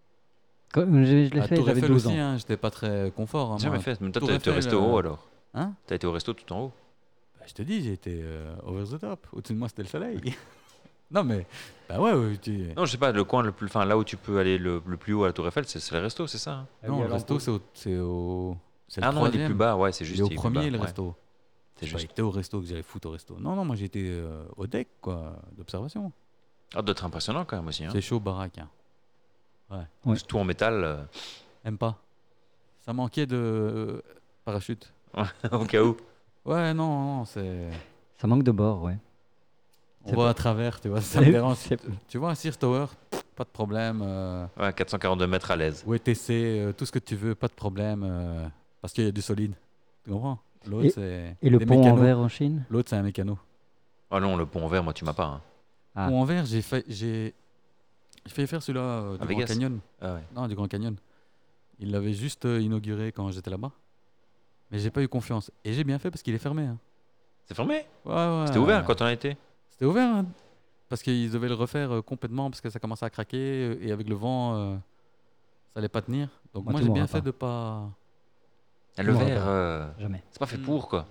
Quand- je je l'ai à fait, Tour j'avais Eiffel douze aussi, ans. hein, j'étais pas très confort. Hein, J'ai jamais moi. fait. Mais toi, Tour t'as été Eiffel, resté au haut euh, alors. Hein T'as été au resto tout en haut. Bah, je te dis, j'ai été euh, over the top. Au-dessus de moi, c'était le soleil. non, mais, bah ouais, ouais, tu... Non, je sais pas, le coin le plus. Enfin, là où tu peux aller le, le plus haut à la Tour Eiffel, c'est c'est le resto, c'est ça hein Ah non, oui, à le resto, l'ampoule. c'est au. C'est au... c'est le Ah non, il est troisième. plus bas, ouais, c'est juste. Il est au il est plus premier, bas, le ouais. resto. C'est J'ai pas juste. été au resto que j'allais foutre au resto. Non, non, moi j'étais euh, au deck, quoi, d'observation. Ah, doit être impressionnant quand même aussi. Hein. C'est chaud, baraque. Hein. Ouais. C'est tout en métal, euh, Aime pas. Ça manquait de euh, parachute. au cas où. Ouais, non, non, c'est. Ça manque de bord, ouais. On C'est voit pas- à travers, tu vois, ça me dérange. C'est- Tu vois, un Sears Tower, pff, pas de problème. Euh, Ouais, quatre cent quarante-deux mètres à l'aise. W T C, euh, tout ce que tu veux, pas de problème. euh, parce qu'il y a du solide. Tu comprends? L'autre, Et- c'est. Et le des pont en mécanos. verre en Chine? L'autre, c'est un mécano. Ah non, le pont en verre, moi, tu m'as pas. hein. Ah. Pont en verre, j'ai fait, j'ai, j'ai fait faire celui-là euh, du À Grand Vegas. Canyon. Ah ouais. Non, du Grand Canyon. Il l'avait juste euh, inauguré quand j'étais là-bas. Mais j'ai pas eu confiance. Et j'ai bien fait parce qu'il est fermé. Hein. C'est fermé Ouais, ouais. C'était ouvert quand on a été C'était ouvert. Hein. Parce qu'ils devaient le refaire euh, complètement parce que ça commençait à craquer. euh, Et avec le vent, euh, ça allait pas tenir. Donc Moi, moi, tu j'ai bien m'auras fait pas. de pas. Ah, Le Non, verre, pas. euh, Jamais. c'est pas fait Mm. pour quoi.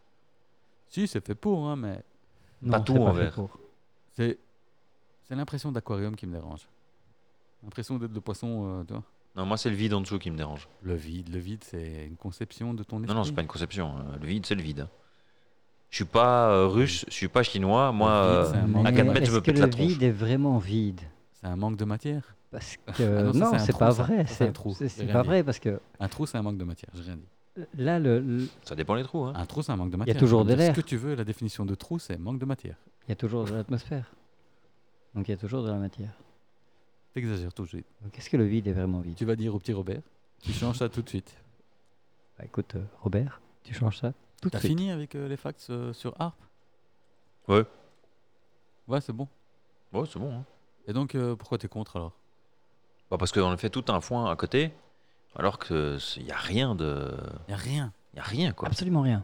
Si, c'est fait pour, hein, mais Non, tout c'est en fait verre. pour. c'est, c'est l'impression d'aquarium qui me dérange. L'impression d'être le poisson, euh, tu vois. Non, moi, c'est le vide en dessous qui me dérange. Le vide, le vide, c'est une conception de ton esprit. Non, non, c'est pas une conception. euh, Le vide, c'est le vide. hein. Je suis pas euh, russe, je suis pas chinois. Moi, Le vide, euh, c'est un manque à de- quatre mètres, je est-ce me que pète la le tronche. vide est vraiment vide? C'est un manque de matière. Parce Ah que non, ça, non, c'est un c'est trou, pas ça. vrai. Ça, c'est un C'est trou. c'est- J'ai c'est rien pas dit. vrai parce que Un trou, c'est un manque de matière. J'ai rien dit. là, le, le- Ça dépend les trous. Hein. Un trou, c'est un manque de y a matière. toujours Tu peux de dire l'air. Ce que tu veux, la définition de trou, c'est manque de matière. il y a toujours de l'atmosphère. Donc il y a toujours de la matière. T'exagères tout de suite. Donc est-ce que le vide est vraiment vide? Tu vas dire au petit Robert, tu changes ça tout de suite. Bah, écoute, euh, Robert, tu changes ça tout de T'as suite. fini avec euh, les facts euh, sur Harp? Ouais. Ouais, c'est bon. Ouais, c'est bon. hein. Et donc, euh, pourquoi t'es contre alors? Bah, parce qu'on a fait tout un foin à côté, alors que il y a rien de, Y a rien. y a rien quoi. Absolument rien.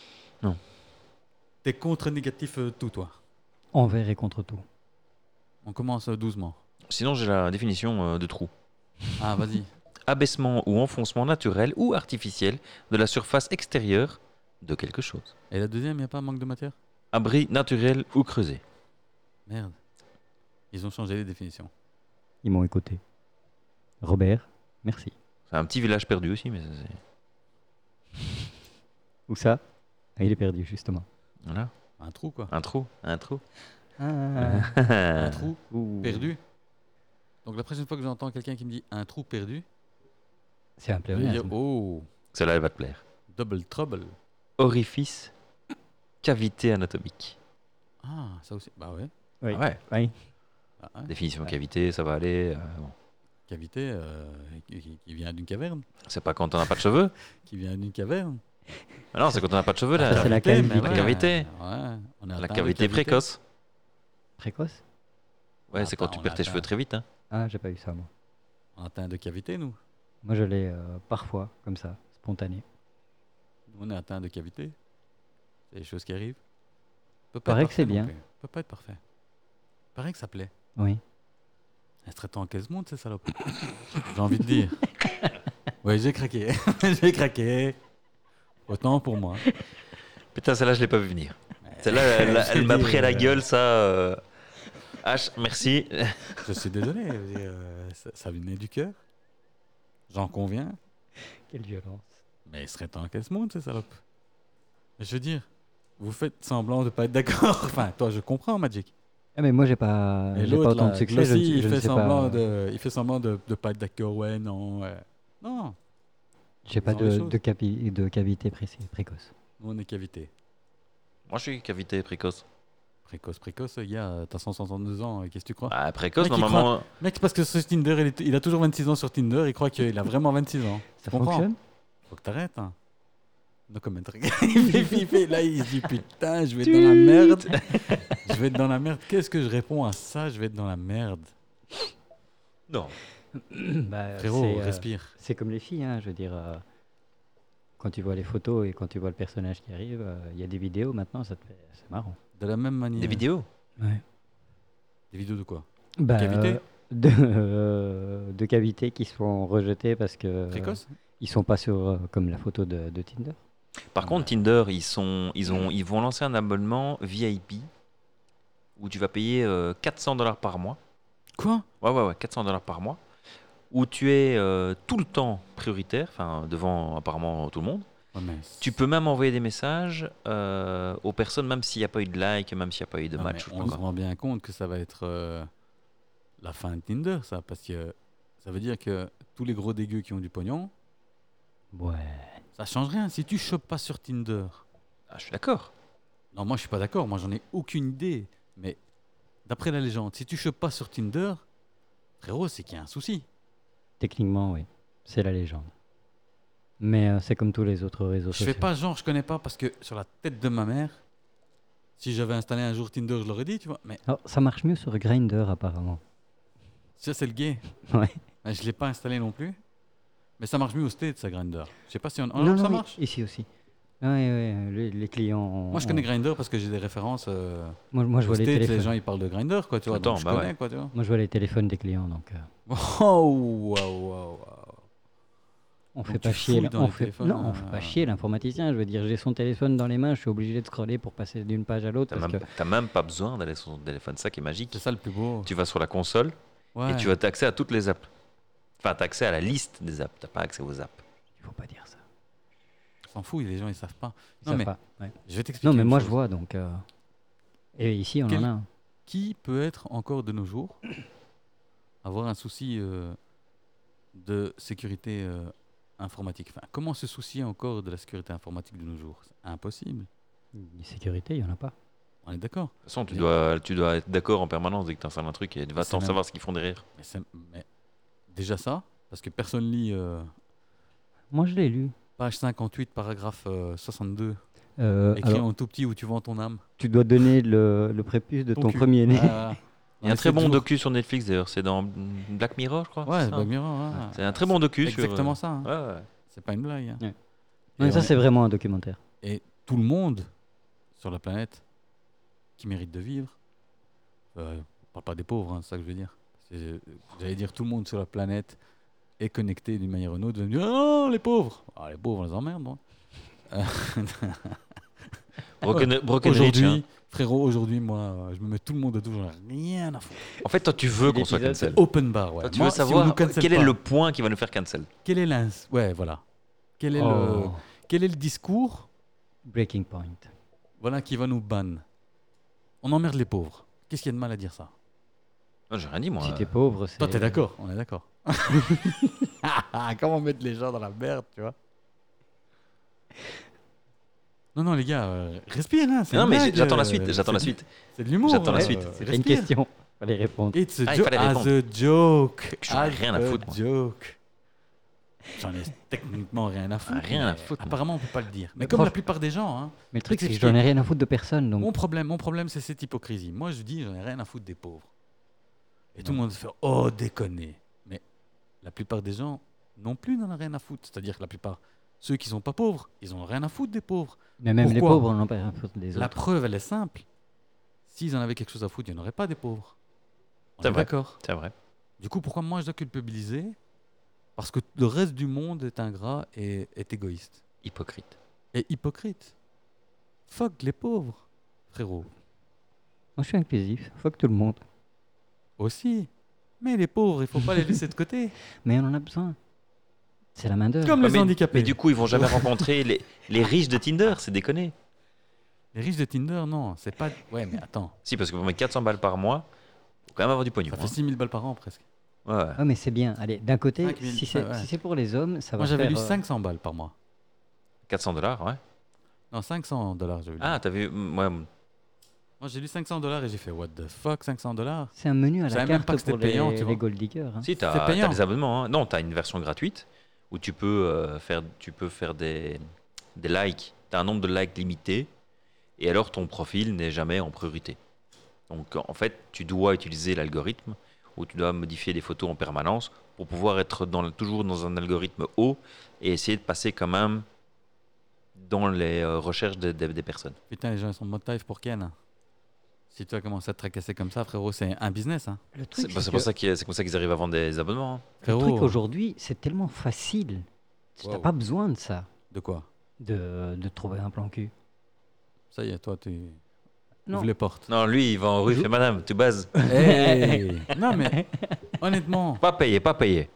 T'es contre négatif euh, tout, toi. Envers et contre tout. On commence euh, doucement. Sinon, j'ai la définition euh, de trou. Ah, vas-y. Abaissement ou enfoncement naturel ou artificiel de la surface extérieure de quelque chose. Et la deuxième, y a pas manque de matière? Abri naturel ou creusé. Merde. Ils ont changé les définitions. Ils m'ont écouté. Robert, merci. C'est un petit village perdu aussi, mais c'est- c'est- Où ça? Ah, il est perdu justement. voilà. Un trou, quoi. Un trou, un trou. Un un trou Ouh. perdu. Donc la prochaine fois que j'entends quelqu'un qui me dit un trou perdu, C'est un je vais dire pléonasme. oh, Celle-là, elle va te plaire. double trouble. Orifice, cavité anatomique. Ah, ça aussi. Bah ouais. Oui. Ah ouais. Oui. Ah, hein. Définition cavité, ça va aller. euh, bon. Cavité euh, qui, qui- qui vient d'une caverne. C'est pas quand on n'a pas de cheveux. Qui vient d'une caverne. Ah non, c'est quand on n'a pas de cheveux, là. Ça, c'est la Cavité, cavité. mais La cavité. Ouais, on est La atteint de cavité précoce. Précoce? Ouais, On c'est quand atteint- tu on perds tes atteint. cheveux très vite. Hein. Ah, j'ai pas eu ça, moi. On a atteint de cavité, nous. Moi, je l'ai euh, parfois, comme ça, spontané. Nous, on est atteint de cavité. C'est des choses qui arrivent. Peut pas Paraît être que c'est parfait non bien. plus. Peut pas être parfait. Paraît que ça plaît. Oui. Elle serait temps qu'elle se monte, ces salopes. J'ai envie de dire. Ouais, j'ai craqué. j'ai craqué. Autant pour moi. Putain, celle-là, je l'ai pas vu venir. Celle-là, elle, elle- elle Je m'a dis, pris à la euh, gueule, ça. euh. H, merci. Je suis désolé. je veux dire, euh, ça, ça venait du cœur. J'en conviens. Quelle violence. Mais il serait temps qu'elle se monte, ces salopes. Mais je veux dire, vous faites semblant de pas être d'accord. Enfin, toi, je comprends, Magic. Ah, mais moi, j'ai pas, Et j'ai pas l'autre, autant là, de succès. Je, ne- Glossy, je il, ne fait sais semblant pas. de, il fait semblant de ne pas être d'accord. Ouais, non. ouais. Non, J'ai pas Disons les de, choses. de, capi- de cavité précis, précoce. nous, on est cavité. Moi, je suis cavité précoce. Précoce, précoce, il y a, t'as cent soixante-deux ans, euh, qu'est-ce que tu crois? Ah, précoce, Mec, il normalement. Mec, parce que sur Tinder, il, est- il a toujours vingt-six ans sur Tinder, il croit qu'il a vraiment vingt-six ans. Ça Tu comprends? fonctionne? Faut que t'arrêtes, hein. No comment. il fait, il fait- là, il se dit putain, je vais être dans la merde. Je vais être dans la merde. Qu'est-ce que je réponds à ça? Je vais être dans la merde. Non. Bah, Frérot, c'est, euh, respire. c'est comme les filles, hein, je veux dire. euh, quand tu vois les photos et quand tu vois le personnage qui arrive, euh, il y a des vidéos maintenant, ça te fait, c'est marrant. De la même manière. Des vidéos. Ouais. Des vidéos de quoi? Bah, Cavité euh, de, euh, de cavités qui se font rejeter parce que Précoce? ils sont pas sur euh, comme la photo de, de Tinder. Par contre, Tinder, ils, sont, ils, ont, ils vont lancer un abonnement V I P où tu vas payer euh, quatre cents dollars par mois. Quoi? Ouais, ouais, ouais, quatre cents dollars par mois. Où tu es euh, tout le temps prioritaire, enfin, devant apparemment tout le monde. Ouais, mais Tu peux même envoyer des messages euh, aux personnes, même s'il n'y a pas eu de like, même s'il n'y a pas eu de Non, match. mais ou on quoi. se rend bien compte que ça va être euh, la fin de Tinder, ça, parce que ça veut dire que tous les gros dégueux qui ont du pognon, Ouais. ça change rien. Si tu chopes pas sur Tinder, Ah, je suis d'accord. non, moi je suis pas d'accord, moi j'en ai aucune idée, mais d'après la légende, si tu chopes pas sur Tinder, frérot, c'est qu'il y a un souci. Techniquement, oui. C'est la légende. Mais euh, c'est comme tous les autres réseaux Je sociaux. fais pas genre, je connais pas, parce que sur la tête de ma mère, si j'avais installé un jour Tinder, je l'aurais dit, tu vois, mais Alors, ça marche mieux sur Grindr apparemment. ça c'est le gay. Ouais. Mais je l'ai pas installé non plus, mais ça marche mieux au States, ça Grindr. Je sais pas si on... Oh, non, non, non, ça oui, marche. ici aussi. Ouais, ouais, les, les clients. ont- Moi, je ont- connais Grindr parce que j'ai des références. Euh, Moi, moi, je aux vois les States, les téléphones. gens ils parlent de Grindr, quoi, tu vois. Attends, donc je bah connais, ouais. quoi, tu vois. Moi, je vois les téléphones des clients, donc euh, Oh, waouh, waouh, waouh. on Donc fait tu pas chier. fouilles la- dans on les fait... téléphones, Non, on euh, fait pas chier l'informaticien. Je veux dire, j'ai son téléphone dans les mains, je suis obligé de scroller pour passer d'une page à l'autre. T'as Parce même, que... t'as même pas besoin d'aller sur ton téléphone, ça qui est magique. C'est ça le plus beau. Tu vas sur la console Ouais. et tu as accès à toutes les apps. Enfin, tu as accès à la liste des apps, tu n'as pas accès aux apps. Il faut pas dire ça. On s'en fout, les gens ils savent pas. Ils Non, savent mais pas. Ouais. je vais t'expliquer. Non, mais une moi, je chose. vois, donc. euh, Et ici, on Quel- en a. un. Qui peut être encore de nos jours avoir un souci euh, de sécurité euh, informatique? Enfin, comment se soucier encore de la sécurité informatique de nos jours? C'est impossible. Une sécurité, il y en a pas. On est d'accord. De toute façon, tu Mais- dois, tu dois être d'accord en permanence dès que tu installes un truc et tu vas C'est t'en même- savoir ce qu'ils font derrière. Mais, c'est- mais déjà ça, parce que personne lit euh, Moi, je l'ai lu. page cinquante-huit, paragraphe euh, soixante-deux, Euh, écrit alors, en tout petit où tu vends ton âme. tu dois donner le, le prépuce de ton, cul. premier-né. Ah, Il y a un très bon docu sur Netflix d'ailleurs, c'est dans Black Mirror, je crois. Ouais, c'est ça Black Mirror. ouais. C'est un très bon docu sur. Exactement ça. hein. Ouais, ouais. C'est pas une blague. hein. Ouais. Et Ouais, ça, on- c'est vraiment un documentaire. Et tout le monde sur la planète qui mérite de vivre, euh, on parle pas des pauvres, hein, c'est ça que je veux dire. C'est- J'allais dire tout le monde sur la planète est connecté d'une manière ou d'une autre. Vous allez me dire, oh, les pauvres. Ah, les pauvres, on les emmerde. moi. Euh, Broken, Broken Rich, aujourd'hui, hein. frérot, aujourd'hui, moi, euh, je me mets tout le monde à dos, j'en ai rien à foutre. En fait, toi, tu veux qu'on soit L'épisode, cancel. Open bar, ouais. Toi, tu Moi, veux si on savoir nous cancel quel est pas, le point qui va nous faire cancel. Quel est l'ins... Ouais, voilà. Quel est, le... Oh, Quel est le discours Breaking Point. voilà, qui va nous ban? On emmerde les pauvres. Qu'est-ce qu'il y a de mal à dire ça? Non, j'ai rien dit, moi. Si t'es pauvre, c'est. Toi, t'es d'accord? On est d'accord. Comment mettre les gens dans la merde, tu vois? Non, non, les gars, euh, respire, hein. c'est Non, une mais blague, j'attends la euh, suite, j'attends la c'est- suite. C'est de l'humour. J'attends la ouais, suite. euh, C'était une respire. question. Fallait répondre. It's a Ah, il joke. fallait As répondre. a joke. J'en ai As rien à a foutre, moi. joke. J'en ai techniquement rien à foutre. Ah, rien à mais foutre, moi. Apparemment, on peut pas le dire. Mais Mais comme prof- la plupart des gens, hein, Mais le truc, c'est que t'expliquer. j'en ai rien à foutre de personne. Donc, mon problème, mon problème, c'est cette hypocrisie. Moi, je dis, j'en ai rien à foutre des pauvres. Et tout le Non. monde se fait, oh, déconner. Mais la plupart des gens non plus n'en ont rien à foutre. C'est-à-dire que la plupart, ceux qui sont pas pauvres, ils ont rien à foutre des pauvres. mais même les pourquoi pauvres, on n'en pas rien à foutre des La autres. preuve, elle est simple. S'ils en avaient quelque chose à foutre, il n'y en aurait pas des pauvres. On C'est est vrai. d'accord. C'est vrai. Du coup, pourquoi moi je dois culpabiliser? Parce que le reste du monde est ingrat et est égoïste. Hypocrite. Et hypocrite. Fuck les pauvres, frérot. Moi, je suis inclusif. Fuck tout le monde. Aussi. Mais les pauvres, il faut pas les laisser de côté. Mais on en a besoin. C'est la main d'œuvre. Comme Ouais, les mais, handicapés. mais du coup, ils vont jamais rencontrer les, les riches de Tinder, c'est déconné. Les riches de Tinder, non, c'est pas. Ouais, mais attends. Si, parce que vous mettez quatre cents balles par mois, faut quand même avoir du pognon. Ça fait hein. six mille balles par an presque. Ouais, ouais. Ah, mais c'est bien. Allez, d'un côté, cinq mille, si c'est ouais, ouais. si c'est pour les hommes, ça Moi va j'avais faire, lu euh, cinq cents balles par mois. quatre cents dollars, ouais. Non, cinq cents dollars, j'ai lu. Ah, t'as vu mm, ouais. Moi j'ai lu cinq cents dollars et j'ai fait what the fuck, cinq cents dollars? C'est un menu à Je la savais même carte pas que c'était pour payant, les, tu vois. les gold diggers. hein. Si, C'est t'as payant. t'as les abonnements. hein. Non, t'as une version gratuite où tu peux euh, faire, tu peux faire des, des likes. T'as un nombre de likes limité et alors ton profil n'est jamais en priorité. Donc en fait, tu dois utiliser l'algorithme où tu dois modifier des photos en permanence pour pouvoir être dans, le- toujours dans un algorithme haut et essayer de passer quand même dans les euh, recherches de- de- des personnes. Putain, les gens ils sont mode type pour Ken. Si tu as commencé à te tracasser comme ça, frérot, c'est un business. Hein. Le C'est truc, bah, c'est c'est que- pour ça qu'ils- c'est comme ça qu'ils arrivent à vendre des abonnements. hein. le Frérot, truc aujourd'hui, c'est tellement facile. Tu n'as Wow. pas besoin de ça, de quoi? de, de trouver un plan cul. Ça y est, toi, tu Non. ouvres les portes. Non, lui, il va en rue, il fait madame, tu bases. Hey non, mais honnêtement, Pas payé, pas payé.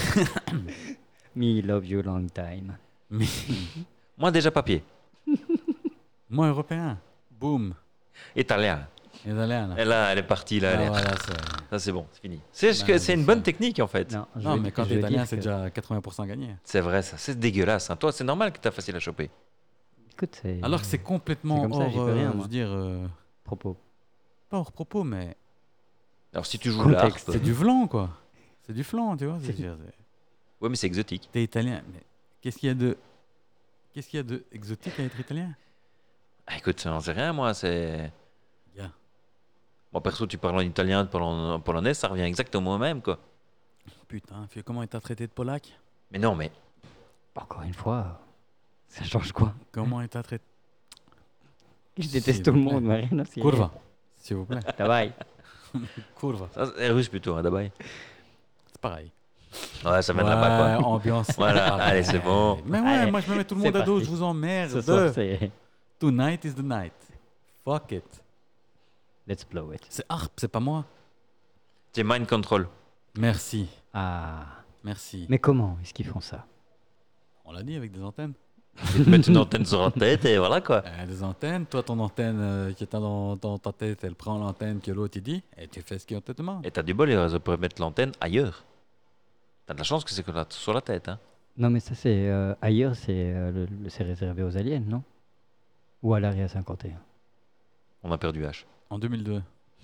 Me love you long time. mais Moi, déjà papier. moi, européen, boum, Italien. italien. Là. Et là, elle est partie, là. Ah, elle est- voilà, c'est- Ça, c'est bon, c'est fini. C'est juste Bah, que c'est une c'est- bonne technique, en fait. Non, je Non, veux- mais quand je t'es veux italien, dire c'est que- déjà quatre-vingts pour cent gagné. C'est vrai, ça. C'est dégueulasse. hein. Toi, c'est normal que t'as facile à choper. Écoute, c'est. Alors que c'est complètement C'est comme ça, hors, j'y peux rien, euh, je moi. veux dire, euh, propos. pas hors propos, mais Alors, si tu joues Contexte. l'harpe. c'est du flan, quoi. C'est du flan, tu vois. C'est- c'est- c'est- c'est- Ouais, mais c'est exotique. T'es italien, mais qu'est-ce qu'il y a de, qu'est-ce qu'il y a de exotique à être italien? Ah, écoute, j'en sais rien, moi. C'est. Yeah. Moi, perso, tu parles en italien, tu parles en en polonais, ça revient exactement au même, quoi. Putain, fais comment il t'a traité de polac? Mais non, mais. Encore une fois, ça change quoi? Comment il t'a traité? Je S'il déteste tout vous le plaît. monde, mais rien à cirer. Kurva, s'il vous plaît. Давай. Kurva, Ça, c'est russe plutôt, hein, d'abord. c'est pareil. Ouais, ça vient de là-bas, quoi. ambiance. Voilà, Ah, allez, ben, c'est bon. Mais ouais, Allez, moi je me mets tout le c'est monde à dos, parti. je vous emmerde. Ce soir, c'est. Tonight is the night. Fuck it. Let's blow it. C'est Harp, c'est pas moi. C'est mind control. Merci, Ah. merci. Mais comment est-ce qu'ils font ça? On l'a dit avec des antennes. Ils te mettent une antenne sur la tête et voilà, quoi. Euh, des antennes, toi ton antenne euh, qui est dans, dans ta tête, elle prend l'antenne que l'autre il dit, et tu fais ce qu'on te demande. Et t'as du bol, ils pourraient mettre l'antenne ailleurs. T'as de la chance que c'est que la- sur la tête, hein. Non, mais ça, c'est. euh, ailleurs, c'est euh, le- le- c'est réservé aux aliens, non? Ou à l'Area cinquante et un. On a perdu H. En deux mille deux.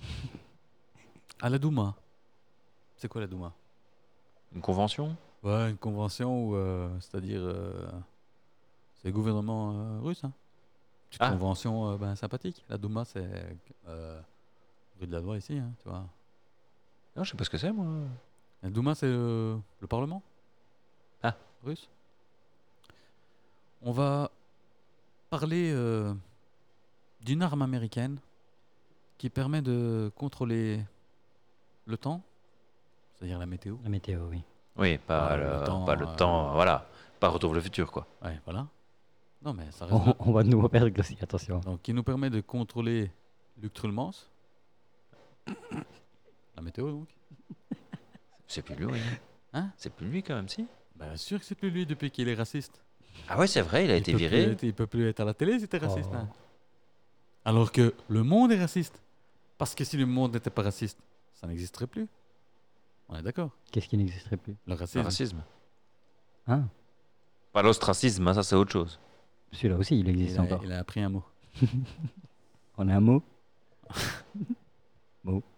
À la Douma. C'est quoi la Douma? Une convention Ouais, une convention où, euh, c'est-à-dire, euh, c'est le gouvernement euh, russe. Hein. Petite Ah. convention euh, ben, sympathique. La Douma, c'est euh, rue de la Loi ici, hein, tu vois. Non, je sais pas ce que c'est, moi. La Douma, c'est le, le Parlement Ah. russe. On va parler euh, d'une arme américaine qui permet de contrôler le temps, c'est-à-dire la météo. La météo, oui. Oui, pas, Ah, le, le temps, pas le euh, temps, voilà. Pas retour vers le futur, quoi. Ouais, voilà. Non, mais ça reste. On, on va de nouveau perdre Glossy, attention. Donc, qui nous permet de contrôler Luc Trulmans. La météo, donc. C'est plus lui, oui. Hein C'est plus lui, quand même, si. Bien sûr que c'est plus lui depuis qu'il est raciste. Ah ouais, c'est vrai, il a été peut viré. Plus être- il peut plus être à la télé si t'es raciste. Oh. hein. Alors que le monde est raciste. Parce que si le monde n'était pas raciste, ça n'existerait plus. On est d'accord. Qu'est-ce qui n'existerait plus? Le Le racisme. racisme. Hein? Pas l'ostracisme, hein, ça c'est autre chose. Celui-là aussi, il existe Il a, encore. il a appris un mot. On a un mot?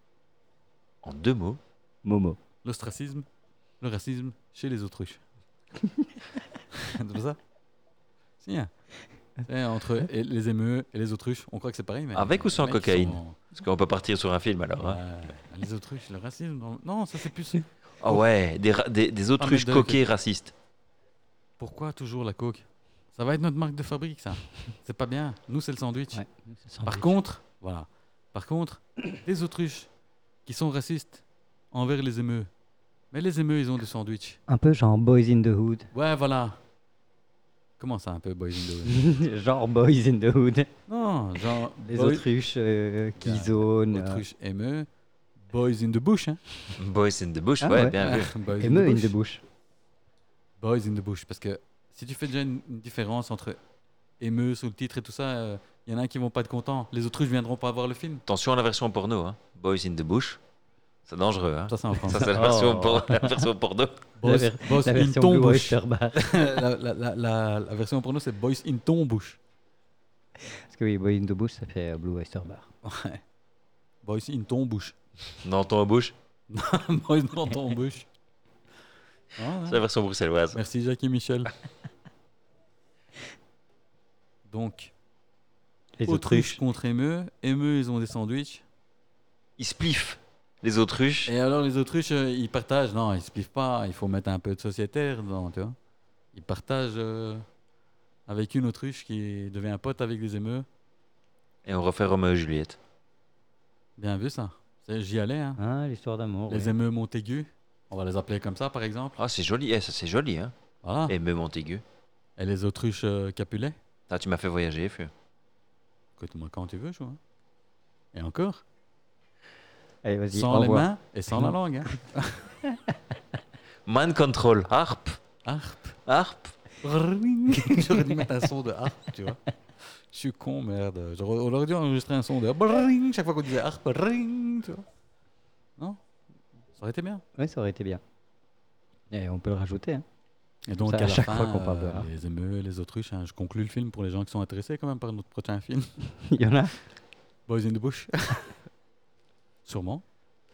En deux mots. Momo. L'ostracisme, le racisme chez les autruches. C'est pour ça. Si, hein. C'est entre et- les émeux et les autruches, on croit que c'est pareil. Mais Avec ou sans les mecs, ils cocaïne sont- Parce qu'on peut partir sur un film alors. hein. Ouais, les autruches, le racisme. dans- Non, ça c'est plus. Ah ouais, des, ra- des, des autruches de- coquées racistes. Pourquoi toujours la coke? Ça va être notre marque de fabrique, ça. C'est pas bien. Nous, c'est le sandwich. Ouais, c'est le Par sandwich. contre, voilà. Par contre, les autruches qui sont racistes envers les émeux. Mais les émeux, ils ont des sandwichs. Un peu genre Boys in the Hood. Ouais, voilà. Comment ça, un peu boys in the hood? Genre Boys in the Hood. Non, genre. Les boy- autruches euh, qui Yeah. zonent. euh, Autruche émeux. Boys in the bush, hein. Boys in the bush, Ah ouais, ouais. bien vu. Boys Émeu in bush. the bush. Boys in the bush. Parce que si tu fais déjà une, une différence entre émeux sous le titre et tout ça, il y en a qui vont pas être contents. Les autruches viendront pas voir le film. Attention à la version porno, hein. Boys in the bush. C'est dangereux, hein. Ça, c'est en français. Ça, c'est la, Oh. version por- la version porno. Boys, La ver- boys La in version ton Blue bush. Oyster Bar. la, la, la, la, la version porno, c'est Boys in ton bush. Parce que oui, Boys in the Bush, ça fait euh, Blue Oyster Bar. Ouais. Boys in ton bush. Dans ton bouche. Boys dans ton bush. Ah, ouais. C'est la version bruxelloise. Merci Jackie Michel. Donc, Les autruche autruches. contre émeux. Émeux, ils ont des sandwichs. Ils spliffent les autruches. Et alors, les autruches, euh, ils partagent. Non, ils se piffent pas. Il faut mettre un peu de sociétaire dedans, tu vois. Ils partagent euh, avec une autruche qui devient pote avec des émeux. Et on refait Roméo et Juliette. Bien vu, ça. C'est- J'y allais, hein. Ah, l'histoire d'amour. Les ouais. émeux Montaigu. On va les appeler comme ça, par exemple. Ah, c'est joli, eh, ça c'est joli, hein. Voilà. Et même Montaigu. Et les autruches euh, Capulet. Ah, tu m'as fait voyager, feu. Écoute-moi quand tu veux, je vois. Et encore. Allez, vas-y, Sans au les revoir. mains et sans la langue. Hein. Mind control, harp, Harpe. harp. J'aurais dû mettre un son de harpe, tu vois. Je suis con, merde. J'aurais- On aurait dû enregistrer un son de brrring chaque fois qu'on disait harpe, ring, tu vois. Non? Ça aurait été bien. Oui, ça aurait été bien. Et on peut le rajouter. Hein. Et donc, Ça, à, à la chaque fin, fois qu'on parle de euh, harpe. les émeux, les autruches, hein, je conclus le film pour les gens qui sont intéressés quand même par notre prochain film. Il y en a. Boys in the Bush. Sûrement.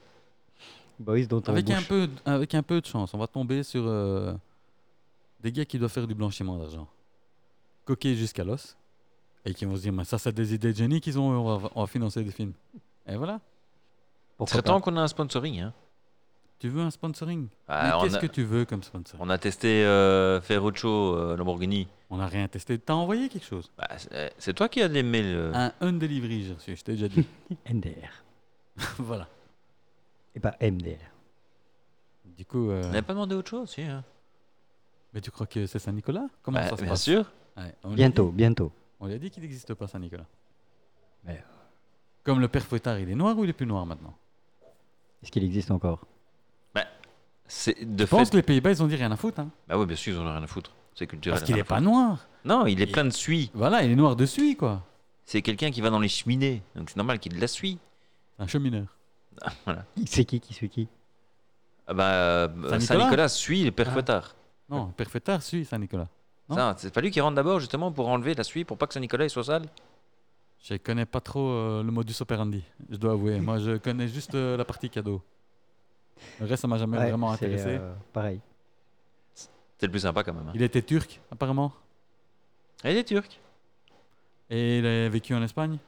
Boys dont on Avec un, bouche. peu, d- avec un peu de chance, on va tomber sur euh, des gars qui doivent faire du blanchiment d'argent. Coqués jusqu'à l'os. Et qui vont se dire, mais ça, c'est des idées de génie qu'ils ont, on va, on va financer des films. Et voilà. Il Pourquoi serait pas. temps qu'on ait un sponsoring, hein. Tu veux un sponsoring? Ah, Mais on qu'est-ce a- que tu veux comme sponsoring? On a testé euh, Ferruccio, euh, Lamborghini. On n'a rien testé. T'as envoyé quelque chose? Bah, c'est c'est toi qui as les mails. euh. Un undelivery, j'ai reçu, je t'ai déjà dit. N D R. Voilà. Et pas M D R. Du coup, euh, On n'avait pas demandé autre chose, si. Hein. mais tu crois que c'est Saint-Nicolas? Comment Bah, ça se bien passe? sûr. Ouais, on lui a Bientôt, dit- bientôt. On lui a dit qu'il n'existe pas Saint-Nicolas. Mais, euh, Comme le père Fouettard, il est noir ou il est plus noir maintenant? Est-ce qu'il existe encore? C'est de Je pense fait. que les Pays-Bas, ils ont dit rien à foutre. Hein. Bah oui, bien sûr, ils en ont rien à foutre. C'est culturel. Parce qu'il rien n'est à pas foutre. noir. Non, il est Il- plein de suie. Voilà, il est noir de suie, quoi. C'est quelqu'un qui va dans les cheminées. Donc c'est normal qu'il ait de la suie. C'est un chemineur. C'est qui qui suit qui? Ah bah, euh, Saint-Nicolas Saint-Nicolas suit les pères Ah. Fouettard. Non, père Fouettard suit Saint-Nicolas. Non. Ça, c'est pas lui qui rentre d'abord justement pour enlever la suie pour pas que Saint-Nicolas il soit sale. Je connais pas trop euh, le modus operandi, je dois avouer. Moi, je connais juste euh, la partie cadeau. Le reste, ça m'a jamais Ouais, vraiment c'est, intéressé. euh, pareil. C'est le plus sympa quand même. Hein. Il était turc, apparemment. Il est turc. Et il a vécu en Espagne.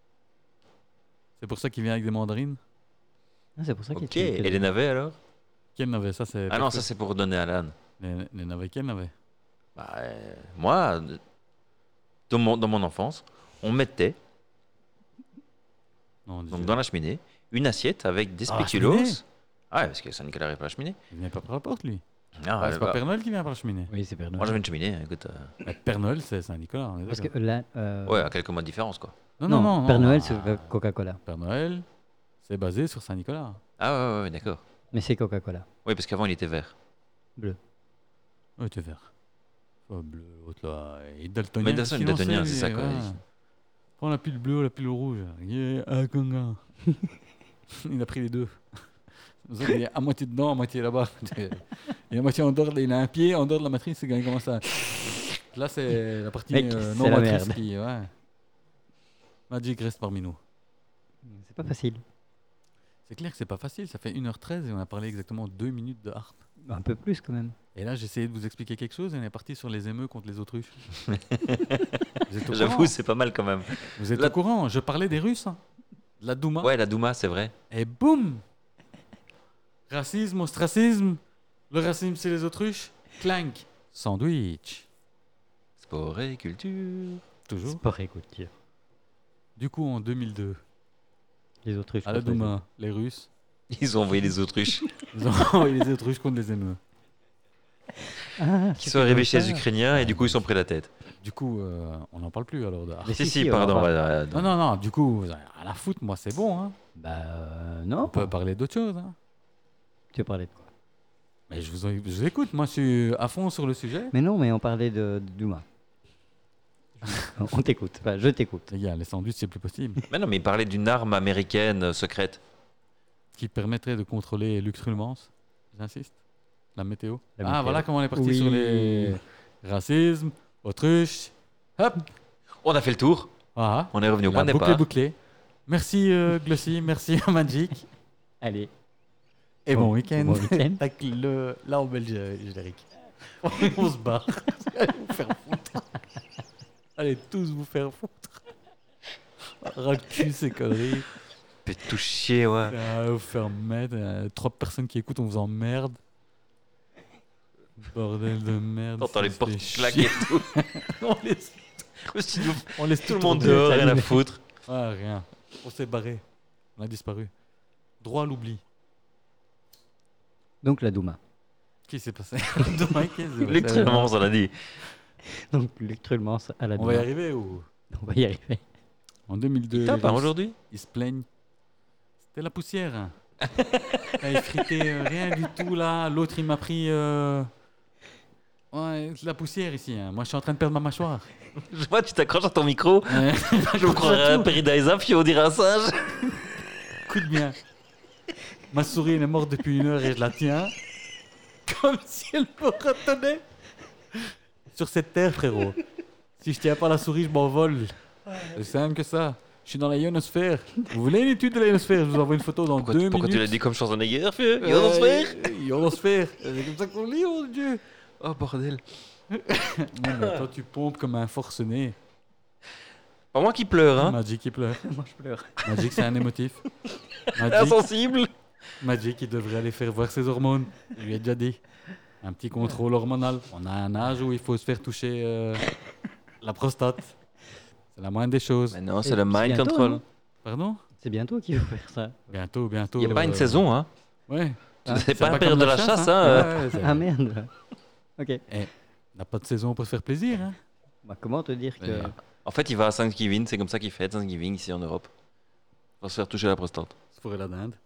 C'est pour ça qu'il vient avec des mandarines. Ah, c'est pour ça qu'il Ok. Et les navets alors? Quel navet? Ça, c'est. Ah non, ça c'est pour donner à l'âne. Les, les navets, quel navet? Bah, euh, moi, euh, dans mon, dans mon enfance, on mettait Non, donc dans la cheminée une assiette avec des Ah, la spéculoos. cheminée Ah ouais, parce que Saint-Nicolas arrive pas à la cheminée. il vient pas par la porte, lui. Ah, Ah, ouais, c'est pas bah, Père Noël qui vient par la cheminée. Oui, c'est Père moi Noël. j'avais une cheminée, hein, écoute. euh, Mais Père Noël, c'est Saint-Nicolas. on est Parce d'accord. que là, euh, Ouais, à quelques mois de différence quoi. Non, non, non, non. Père non, Noël, ah, c'est euh, Coca-Cola. Père Noël, c'est basé sur Saint-Nicolas. Ah ouais, ouais, ouais, d'accord. Mais c'est Coca-Cola. Oui, parce qu'avant il était vert. Bleu. Oui, tu es vert. Oh, bleu, l'autre là. Et daltonien. Mais qu'est-ce dalton- qu'il en daltonien, sait, c'est ça, lui, quoi. ouais. Prends la pile bleue, la pile rouge. Yeah, ah, conga. Il a pris les deux. C'est pour ça qu'il est à moitié dedans, à moitié là-bas. Il est à moitié en dehors, de- il a un pied en dehors de la matrice, c'est quand il commence à. Là, c'est la partie Mec, euh, c'est non la matrice merde. qui. Ouais. Magic reste parmi nous. C'est pas facile. C'est clair que c'est pas facile, ça fait une heure treize et on a parlé exactement deux minutes de harpe. Un peu plus quand même. Et là, j'ai essayé de vous expliquer quelque chose et on est parti sur les émeux contre les autruches. Vous êtes au J'avoue, courant c'est pas mal quand même. Vous êtes Là- au courant Je parlais des Russes, hein, de la Douma. Ouais, la Douma, c'est vrai. Et boum Racisme, ostracisme. Le racisme, c'est les autruches. Clank. Sandwich. Sport et culture. Toujours. Sport et culture. Du coup, en deux mille deux, Les autruches. à la contre les- Douma, les Russes, Ils ont envoyé les autruches. ils ont envoyé les autruches contre les émeux. Ah, Qui c'était sont arrivés comme chez les ça. Ukrainiens et du coup, ils sont pris la tête. Du coup, euh, on n'en parle plus alors. de- Mais Si, si, si, si, on pardon. va pas- ouais, ouais, Non, non, non, du coup, vous avez à la foutre, moi, c'est bon. Hein. Bah euh, non. On peut parler d'autre chose. Hein. Tu veux parler de quoi? Mais je vous, je vous écoute, moi, je suis à fond sur le sujet. Mais non, mais on parlait de, de Douma. On t'écoute. Enfin, je t'écoute. Les gars, les sandwichs, c'est plus possible. Mais non, mais il parlait d'une arme américaine euh, secrète. Qui permettrait de contrôler l'extrumance. J'insiste. La météo. La ah, météo. voilà comment on est parti Oui. sur les racisme, autruche. Hop. On a fait le tour. Voilà. On est revenu au La point de boucle est départ. bouclée. Merci euh, Glossy, merci à Magic. Allez. Et bon, Bon- week-end. bon week-end. Tac, le... Là, on met le gé- générique. On se barre. Allez vous faire foutre. Allez tous vous faire foutre. Racu ces conneries. Peut tout chier, ouais. Allez vous faire mettre. euh, trois personnes qui écoutent, on vous emmerde. Bordel de merde. T'entends les ça se portes fait qui claquent et chier. tout. on laisse, Au studio, on laisse tout le monde tourner. dehors, rien à Salut. foutre. Ah, rien. On s'est barré. On a disparu. Droit à l'oubli. Donc la Douma. Qu'est-ce qui s'est passé Demain, qu'est-ce qui s'est passé Literally, on l'a dit. Donc Luc-Trulmans à la On Douma. va y arriver ou On va y arriver. En deux mille deux, Il tape les hein, Russes, aujourd'hui. ils se plaignent. C'était la poussière. hein. T'as effrité euh, rien du tout là. L'autre il m'a pris. euh, Ouais, c'est la poussière ici. hein. Moi je suis en train de perdre ma mâchoire. Je vois, tu t'accroches à ton micro. Ouais. Je me croirais un Peridaisa, puis on dirait un singe. Écoute bien. Ma souris elle est morte depuis une heure et je la tiens. Comme si elle me retenait. Sur cette terre, frérot. Si je tiens pas la souris, je m'envole. C'est simple que ça. Je suis dans la ionosphère. Vous voulez une étude de la ionosphère? Je vous envoie une photo dans Pourquoi, deux pourquoi tu l'as minutes. dit comme Schwarzenegger, feu Euh, Ionosphère Ionosphère. C'est comme ça qu'on lit, oh Dieu. Oh bordel. Non, mais toi, tu pompes comme un forcené. Pas moi qui pleure, hein. Magic, il pleure. Moi je pleure. Magic, c'est un émotif. Magic, Insensible. Magic, il devrait aller faire voir ses hormones. Je lui ai déjà dit. Un petit contrôle hormonal. On a un âge où il faut se faire toucher euh, la prostate. C'est la moindre des choses. Mais non, Et c'est le c'est mind bientôt, control. non Pardon? C'est bientôt qu'il faut faire ça. Bientôt, bientôt. Il n'y a pas une euh, saison, hein. Ouais. Ah, C'est pas un comme période de la chasse, hein. hein. euh. Ouais, ouais, c'est- Ah merde. Ok. On n'a pas de saison pour se faire plaisir. Hein. Bah, comment te dire que. Ouais. En fait, il va à Thanksgiving, c'est comme ça qu'il fait Thanksgiving ici en Europe. Il va se faire toucher la prostate. C'est pour la dinde.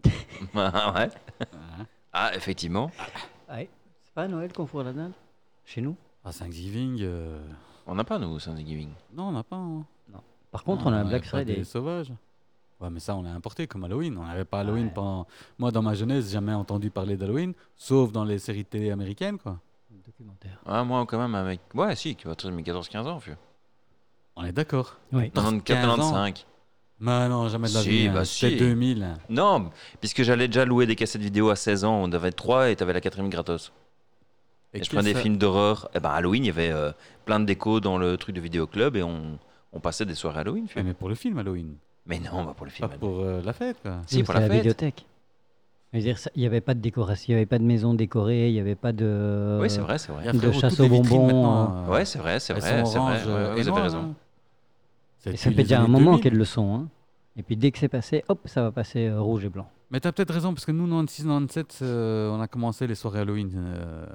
Ah ouais. Hein. Ah, effectivement. Ah, ouais. C'est pas à Noël qu'on fourre la dinde? Chez nous? Ah, Thanksgiving. euh, On n'a pas, nous, Thanksgiving. Non, on n'a pas. hein. Par contre, Non, on a un avait Black pas Friday. des sauvages. Ouais, mais ça, on l'a importé comme Halloween. On n'avait pas Halloween Ouais. pendant. Moi, dans ma jeunesse, jamais entendu parler d'Halloween, sauf dans les séries de télé américaines, quoi. Documentaire. Ah, moi, quand même, avec. Ouais, si, qui va être quatorze quinze ans, vieux. On est d'accord. Oui. quinze quatre-vingt-quinze, ans. quatre-vingt-cinq. Mais non, jamais de la Si, vie. hein. bah C'était si. deux mille. hein. Non, puisque j'allais déjà louer des cassettes vidéo à seize ans, on avait trois et t'avais la quatrième gratos. Et, je quel prenais des ça- films d'horreur. Et ben Halloween, il y avait euh, plein de décos dans le truc de vidéoclub et on, on passait des soirées Halloween. Ouais, vieux. mais pour le film Halloween. Mais non, bah pour le film. Pas pour euh, la fête, quoi. Si, Oui, pour c'est la la fête. bibliothèque. Je veux dire, ça- il n'y avait pas de décoration, il n'y avait pas de maison décorée, il n'y avait pas de. Oui, c'est vrai, c'est Il vrai. y a, de frérot, chasse toutes les aux vitrines bonbons, maintenant, euh, Ouais, c'est vrai, c'est elles vrai, sont c'est vrai. oranges, Ouais, euh, ouais, et vous avez noires, raison. hein. C'est Et ça depuis fait les déjà un années moment deux mille. qu'elles le sont. Hein. Et puis dès que c'est passé, hop, ça va passer euh, rouge et blanc. Mais t'as peut-être raison, parce que nous, quatre-vingt-six quatre-vingt-dix-sept, euh, on a commencé les soirées Halloween. euh,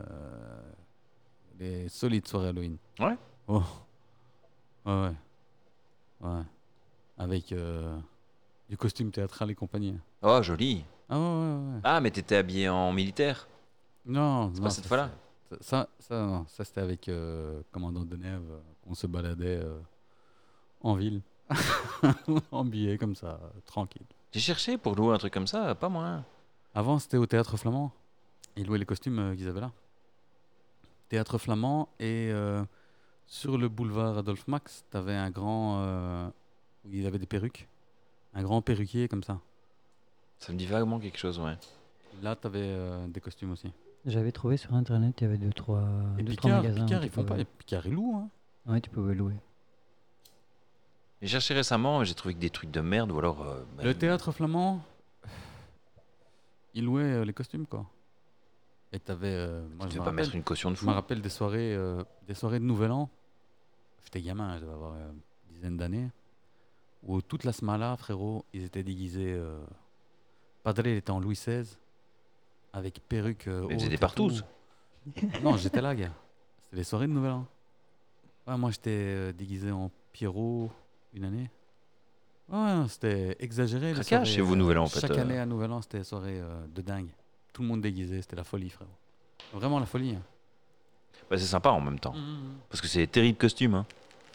les solides soirées Halloween. Ouais. Oh. Ouais, ouais. Ouais. Avec euh, du costume théâtral et compagnie. Oh, joli. Ah ouais, ouais, ouais. Ah, mais t'étais habillé en militaire. Non, C'est non, pas cette ça, fois-là. c'est- Ça, ça, non, ça c'était avec euh, Commandant de Nève. euh, On se baladait euh, en ville. en billet comme ça, euh, tranquille. J'ai cherché pour louer un truc comme ça, pas moi. Avant, c'était au Théâtre Flamand. Ils louaient les costumes euh, qu'ils avaient là. Théâtre Flamand et euh, sur le boulevard Adolphe Max, t'avais un grand... euh, où il avait des perruques. Un grand perruquier comme ça. Ça me dit vaguement quelque chose, ouais. Là, t'avais euh, des costumes aussi. J'avais trouvé sur internet, il y avait deux, trois, Et deux, trois Picard, magasins. Picard où ils tu font pas. pouvais- Et Picard, ils louent. Hein. Ouais, tu pouvais louer. J'ai cherché récemment, j'ai trouvé que des trucs de merde ou alors. euh, bah, Le théâtre flamand, ils louaient euh, les costumes, quoi. Et t'avais. euh, moi, Tu je veux me pas rappelle, mettre une caution de je fou. me rappelle des soirées, euh, des soirées de Nouvel An. J'étais gamin, je devais avoir euh, une dizaine d'années. Où toute la smala, frérot, ils étaient déguisés. Euh... Padre, il était en Louis seize. Avec perruque euh, Mais vous haute étiez et partous. tout. Non, j'étais là, gars. C'était les soirées de Nouvel An. Ouais, moi, j'étais euh, déguisé en Pierrot une année. Ouais, non, c'était exagéré. Les Craquage soirées, chez vous, euh, Nouvel An, en fait, Chaque euh. année à Nouvel An, c'était des soirées euh, de dingue. Tout le monde déguisé, c'était la folie, frérot. Vraiment la folie. Hein. Bah, c'est sympa en même temps. Parce que c'est des terribles costumes. Hein.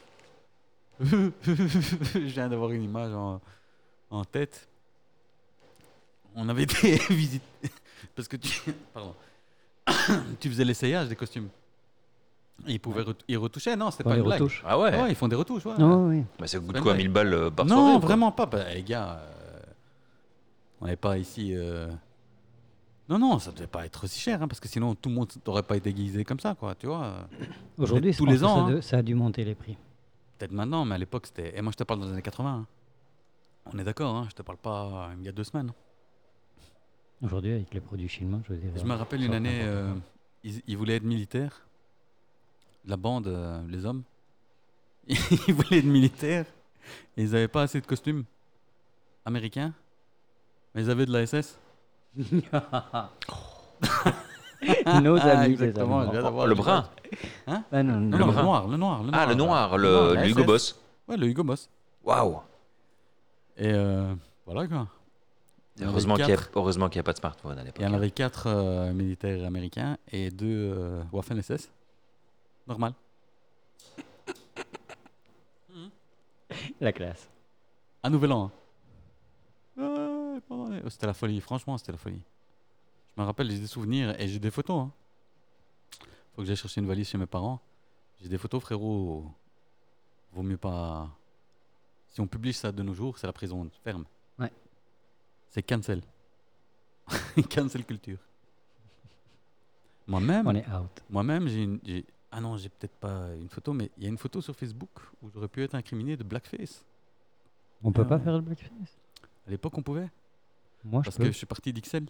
Je viens d'avoir une image en, en tête. On avait été visiter. Parce que tu. Pardon. Tu faisais l'essayage des costumes. Et ils pouvaient Ouais. ret- ils retouchaient, non, c'était Pour pas les une blague. retouches. Ah ouais, Ah ouais, ils font des retouches, ouais. Non, oui. bah, ça coûte pas une quoi blague. mille balles euh, par Non, soirée ou quoi vraiment pas. Bah, les gars, euh, on n'est pas ici. euh, Non, non, ça devait pas être aussi cher, hein, parce que sinon tout le monde n'aurait pas été déguisé comme ça, quoi. Tu vois. Aujourd'hui, je tous pense les que ans, ça, hein. de- ça a dû monter les prix. Peut-être maintenant, mais à l'époque c'était. Et moi je te parle dans les années quatre-vingts. Hein. On est d'accord, hein, je te parle pas euh, il y a deux semaines. Aujourd'hui, avec les produits chinois, je veux dire. Je me rappelle ça une va année, n'importe euh, quoi. ils, ils voulaient être militaires. La bande, euh, les hommes, ils voulaient être militaires. Et ils n'avaient pas assez de costumes américains. Mais ils avaient de la S S. Nos Ah, amis, les exactement, je Allemands. viens d'avoir Oh, le l'image. brun. Hein Ah non, Non, non, non, brun. le noir, le noir, le noir. Ah, le noir, le, noir, la le Hugo S S. Boss. Ouais, le Hugo Boss. Waouh. Et euh, voilà quoi. Il y en avait Heureusement qu'il n'y a, quatre- heureusement qu'il y a pas de smartphone à il l'époque. y en avait quatre euh, militaires américains et deux euh, Waffen S S. Normal. La classe. Un nouvel an. hein. Ouais, pendant les- oh, c'était la folie, franchement, c'était la folie. Je me rappelle, j'ai des souvenirs et j'ai des photos. Hein. Faut que j'aille chercher une valise chez mes parents. J'ai des photos, frérot. Vaut mieux pas. Si on publie ça de nos jours, c'est la prison ferme. Ouais. C'est cancel. Cancel culture. Moi-même, On est out. moi-même, j'ai une. j'ai- Ah non, j'ai peut-être pas une photo, mais il y a une photo sur Facebook où j'aurais pu être incriminé de blackface. On peut Ah pas ouais. faire le blackface. À l'époque, on pouvait. Moi, je Parce peux. que je suis parti d'Ixelles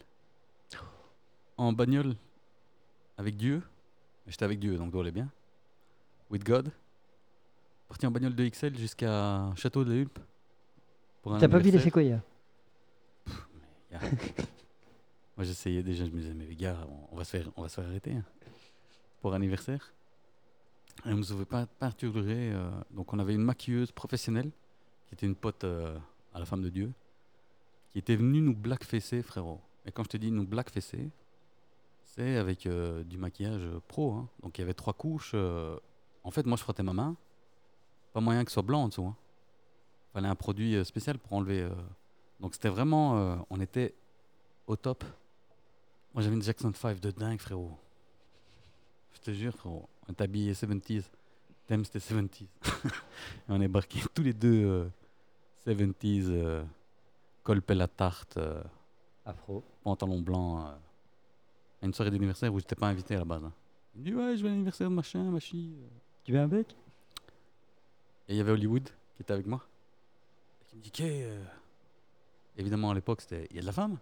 en bagnole avec Dieu. J'étais avec Dieu, donc tout allait bien. With God. Parti en bagnole de Ixelles jusqu'à Château de la Hulpe. pour un T'as pas vu les anniversaire. séquoias? Gars. Moi j'essayais déjà, je me disais, mais les gars, on, on va se faire, on va se faire arrêter hein, pour anniversaire. Et on nous avait pas peinturé. Euh, donc on avait une maquilleuse professionnelle qui était une pote euh, à la femme de Dieu qui était venue nous blackfacer, frérot. Et quand je te dis nous blackfacer, c'est avec euh, du maquillage euh, pro. Hein. Donc il y avait trois couches. euh, En fait, moi je frottais ma main. Pas moyen que ce soit blanc en dessous. Hein. Fallait un produit euh, spécial pour enlever. euh, Donc c'était vraiment. euh, On était au top. Moi j'avais une Jackson cinq de dingue, frérot. Je te jure, frérot. On est habillé soixante-dix. Thème c'était soixante-dix. Et on est barqués tous les deux euh, soixante-dix. Euh, col pelle à tarte. euh, Afro. pantalon blanc. euh, à une soirée d'anniversaire où j'étais pas invité à la base. Hein. Il me dit ouais, je vais à l'anniversaire de machin, machi. Tu veux un bec? Et il y avait Hollywood qui était avec moi. Et qui me dit que. euh, Évidemment, à l'époque, c'était. Il y a de la femme.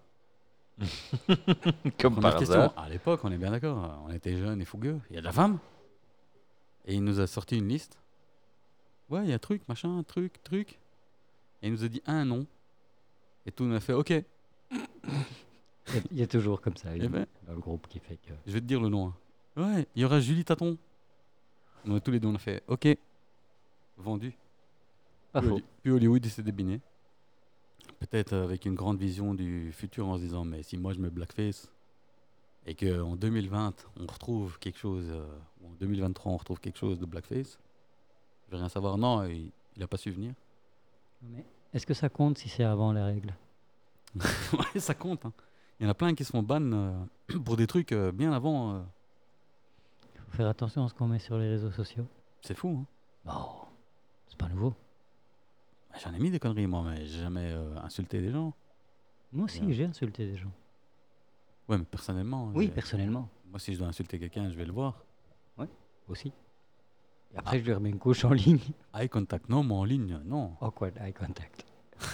Comme Première par question. hasard. À l'époque, on est bien d'accord. On était jeunes et fougueux. Il y a de la femme. Et il nous a sorti une liste. Ouais, il y a truc, machin, truc, truc. Et il nous a dit un nom. Et tout, on a fait OK. Il y a- il y a toujours comme ça, Eh une- ben. dans le groupe qui fait que. Je vais te dire le nom. hein. Ouais, il y aura Julie Taton. On a tous les deux, on a fait OK. Vendu. Pas Puis faux. Holly- Puis Hollywood, il s'est débiné. Peut-être avec une grande vision du futur en se disant, mais si moi je me blackface et qu'en deux mille vingt, on retrouve quelque chose, euh, ou en deux mille vingt-trois, on retrouve quelque chose de blackface, je vais rien savoir. Non, il n'a pas su venir. Mais est-ce que ça compte si c'est avant la règle? Ouais, ça compte. hein. Il y en a plein qui se font ban euh, pour des trucs euh, bien avant. euh, Il faut faire attention à ce qu'on met sur les réseaux sociaux. C'est fou. Hein. Bon, c'est pas nouveau. Bah, J'en ai mis des conneries, moi, mais j'ai jamais euh, insulté des gens. Moi aussi, Ouais. j'ai insulté des gens. Ouais, mais personnellement. Oui, j'ai- personnellement. Moi, si je dois insulter quelqu'un, je vais le voir. Aussi. Et après, je lui remets une couche en ligne. Eye contact, non, mais en ligne, non. Awkward eye contact.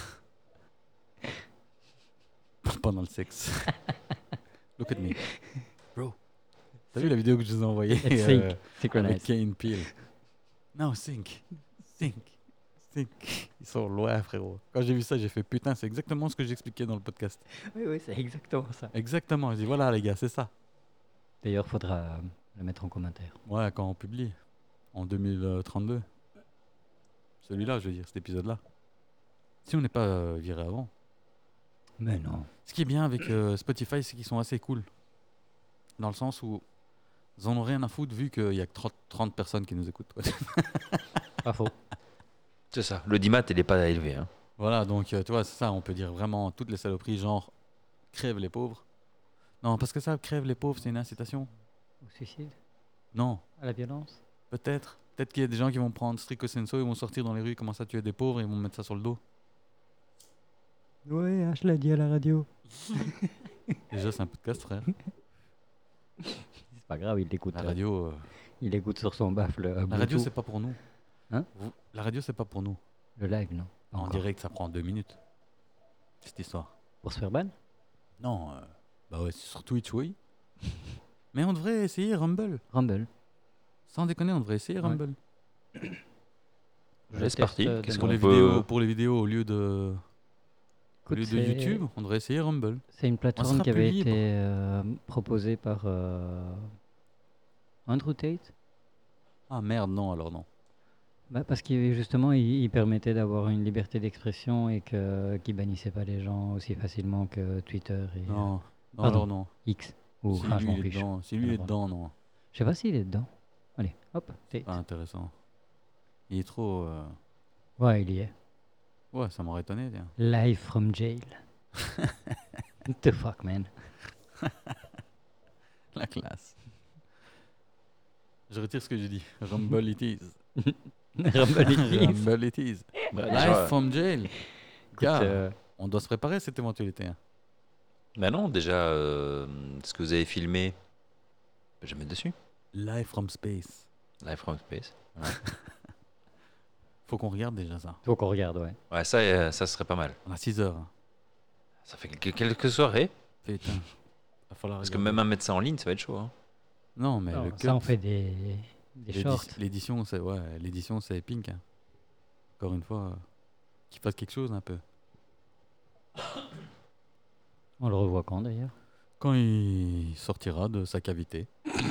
Pendant le sexe. Look at me. Bro. T'as vu la vidéo que je vous ai envoyée Let's euh, sync. Synchronize. avec Kane Peel? No, sync. Sync. Sync. Ils sont loin, frérot. Quand j'ai vu ça, j'ai fait putain, c'est exactement ce que j'expliquais dans le podcast. Oui, oui, c'est exactement ça. Exactement. Je dis voilà, les gars, c'est ça. D'ailleurs, faudra euh, le mettre en commentaire. Ouais, quand on publie. En deux mille trente-deux. Celui-là, je veux dire, cet épisode-là. Si on n'est pas euh, viré avant. Mais non. Ce qui est bien avec euh, Spotify, c'est qu'ils sont assez cool. Dans le sens où ils en ont rien à foutre vu qu'il y a que trente, trente personnes qui nous écoutent. quoi. Pas faux. C'est ça. Le dimat, il n'est pas élevé. Hein. Voilà, donc euh, tu vois, c'est ça, on peut dire vraiment toutes les saloperies, genre crève les pauvres. Non, parce que ça, crève les pauvres, c'est une incitation. Au suicide. Non, À la violence. peut-être. Peut-être qu'il y a des gens qui vont prendre Strico Senso, ils vont sortir dans les rues, commencer à tuer des pauvres et ils vont mettre ça sur le dos. Ouais, H l'a dit à la radio. Déjà, c'est un podcast, frère. C'est pas grave, il l'écoute. La euh, radio, euh, Il écoute sur son baffle. euh, la radio, Bluetooth. c'est pas pour nous. Hein Vous- La radio, c'est pas pour nous. Le live, non. Pas En encore. direct, ça prend deux minutes. Cette histoire. Pour se faire ban. Non, euh, bah ouais, sur Twitch, oui. Mais on devrait essayer Rumble. Rumble. Sans déconner, on devrait essayer Ouais. Rumble. Je laisse teste, partir. euh, Qu'est-ce Pour qu'on les, peut... vidéos, pour les vidéos, au lieu de, au Écoute, lieu de c'est- YouTube, on devrait essayer Rumble. C'est une plateforme sera qui plus avait libre. été euh, proposée par euh, Andrew Tate. Ah merde, non, alors non. Bah, parce qu'il justement, il, il permettait d'avoir une liberté d'expression et que qui bannissait pas les gens aussi facilement que Twitter et euh, Non, non, Pardon. alors non. X. Ou si ah, je lui m'en il est fiche. dedans, si lui il est dedans, non. Je sais pas s'il est dedans. Allez, hop, Tate. Pas intéressant. Il est trop. euh, Ouais, il y est. Ouais, ça m'aurait étonné, tiens. Live from jail. What the fuck, man. La classe. Je retire ce que j'ai dit. Rumble it is. Rumble it is. Rumble it is. Bah, Live déjà, from jail. Écoute, Gars, euh, on doit se préparer à cette éventualité. hein. bah non, déjà, euh, ce que vous avez filmé, je vais mettre dessus. Live from space. Live from Space. Faut qu'on regarde déjà ça. faut qu'on regarde, ouais. Ouais, ça, euh, ça serait pas mal. On a six heures. hein. Ça fait quelques, quelques soirées. Putain. Va falloir Parce que regarder. même à mettre ça en ligne, ça va être chaud. Hein. Non, mais Non, le ça, on cut, fait des, des l'édi- shorts. L'édition, c'est ouais, l'édition, c'est pink. hein. Encore une fois, euh, qu'il fasse quelque chose un peu. On le revoit quand d'ailleurs? Quand il sortira de sa cavité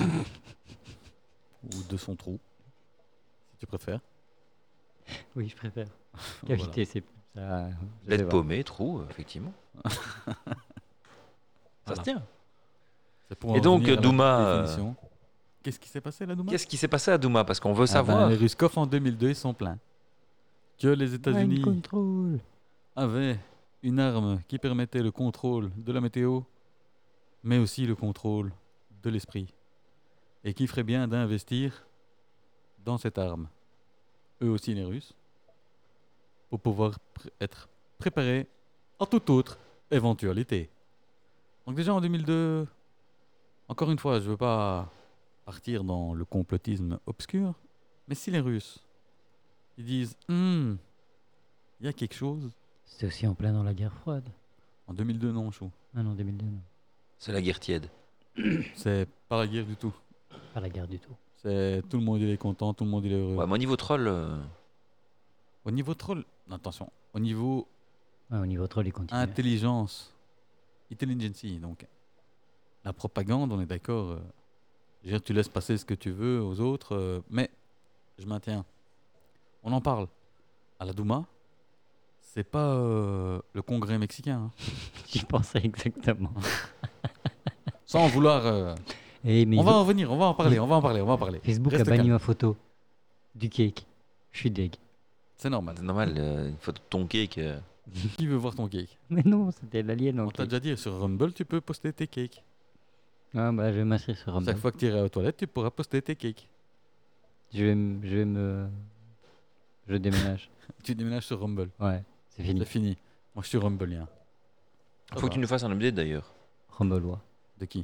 ou de son trou, si tu préfères. Oui, je préfère. Voilà. Cavité, c'est ça. je sais Lettre pas. paumée, trou, effectivement. ça Voilà. se tient. C'est pour Et en donc, revenir à la Douma, euh, définition. Qu'est-ce qui s'est passé là, Douma Qu'est-ce qui s'est passé à Douma? Parce qu'on veut Ah savoir. ben, les Ruskov en deux mille deux, ils sont pleins. Que les Mind États-Unis control. avaient une arme qui permettait le contrôle de la météo, mais aussi le contrôle de l'esprit. Et qui ferait bien d'investir dans cette arme. Eux aussi, les Russes, pour pouvoir pr- être préparés à toute autre éventualité. Donc déjà en deux mille deux, encore une fois, je ne veux pas partir dans le complotisme obscur, mais si les Russes, ils disent, Hmm, il y a quelque chose, C'était aussi en plein dans la guerre froide. en deux mille deux, non, chou. Ah non, deux mille deux, non. C'est la guerre tiède. C'est pas la guerre du tout. Pas la guerre du tout. C'est tout le monde il est content, tout le monde il est heureux. Ouais, mon niveau troll, euh, Au niveau troll, attention, au niveau Ouais, au niveau troll, il continue. intelligence, intelligence, donc la propagande, on est d'accord. euh, je veux dire, tu laisses passer ce que tu veux aux autres, euh, mais je maintiens. On en parle. À la Douma, c'est pas euh, le congrès mexicain. hein. J'y pensais exactement. Sans vouloir. euh, Eh, mais on ils va ont- en revenir, on va en parler, on va en parler, on va en parler. Facebook Reste a banni calme. ma photo du cake. Je suis deg. C'est normal. c'est normal, euh, une photo de ton cake. euh, Qui veut voir ton cake? Mais non, c'était l'alien. On donc. t'a déjà dit, sur Rumble, tu peux poster tes cakes. Ah bah, je vais m'inscrire sur Rumble. Chaque fois que tu iras aux toilettes, tu pourras poster tes cakes. Je vais, m- je vais me. Je déménage. Tu déménages sur Rumble. Ouais, c'est fini. C'est fini. Moi, je suis Rumbleien. Ça Faut va. que tu nous fasses un update d'ailleurs. Rumbleois. De qui?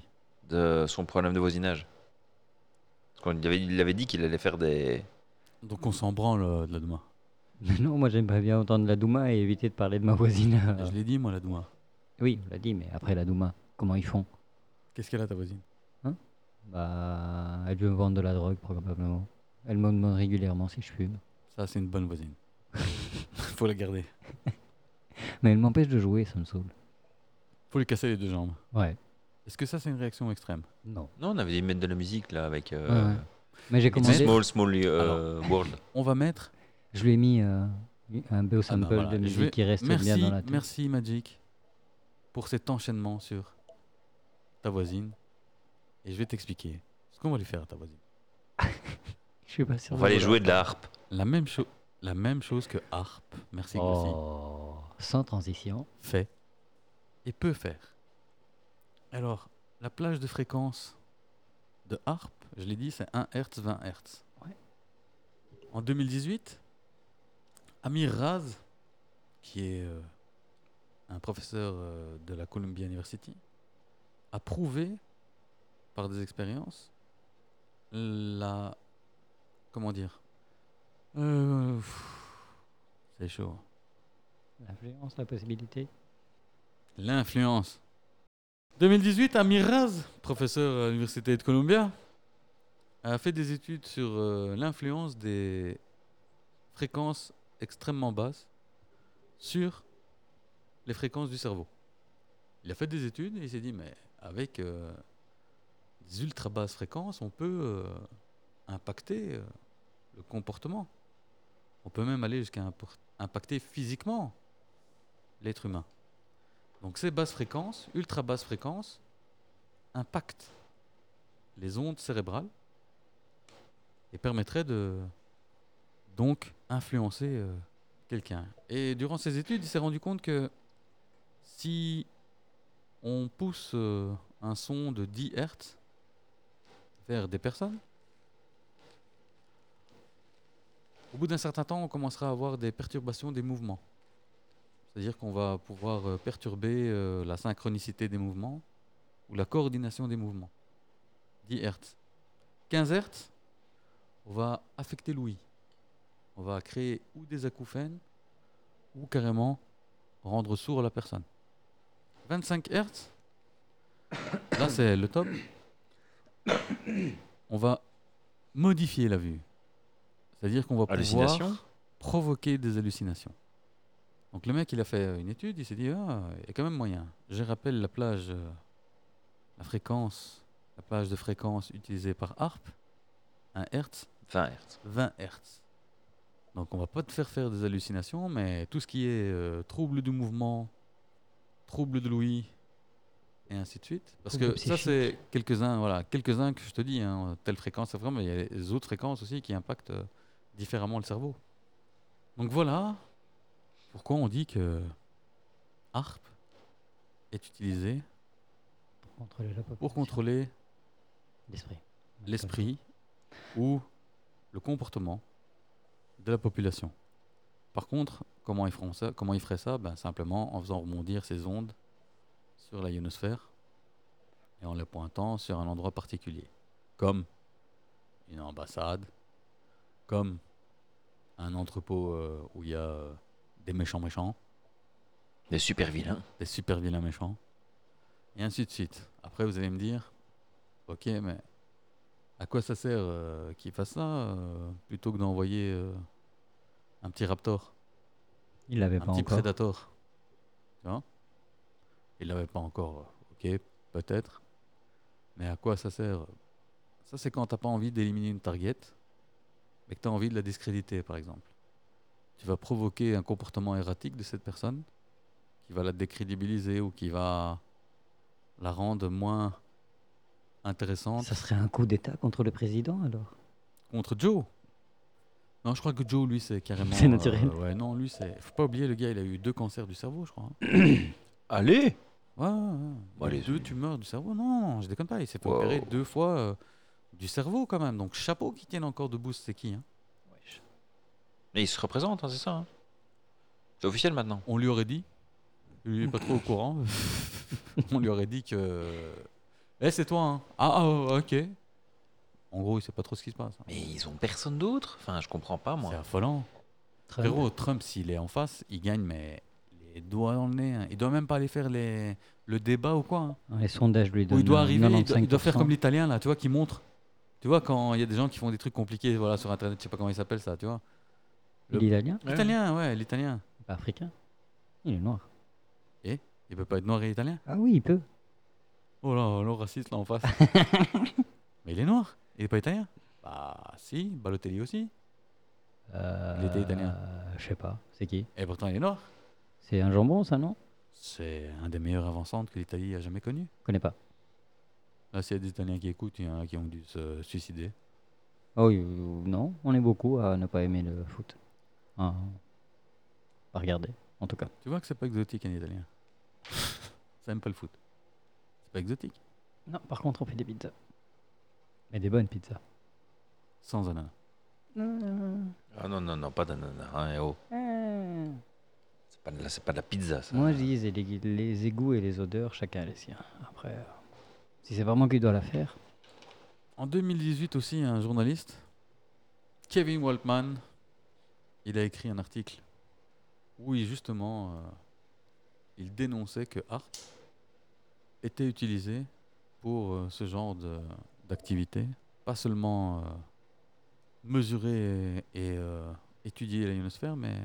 de son problème de voisinage. Parce qu'on avait, il avait dit qu'il allait faire des. Donc on s'en branle euh, de la Douma. Mais non, moi j'aimerais bien entendre la Douma et éviter de parler de ma voisine. Je l'ai dit, moi, la Douma. Oui, on l'a dit, mais après la Douma, comment ils font? Qu'est-ce qu'elle a, ta voisine? Bah, elle veut me vendre de la drogue, probablement. Elle me demande régulièrement si je fume. Ça, c'est une bonne voisine. Faut la garder. Mais elle m'empêche de jouer, ça me saoule. Faut lui casser les deux jambes. Ouais. Est-ce que ça, c'est une réaction extrême? Non. Non, on avait dit mettre de la musique là avec. Euh, Ouais, ouais. Mais j'ai It's a commandé. small, small euh, world. On va mettre... Je lui ai mis euh, un beau Ah sample ben voilà, de je musique vais- qui reste merci, bien dans la tête. Merci, Magic, pour cet enchaînement sur ta voisine. Et je vais t'expliquer ce qu'on va lui faire à ta voisine. Je suis pas sûr. On de va aller vouloir jouer de faire. la harpe. La même, cho- la même chose que Harp, merci Glossy, Oh, sans transition. fait et peut faire. Alors, la plage de fréquence de Harp, je l'ai dit, c'est un hertz, vingt hertz. Ouais. En deux mille dix-huit, Amir Raz, qui est euh, un professeur euh, de la Columbia University, a prouvé par des expériences la... Comment dire Euh, pff, C'est chaud. L'influence, la possibilité. L'influence. deux mille dix-huit, Amir Raz, professeur à l'Université de Columbia, a fait des études sur euh, l'influence des fréquences extrêmement basses sur les fréquences du cerveau. Il a fait des études et il s'est dit, mais avec euh, des ultra basses fréquences, on peut euh, impacter euh, le comportement. On peut même aller jusqu'à impor- impacter physiquement l'être humain. Donc ces basses fréquences, ultra basses fréquences, impactent les ondes cérébrales et permettraient de donc influencer euh, quelqu'un. Et durant ces études, il s'est rendu compte que si on pousse euh, un son de dix hertz vers des personnes, au bout d'un certain temps, on commencera à avoir des perturbations des mouvements. C'est-à-dire qu'on va pouvoir euh, perturber euh, la synchronicité des mouvements ou la coordination des mouvements. dix hertz. quinze hertz, on va affecter l'ouïe. On va créer ou des acouphènes ou carrément rendre sourd la personne. vingt-cinq hertz, là c'est le top. On va modifier la vue. C'est-à-dire qu'on va Hallucination. pouvoir provoquer des hallucinations. Donc le mec, il a fait une étude, il s'est dit, ah, il y a quand même moyen. Je rappelle la plage, euh, la fréquence, la plage de fréquence utilisée par Harp, un hertz, vingt hertz. vingt hertz. Donc on va pas te faire faire des hallucinations, mais tout ce qui est euh, trouble du mouvement, trouble de l'ouïe, et ainsi de suite. Parce Trouble que ça, psychique. c'est quelques-uns, voilà, quelques-uns que je te dis, hein, telle fréquence, c'est vraiment, il y a les autres fréquences aussi qui impactent euh, différemment le cerveau. Donc voilà pourquoi on dit que Harp est utilisé Pour contrôler la population. pour contrôler L'esprit. l'esprit ou le comportement de la population. Par contre, comment ils feront ça, comment ils feraient ça? Ben, simplement en faisant rebondir ces ondes sur la ionosphère et en les pointant sur un endroit particulier, comme une ambassade, comme un entrepôt euh, où il y a euh, des méchants méchants, Des super vilains. des super vilains méchants, et ainsi de suite. Après, vous allez me dire, ok, mais à quoi ça sert euh, qu'ils fassent ça euh, plutôt que d'envoyer euh, un petit raptor, Il l'avait un pas petit encore. prédator, tu vois? Il l'avait pas encore, ok, peut-être, mais à quoi ça sert? Ça, c'est quand t'as pas envie d'éliminer une target, mais que tu as envie de la discréditer, par exemple. Tu vas provoquer un comportement erratique de cette personne qui va la décrédibiliser ou qui va la rendre moins intéressante Ça serait un coup d'État contre le président alors? contre Joe. Non, je crois que Joe, lui, c'est carrément... C'est naturel. euh, ouais, non, lui, c'est... Faut pas oublier, le gars, il a eu deux cancers du cerveau, je crois. hein. Allez. Ouais, ouais, ouais. Bon, Il a eu allez, deux je- tumeurs du cerveau. Non, non, je déconne pas. Il s'est fait Wow. opérer deux fois euh, du cerveau, quand même. Donc, chapeau qui tienne encore debout, c'est qui hein? Mais il se représente, hein, c'est ça. hein. C'est officiel maintenant. On lui aurait dit, lui est pas trop au courant, on lui aurait dit que Eh, c'est toi, hein. Ah, ah, ok. En gros, il sait pas trop ce qui se passe, hein. Mais ils ont personne d'autre. Enfin, je comprends pas, C'est moi. affolant. Trump. Frérot, Trump, s'il est en face, il gagne, mais les doigts dans le nez, hein. Il doit même pas aller faire les... le débat ou quoi, hein. Dans les sondages lui Où donnent il doit euh, arriver, il doit, il doit faire comme quatre-vingt-quinze pour cent. l'italien, là, tu vois, qui montre. Tu vois, quand il y a des gens qui font des trucs compliqués voilà, sur Internet, je sais pas comment il s'appelle ça, tu vois. Le- L'italien, Ouais. L'italien, ouais, l'italien. pas africain. Il est noir. Et il peut pas être noir et italien. Ah oui, il peut. Oh là, le raciste là en face. Mais il est noir, il est pas italien. Bah si, Balotelli aussi. Euh, Il était italien. Je sais pas. C'est qui? Et pourtant il est noir. C'est un jambon, ça, non? C'est un des meilleurs avant-centres que l'Italie a jamais connu. Je connais pas. Là, s'il y a des Italiens qui écoutent, il y en a qui ont dû se suicider. Oh oui, euh, non. On est beaucoup à ne pas aimer le foot. Ah, pas regarder, en tout cas. Tu vois que c'est pas exotique un italien. Ça aime pas le foot. C'est pas exotique. Non, par contre, on fait des pizzas. Mais des bonnes pizzas. Sans ananas. Ah non, non, non, pas d'ananas. Hein, eh oh. C'est pas, de la- c'est pas de la pizza, ça. Moi, je dis les, les égouts et les odeurs, chacun les siens. Après, euh, si c'est vraiment qui doit la faire. En deux mille dix-huit aussi, un journaliste, Kevin Waltman, il a écrit un article où il justement euh, il dénonçait que art était utilisé pour euh, ce genre de- d'activité, pas seulement euh, mesurer et, et, euh, étudier la ionosphère, mais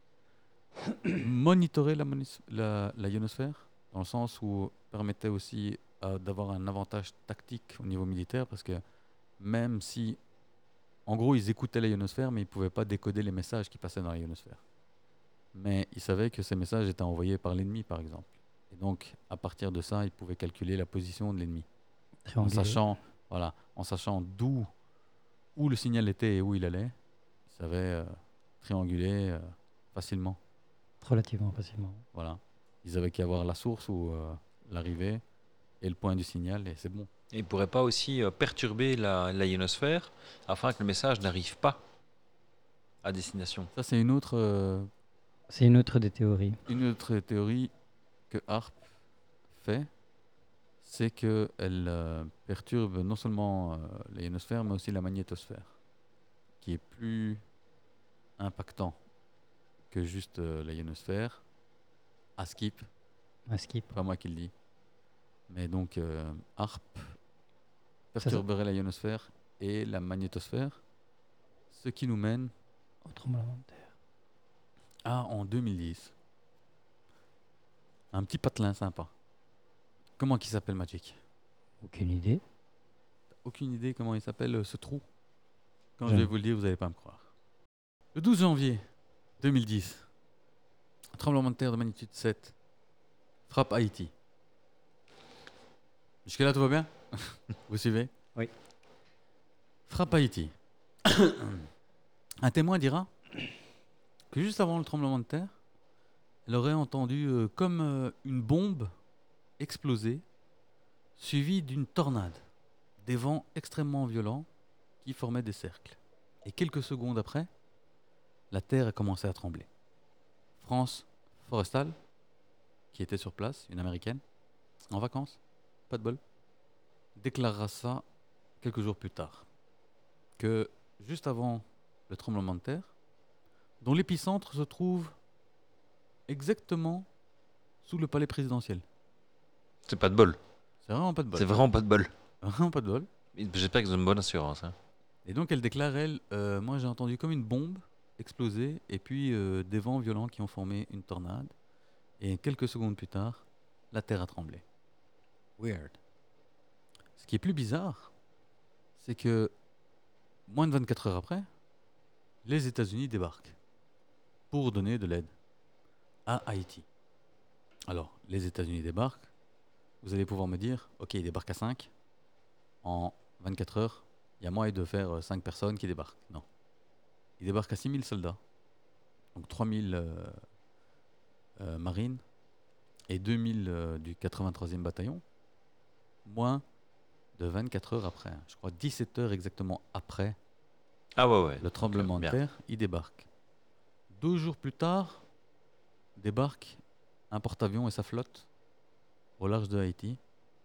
monitorer la, monis- la, la ionosphère, dans le sens où permettait aussi euh, d'avoir un avantage tactique au niveau militaire, parce que même si, en gros, ils écoutaient la ionosphère, mais ils ne pouvaient pas décoder les messages qui passaient dans la ionosphère. Mais ils savaient que ces messages étaient envoyés par l'ennemi, par exemple. Et donc, à partir de ça, ils pouvaient calculer la position de l'ennemi. En Triangulé. sachant, voilà, en sachant d'où où le signal était et où il allait, ils savaient euh, trianguler euh, facilement. Relativement facilement. Voilà. Ils avaient qu'à voir la source ou euh, l'arrivée et le point du signal, et c'est bon. Et il pourrait pas aussi euh, perturber la, la ionosphère afin que le message n'arrive pas à destination. Ça, c'est une autre, euh, C'est une autre des théories. une autre théorie que Harp fait, c'est qu'elle euh, perturbe non seulement euh, la ionosphère, mais aussi la magnétosphère, qui est plus impactant que juste euh, la ionosphère. À skip, Un skip. pas moi qui le dis. Mais donc, euh, Harp Ça, ça- perturberait la ionosphère et la magnétosphère, ce qui nous mène Au tremblement de terre. à, en deux mille dix, un petit patelin sympa. Comment il s'appelle, Magic? Aucune idée. Aucune idée comment il s'appelle euh, ce trou. Quand je Jamais. vais vous le dire, vous n'allez pas me croire. Le douze janvier deux mille dix, un tremblement de terre de magnitude sept frappe Haïti. Jusque-là, tout va bien? Vous suivez? Oui. Frappe Haïti. Un témoin dira que juste avant le tremblement de terre, elle aurait entendu euh, comme euh, une bombe exploser, suivie d'une tornade, des vents extrêmement violents qui formaient des cercles. Et quelques secondes après, la terre a commencé à trembler. France Forrestal, qui était sur place, une américaine, en vacances, pas de bol, déclarera ça quelques jours plus tard. Que juste avant le tremblement de terre, dont l'épicentre se trouve exactement sous le palais présidentiel. C'est pas de bol. C'est vraiment pas de bol. C'est vraiment pas de bol. Vraiment pas de bol. Et J'espère qu'ils ont une bonne assurance. Hein. Et donc elle déclare, elle, euh, moi j'ai entendu comme une bombe exploser et puis euh, des vents violents qui ont formé une tornade. Et quelques secondes plus tard, la terre a tremblé. Weird. Ce qui est plus bizarre, c'est que moins de vingt-quatre heures après, les États-Unis débarquent pour donner de l'aide à Haïti. Alors, les États-Unis débarquent. Vous allez pouvoir me dire, ok, ils débarquent à cinq. En vingt-quatre heures, il y a moyen de faire cinq personnes qui débarquent. Non. Ils débarquent à six mille soldats. Donc trois mille euh, euh, marines et deux mille euh, du quatre-vingt-troisième bataillon. Moins de vingt-quatre heures après. Je crois dix-sept heures exactement après Ah ouais, ouais. le tremblement bien. de terre, ils débarquent. Deux jours plus tard, débarque un porte-avions et sa flotte au large de Haïti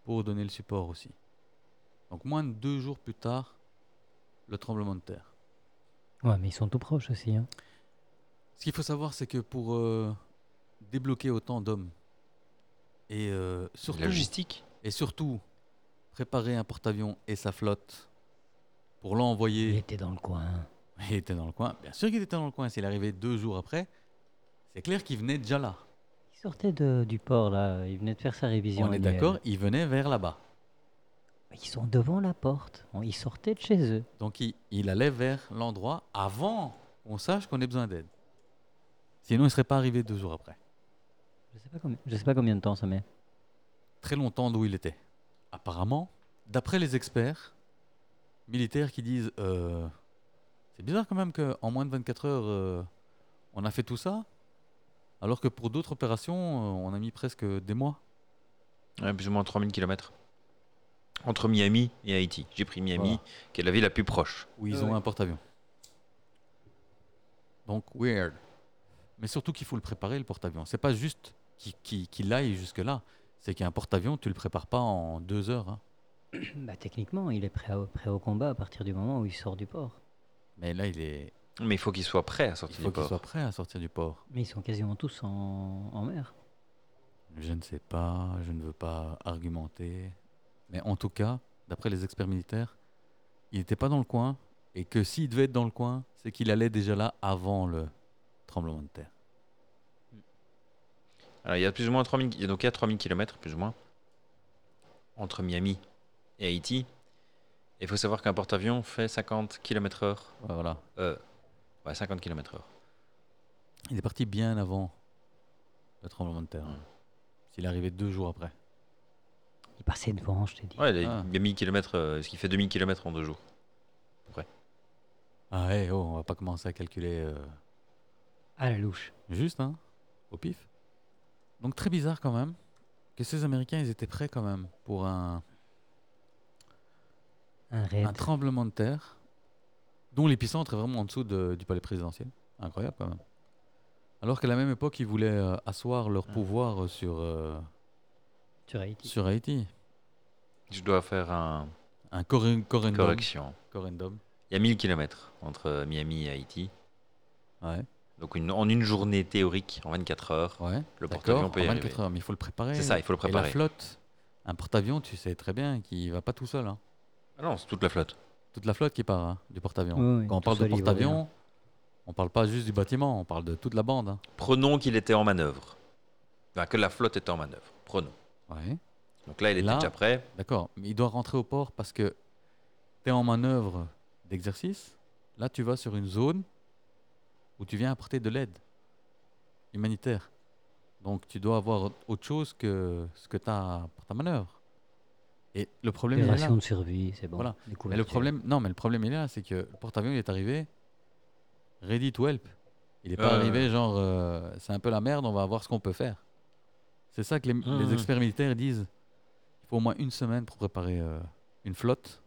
pour donner le support aussi. Donc moins de deux jours plus tard, le tremblement de terre. Ouais, mais ils sont tout proches aussi. Hein. Ce qu'il faut savoir, c'est que pour euh, débloquer autant d'hommes et euh, surtout, Logistique. et surtout préparer un porte-avions et sa flotte pour Il l'envoyer, était dans le coin. il était dans le coin. Bien sûr qu'il était dans le coin. S'il arrivait deux jours après, c'est clair qu'il venait déjà là. Il sortait de- du port, là. Il venait de faire sa révision On est annuelle. d'accord, il venait vers là-bas. Ils sont devant la porte. On- Ils sortaient de chez eux. Donc il, il allait vers l'endroit avant qu'on sache qu'on ait besoin d'aide. Sinon, il ne serait pas arrivé deux jours après. Je sais pas combien, je sais pas combien de temps ça met. Très longtemps d'où il était. Apparemment, d'après les experts militaires qui disent euh, c'est bizarre quand même qu'en moins de vingt-quatre heures, euh, on a fait tout ça, alors que pour d'autres opérations, euh, on a mis presque des mois. Ouais, plus ou moins trois mille kilomètres. Entre Miami et Haïti. J'ai pris Miami, Voilà. qui est la ville la plus proche. Où ils Ah ont ouais. un porte-avions. Donc, weird. Mais surtout qu'il faut le préparer, le porte-avions. C'est pas juste qu'il qu'il- qu'il aille jusque-là. C'est qu'un porte-avions, tu le prépares pas en deux heures. Hein. Bah, techniquement, il est prêt, à- prêt au combat à partir du moment où il sort du port. Mais là, il, est... Mais il faut qu'il soit prêt à il sortir faut du qu'il port. soit prêt à sortir du port. Mais ils sont quasiment tous en, en mer. Je ne sais pas, je ne veux pas argumenter. Mais en tout cas, d'après les experts militaires, il n'était pas dans le coin. Et que s'il devait être dans le coin, c'est qu'il allait déjà là avant le tremblement de terre. Alors, il y a plus ou moins trois mille, donc il y a trois mille kilomètres, plus ou moins, entre Miami et Haïti. Et il faut savoir qu'un porte-avions fait cinquante kilomètres heure. Ouais, voilà. Euh, ouais, cinquante kilomètres heure. Il est parti bien avant le tremblement de terre. hein. Mm. S'il arrivait deux jours après. Il passait devant, je t'ai dit. Ouais, il y Ah. a mille kilomètres, euh, ce qui fait deux mille kilomètres en deux jours. Ah ouais, oh, on va pas commencer à calculer euh, À la louche. juste, hein, au pif. Donc très bizarre quand même que ces Américains, ils étaient prêts quand même pour un, Un raid. un tremblement de terre dont l'épicentre est vraiment en dessous de- du palais présidentiel. Incroyable quand même. Alors qu'à la même époque, ils voulaient euh, asseoir leur Mm. pouvoir euh, sur, euh, Sur Haïti. sur Haïti. Je dois faire un Un corren- correndum. correction. Correndum. Il y a mille kilomètres entre Miami et Haïti. Ouais, Donc une- en une journée théorique, en vingt-quatre heures, ouais. le D'accord, porte-avions peut y en arriver. vingt-quatre heures, mais il faut le préparer. C'est ça, il faut le Et la préparer. flotte, un porte-avions, tu sais très bien qu'il va pas tout seul. Hein. Ah non, c'est toute la flotte. Toute la flotte qui part hein, du porte-avions. Oui, oui, Quand on tout parle de seul, il vaut porte-avions, on parle pas juste du bâtiment, on parle de toute la bande. hein. Prenons qu'il était en manœuvre. Enfin, que la flotte était en manœuvre. Prenons. Ouais, Donc là, il était Là- déjà prêt. d'accord. Mais il doit rentrer au port parce que tu es en manœuvre d'exercice. Là, tu vas sur une zone où tu viens apporter de l'aide humanitaire. Donc, tu dois avoir autre chose que ce que tu as pour ta manœuvre. Et le problème, Des il est là. rations de survie, c'est bon. Voilà. Des Mais le couvertures. problème, non, mais le problème il est là, c'est que le porte-avions il est arrivé ready to help. Il n'est pas Euh. arrivé genre euh, c'est un peu la merde, on va voir ce qu'on peut faire. C'est ça que les, Mhm. les experts militaires disent. Il faut au moins une semaine pour préparer euh, une flotte.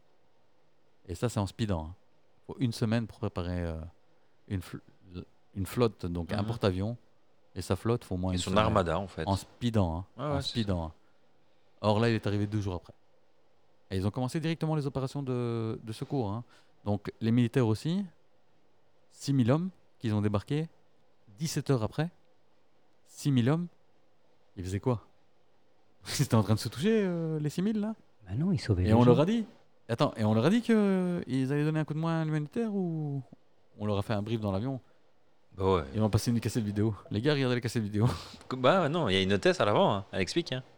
Et ça c'est en speedant. hein. Il faut une semaine pour préparer euh, une, fl- une flotte, donc un Mhm. porte-avions et sa flotte, faut au moins Et une son semaine. armada, en fait. En speedant. hein. Ouais, en ouais, c'est speedant. hein. Or là, il est arrivé deux jours après. Et ils ont commencé directement les opérations de, de secours. hein. Donc les militaires aussi, six mille hommes qu'ils ont débarqués, dix-sept heures après, six mille hommes, ils faisaient quoi? Ils étaient en train de se toucher, euh, les six mille là? Bah non, il sauvait Et les on gens. leur a dit, attends, et on leur a dit qu'ils allaient donner un coup de main à l'humanitaire ou on leur a fait un brief dans l'avion? Bah ouais. Ils m'ont passé une cassette vidéo. Les gars, regardez les cassettes vidéo. Bah non, il y a une hôtesse à l'avant. hein. Elle explique. Hein.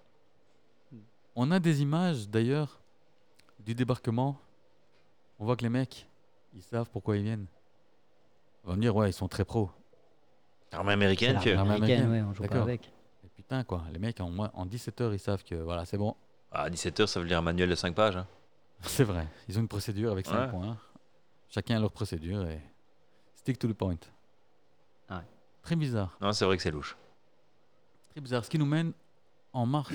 On a des images d'ailleurs du débarquement. On voit que les mecs, ils savent pourquoi ils viennent. On va me dire, ouais, ils sont très pros. Armée C'est américaine, l'armée fieu. Armée américaine, américaine. ouais, on joue pas D'accord. avec. Et putain, quoi, les mecs, en, moins, en dix-sept heures, ils savent que voilà, c'est bon. Ah, dix-sept heures, ça veut dire un manuel de cinq pages. hein. C'est vrai. Ils ont une procédure avec cinq Ouais. points. Chacun a leur procédure et stick to the point. Ouais. Très bizarre. Non, c'est vrai que c'est louche. Très bizarre. Ce qui nous mène en mars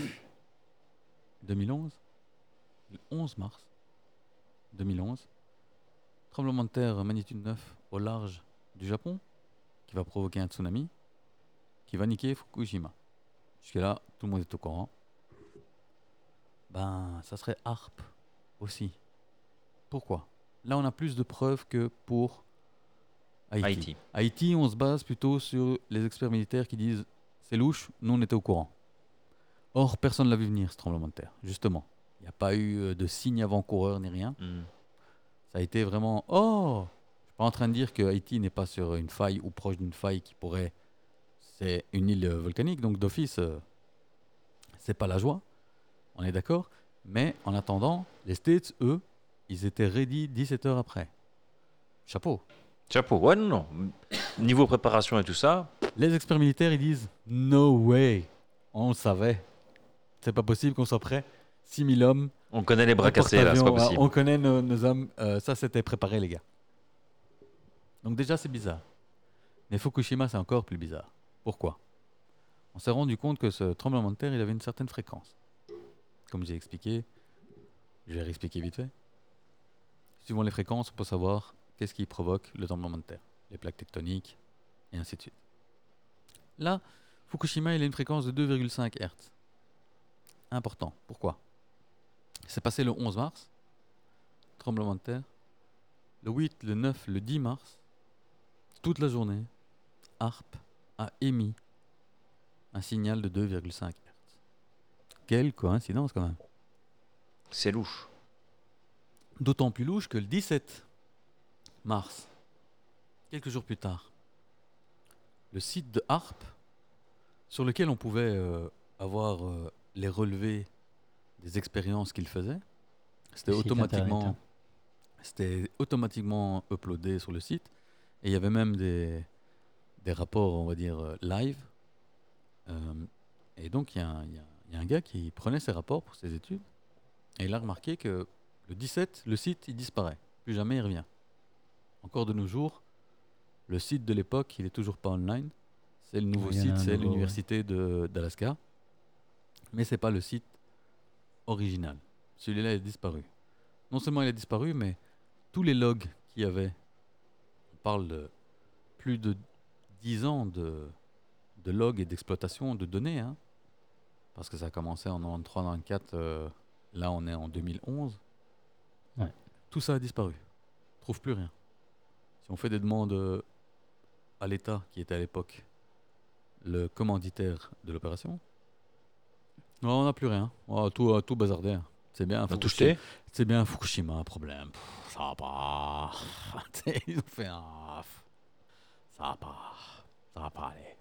deux mille onze. Le onze mars deux mille onze. Tremblement de terre magnitude neuf au large du Japon qui va provoquer un tsunami qui va niquer Fukushima. Jusque là, tout le monde est au courant. ben, ça serait HARP aussi. Pourquoi? Là, on a plus de preuves que pour Haïti. Haïti. Haïti, on se base plutôt sur les experts militaires qui disent c'est louche, nous on était au courant. Or, personne ne l'a vu venir ce tremblement de terre, justement. Il n'y a pas eu euh, de signe avant-coureur ni rien. Hmm. Ça a été vraiment oh. Je suis pas en train de dire que Haïti n'est pas sur une faille ou proche d'une faille qui pourrait. C'est une île euh, volcanique, donc d'office, euh, c'est pas la joie. On est d'accord. Mais en attendant, les States, eux, ils étaient ready dix-sept heures après. Chapeau. Chapeau. Ouais, non, non. Niveau préparation et tout ça, Les experts militaires, ils disent no way. On le savait. C'est pas possible qu'on soit prêt. six mille hommes. on connaît les bras un cassés là, c'est pas porte-avions, possible. On connaît nos, nos hommes. Euh, ça, c'était préparé, les gars. Donc déjà, c'est bizarre. Mais Fukushima, c'est encore plus bizarre. Pourquoi? On s'est rendu compte que ce tremblement de terre, il avait une certaine fréquence. Comme j'ai expliqué, je vais réexpliquer vite fait. Suivant les fréquences, on peut savoir qu'est-ce qui provoque le tremblement de terre. Les plaques tectoniques, et ainsi de suite. Là, Fukushima, il a une fréquence de deux virgule cinq hertz. Important. Pourquoi? C'est passé le onze mars, tremblement de terre. Le huit, le neuf, le dix mars, toute la journée, HARP a émis un signal de deux virgule cinq hertz. Quelle coïncidence quand même. C'est louche. D'autant plus louche que le dix-sept mars, quelques jours plus tard, le site de HARP, sur lequel on pouvait euh, avoir euh, les relevés des expériences qu'il faisait, c'était Le site automatiquement, internet, c'était automatiquement uploadé sur le site. Et il y avait même des, des rapports, on va dire, euh, live. Euh, et donc, il y, a un- il y a- il y a un gars qui prenait ses rapports pour ses études. Et il a remarqué que le dix-sept, le site, il disparaît. Plus jamais il revient. Encore de nos jours, le site de l'époque, il est toujours pas online. C'est le nouveau Oui, il y en a site, un c'est nouveau, l'université de- d'Alaska. Mais c'est pas le site original. Celui-là est disparu. Non seulement il a disparu, mais tous les logs qu'il y avait, on parle de plus de dix ans de, de logs et d'exploitation de données, hein, parce que ça a commencé en quatre-vingt-treize quatre-vingt-quatre, euh, là on est en deux mille onze. Ouais. Tout ça a disparu. On trouve plus rien. Si on fait des demandes euh, à l'État, qui était à l'époque le commanditaire de l'opération, non, on n'a plus rien. On a tout, euh, tout bazardé. hein. C'est bien, On a tout Fukushima. jeté. C'est bien Fukushima, un problème. Pff, ça va pas. Tu sais, Ils ont fait un. Ça va pas. Ça va pas aller.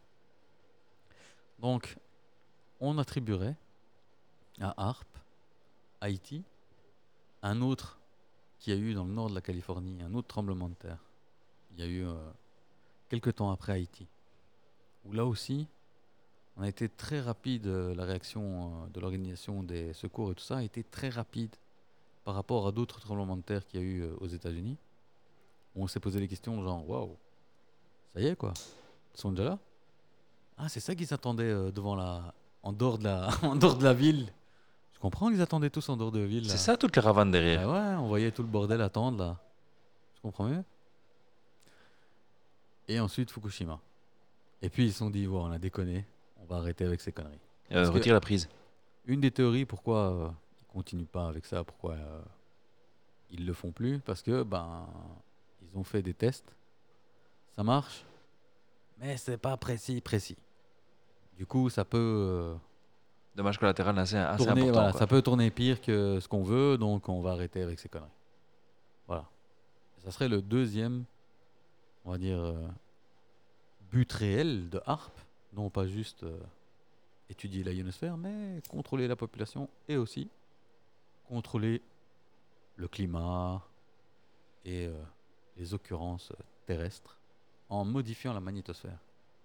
Donc, on attribuerait à HARP, Haïti, un autre qui a eu dans le nord de la Californie, un autre tremblement de terre. Il y a eu euh, quelques temps après Haïti, où là aussi, on a été très rapide, euh, la réaction euh, de l'organisation des secours et tout ça a été très rapide par rapport à d'autres tremblements de terre qu'il y a eu euh, aux États-Unis, où on s'est posé des questions genre, waouh, ça y est quoi, ils sont déjà là? Ah, c'est ça qu'ils attendaient euh, devant la. En dehors de la, en dehors de la ville. Je comprends qu'ils attendaient tous en dehors de la ville. C'est là. ça, toute caravane derrière. Ah ouais, on voyait tout le bordel attendre là. Je comprends mieux. Et ensuite Fukushima. Et puis ils se sont dit, ouais, on a déconné, on va arrêter avec ces conneries. Euh, Parce que- retire la prise. Une des théories pourquoi euh, ils continuent pas avec ça, pourquoi euh, ils le font plus, parce que ben ils ont fait des tests, ça marche, mais c'est pas précis, précis. Du coup, ça peut euh, Dommage collatéral assez, assez tourner, important. voilà, quoi. ça peut tourner pire que ce qu'on veut, donc on va arrêter avec ces conneries. Voilà. Ça serait le deuxième, on va dire, euh, but réel de HARP, non pas juste euh, étudier la ionosphère, mais contrôler la population et aussi contrôler le climat et euh, les occurrences terrestres en modifiant la magnétosphère.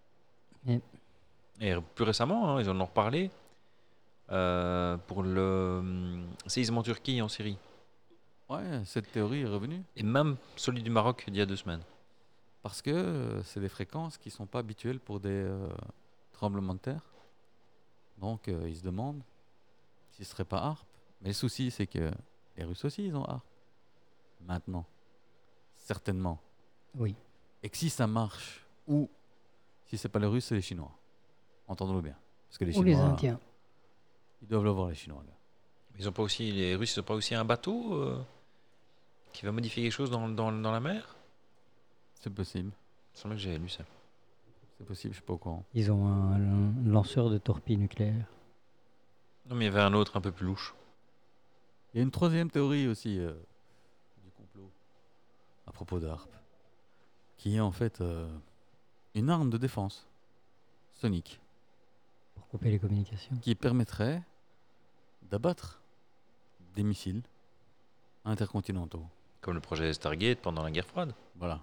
Et plus récemment, hein, ils en ont reparlé euh, pour le hum, séisme en Turquie et en Syrie. Ouais, cette théorie est revenue Et même celui du Maroc d'il y a deux semaines. parce que euh, c'est des fréquences qui sont pas habituelles pour des euh, tremblements de terre. Donc euh, ils se demandent si ce serait pas HARP. Mais le souci, c'est que les Russes aussi, ils ont HARP. Maintenant. Certainement. Oui. Et que si ça marche, ou si c'est pas les Russes, c'est les Chinois. Entendons-le bien. Parce que les Ou les Chinois, Indiens. ils doivent le voir, les Chinois. Là. Ils ont pas aussi, les Russes, ils ont pas aussi un bateau euh, qui va modifier quelque chose dans, dans, dans la mer? C'est possible. C'est vrai que j'avais lu ça. C'est possible, je suis pas au courant. Ils ont un, un lanceur de torpilles nucléaires. Non, mais il y avait un autre un peu plus louche. Il y a une troisième théorie aussi euh, du complot à propos de Harp, qui est en fait euh, une arme de défense sonique Pour couper les communications. qui permettrait d'abattre des missiles intercontinentaux. Comme le projet Stargate pendant la guerre froide. Voilà.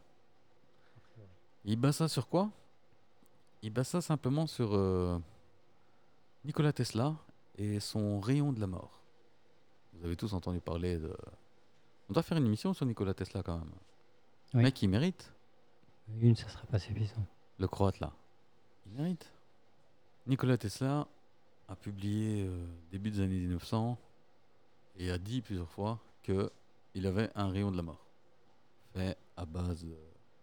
Il base ça sur quoi? Il base ça simplement sur euh, Nikola Tesla et son rayon de la mort. Vous avez tous entendu parler de... On doit faire une émission sur Nikola Tesla quand même. Oui. Mec, il mérite. Une, ça sera pas suffisant. Le croate là. Il mérite. Nikola Tesla a publié euh, début des années dix-neuf cents et a dit plusieurs fois qu'il avait un rayon de la mort. Fait à base euh,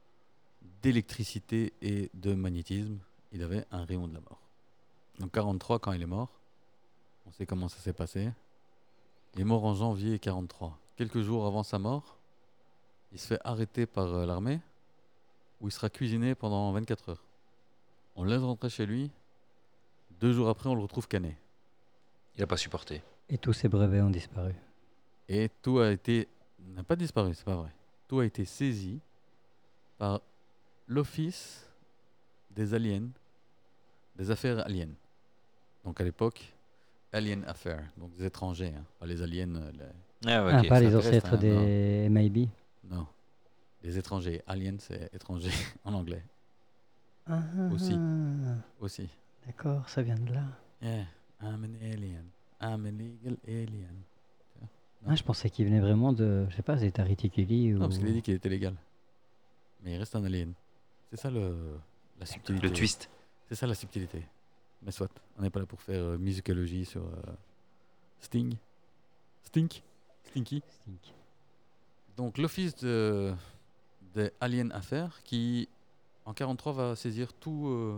d'électricité et de magnétisme. Il avait un rayon de la mort. En quarante-trois, quand il est mort, on sait comment ça s'est passé. Il est mort en janvier quarante-trois. Quelques jours avant sa mort, il se fait arrêter par euh, l'armée, où il sera cuisiné pendant vingt-quatre heures. On le laisse rentrer chez lui. Deux jours après, on le retrouve cané. Il a pas supporté. Et tous ces brevets ont disparu. Et tout a été... n'a pas disparu, c'est pas vrai. Tout a été saisi par l'Office des aliens, des affaires aliens. Donc à l'époque, Alien Affaires, donc des étrangers, hein, pas les aliens. euh, les- Ah, ouais, Ah, ok. pas les extraterrestres, ancêtres hein, des M I B. Non, les étrangers. Alien, c'est étranger en anglais Ah, Aussi. aussi. d'accord, ça vient de là. Yeah, I'm an alien. I'm an illegal alien. Non. Ah, je pensais qu'il venait vraiment de, je sais pas, Zeta Reticuli ou... Non, parce qu'il a dit qu'il était légal. Mais il reste un alien. C'est ça le, la subtilité. Le twist. C'est ça la subtilité. Mais soit, on n'est pas là pour faire euh, musicologie sur euh, Sting. Stink Stinky. Stink. Donc l'office de, des Alien Affaires qui, en quarante-trois, va saisir tous euh,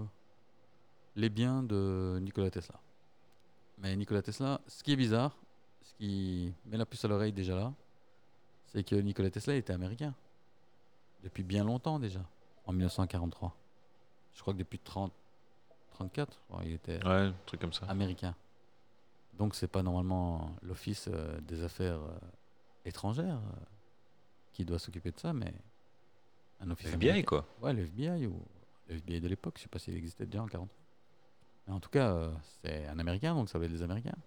les biens de Nikola Tesla. Mais Nikola Tesla, ce qui est bizarre, ce qui met la puce à l'oreille déjà là, c'est que Nikola Tesla était américain. Depuis bien longtemps déjà, en mille neuf cent quarante-trois. Je crois que depuis trente, trente-quatre, je crois, il était Ouais, un truc comme ça. américain. Donc c'est pas normalement l'office euh, des affaires euh, étrangères euh, qui doit s'occuper de ça, mais un office F B I, américain. quoi. Ouais, le F B I ou le F B I de l'époque, je sais pas s'il existait déjà en quarante. Mais en tout cas, euh, c'est un américain, donc ça va être des américains.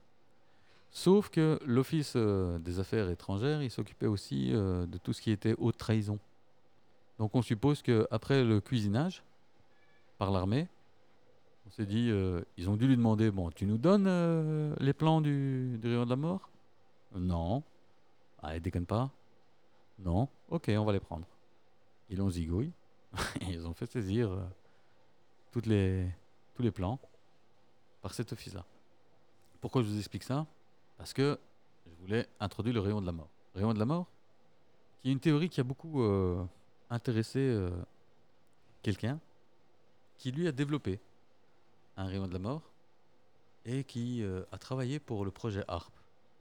Sauf que l'office euh, des affaires étrangères, il s'occupait aussi euh, de tout ce qui était haute trahison. Donc on suppose qu'après le cuisinage par l'armée, on s'est dit, euh, ils ont dû lui demander, bon, tu nous donnes euh, les plans du, du rayon de la mort? Non. Ah, déconne pas. Non. Ok, on va les prendre. Ils l'ont zigouille. Et ils ont fait saisir euh, toutes les, tous les plans par cet office-là. Pourquoi je vous explique ça? Parce que je voulais introduire le rayon de la mort. Le rayon de la mort, qui est une théorie qui a beaucoup euh, intéressé euh, quelqu'un qui lui a développé un rayon de la mort et qui euh, a travaillé pour le projet Harp.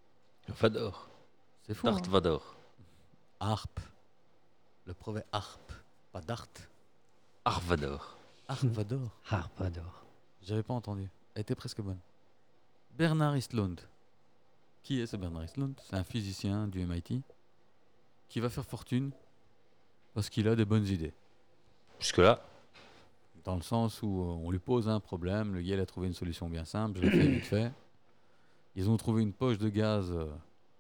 Vador. C'est fou. Darth hein. Vador. Harp. Le projet Harp. Pas Dart. Arvador. Harvador. Harpador. J'avais pas entendu. Elle était presque bonne. Bernard Eastlund. Qui est ce Bernard Eastlund? C'est un physicien du M I T qui va faire fortune parce qu'il a des bonnes idées. Jusque-là, Dans le sens où euh, on lui pose un problème, le gars il a trouvé une solution bien simple, je l'ai fait vite fait. Ils ont trouvé une poche de gaz euh,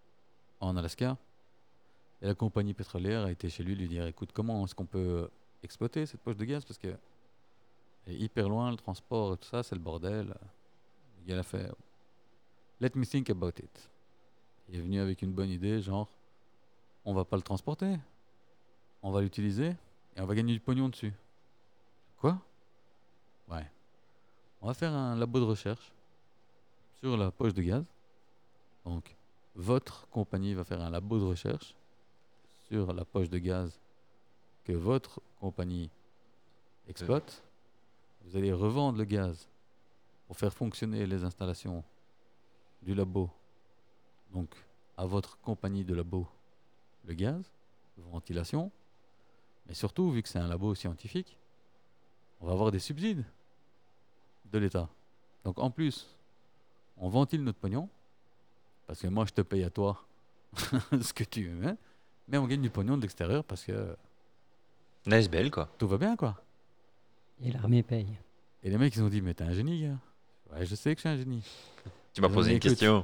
en Alaska et la compagnie pétrolière a été chez lui lui dire écoute, comment est-ce qu'on peut exploiter cette poche de gaz parce que elle est hyper loin, le transport et tout ça, c'est le bordel. Le gars a fait let me think about it. Il est venu avec une bonne idée, genre on va pas le transporter, on va l'utiliser et on va gagner du pognon dessus. Quoi? Ouais. On va faire un labo de recherche sur la poche de gaz. Donc, votre compagnie va faire un labo de recherche sur la poche de gaz que votre compagnie exploite. Vous allez revendre le gaz pour faire fonctionner les installations du labo donc à votre compagnie de labo le gaz, ventilation, mais surtout, vu que c'est un labo scientifique, on va avoir des subsides de l'État. Donc en plus, on ventile notre pognon, parce que moi je te paye à toi ce que tu veux, hein, mais on gagne du pognon de l'extérieur parce que Nice belle, quoi. tout va bien, quoi. Et l'armée paye. Et les mecs, ils ont dit, mais t'es un génie, gars. Ouais, je sais que je suis un génie. Tu m'as Ils ont posé dit, une écoute. question.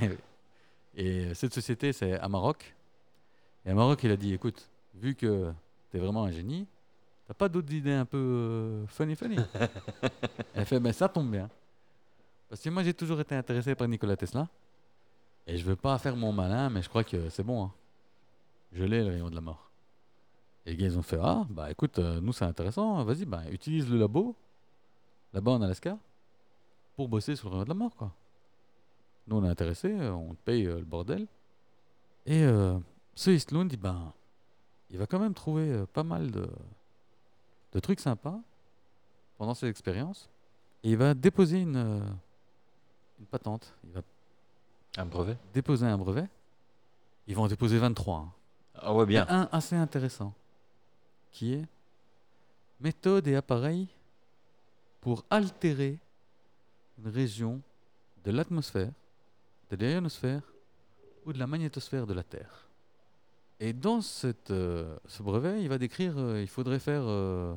Et cette société, c'est Amarok. Et Amarok, il a dit, écoute, vu que t'es vraiment un génie, t'as pas d'autres idées un peu euh, funny funny. Elle fait, ben ça tombe bien. Parce que moi, j'ai toujours été intéressé par Nikola Tesla. Et je veux pas faire mon malin, mais je crois que c'est bon. Hein. Je l'ai, le rayon de la mort. Et les gars, ils ont fait, ah, bah écoute, euh, nous, c'est intéressant. Vas-y, bah, utilise le labo, là-bas en Alaska, pour bosser sur le rayon de la mort, quoi. Nous, on est intéressés, euh, on te paye euh, le bordel. Et euh, ce Eastlund, dit, ben, il va quand même trouver euh, pas mal de, de trucs sympas pendant ses expériences. Et il va déposer une, euh, une patente. Il va Un brevet. déposer un brevet. Ils vont en déposer vingt-trois. Hein. Ah ouais, Il y bien. a un assez intéressant, qui est méthode et appareil pour altérer une région de l'atmosphère, de l'ionosphère ou de la magnétosphère de la Terre. Et dans cette, euh, ce brevet, il va décrire, euh, il faudrait faire euh,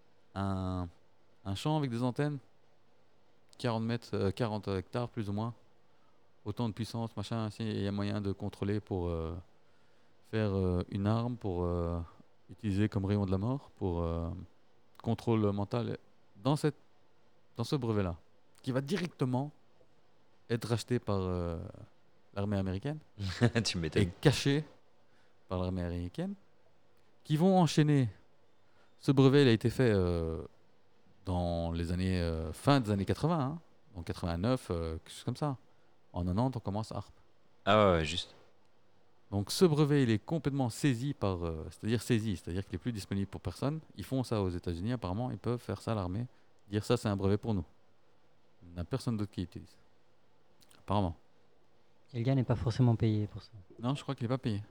un, un champ avec des antennes, quarante mètres, euh, quarante hectares plus ou moins, autant de puissance, machin, si il y a moyen de contrôler pour euh, faire euh, une arme, pour euh, utiliser comme rayon de la mort, pour euh, contrôle mental, dans, cette, dans ce brevet-là, qui va directement être racheté par euh, l'armée américaine Tu et m'étonnes. caché par l'armée américaine, qui vont enchaîner. Ce brevet, il a été fait euh, dans les années euh, fin des années quatre-vingts, hein, en quatre-vingt-neuf, euh, quelque chose comme ça. En quatre-vingt-dix, on commence ARP. Ah ouais, ouais, juste. Donc ce brevet, il est complètement saisi par, euh, c'est-à-dire saisi, c'est-à-dire qu'il est plus disponible pour personne. Ils font ça aux États-Unis, apparemment, ils peuvent faire ça à l'armée, dire ça, c'est un brevet pour nous. Il n'y a personne d'autre qui l'utilise. Apparemment. Et le gars n'est pas forcément payé pour ça. Non, je crois qu'il n'est pas payé.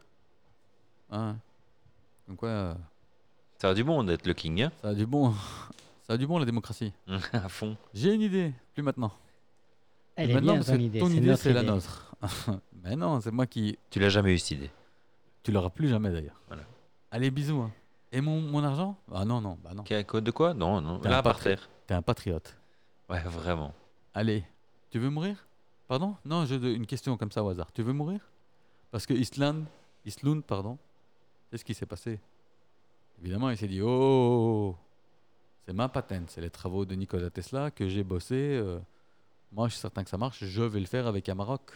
Ah, donc quoi, euh, Ça a du bon d'être le king, hein. ça a du bon, ça a du bon la démocratie. À fond. J'ai une idée, plus maintenant. Elle Plus est maintenant, bien parce ton que idée. ton c'est idée, notre c'est la idée. nôtre. Mais non, c'est moi qui. Tu l'as jamais eu cette idée. Tu l'auras plus jamais d'ailleurs. Voilà. Allez, bisous. Hein. Et mon, mon argent? Ah non, non, bah non. Quel code de quoi? Non, non. T'es Là, un par patri- terre. T'es un patriote. Ouais, vraiment. Allez, tu veux mourir? Pardon? Non, je une question comme ça au hasard. Tu veux mourir? Parce que Island, Islund, pardon, c'est ce qui s'est passé. Évidemment, il s'est dit, oh, oh, oh, c'est ma patente, c'est les travaux de Nikola Tesla que j'ai bossé. euh, moi, je suis certain que ça marche, je vais le faire avec Amarok.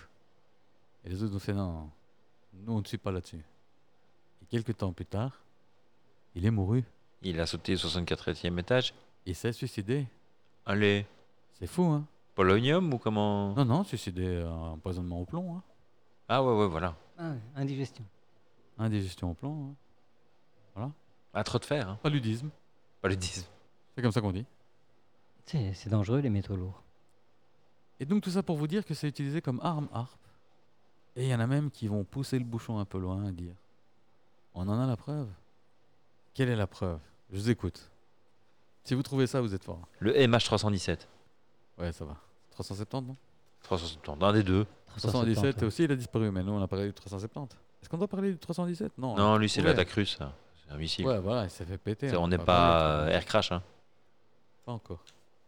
Et les autres ont fait, non, nous, on ne suit pas là-dessus. Et quelques temps plus tard, il est mouru. Il a sauté au soixante-quatrième étage. Il s'est suicidé. Allez. C'est fou, hein? Polonium ou comment? Non, non, suicidé, euh, empoisonnement au plomb, hein? Ah ouais, ouais, voilà. Ah, ouais, indigestion. Indigestion au plomb, hein? Ah, trop de fer, hein. Paludisme, Paludisme. c'est comme ça qu'on dit. C'est c'est dangereux les métaux lourds. Et donc tout ça pour vous dire que c'est utilisé comme arme ARP. Et il y en a même qui vont pousser le bouchon un peu loin et dire on en a la preuve. Quelle est la preuve? Je vous écoute. Si vous trouvez ça, vous êtes fort. Le M H trois cent dix-sept. Ouais, ça va. trois cent soixante-dix, non? trois cent soixante-dix. Un des deux. trois cent dix-sept aussi, il a disparu, mais nous on a parlé du trois cent soixante-dix. Est-ce qu'on doit parler du trois cent dix-sept? Non. Non, lui, c'est Ouais. l'attaque russe, ça. C'est un missile. Ouais, voilà, il s'est fait péter. C'est- hein, on va n'est pas pas parler euh, de- air crash, hein. Pas encore.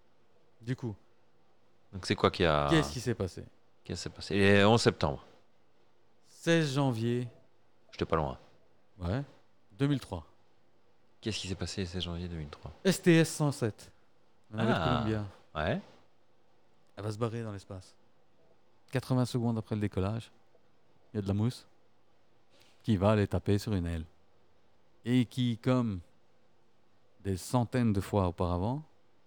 Du coup, Donc c'est quoi qui a. qu'est-ce qui s'est passé? Qu'est-ce qui s'est passé? Et onze septembre. seize janvier, J'étais pas loin. ouais, deux mille trois. Qu'est-ce qui s'est passé le seize janvier deux mille trois? S T S cent sept. La navette Ah. Columbia. Ouais. Elle va se barrer dans l'espace. quatre-vingts secondes après le décollage, il y a de la mousse qui va aller taper sur une aile. Et qui, comme des centaines de fois auparavant,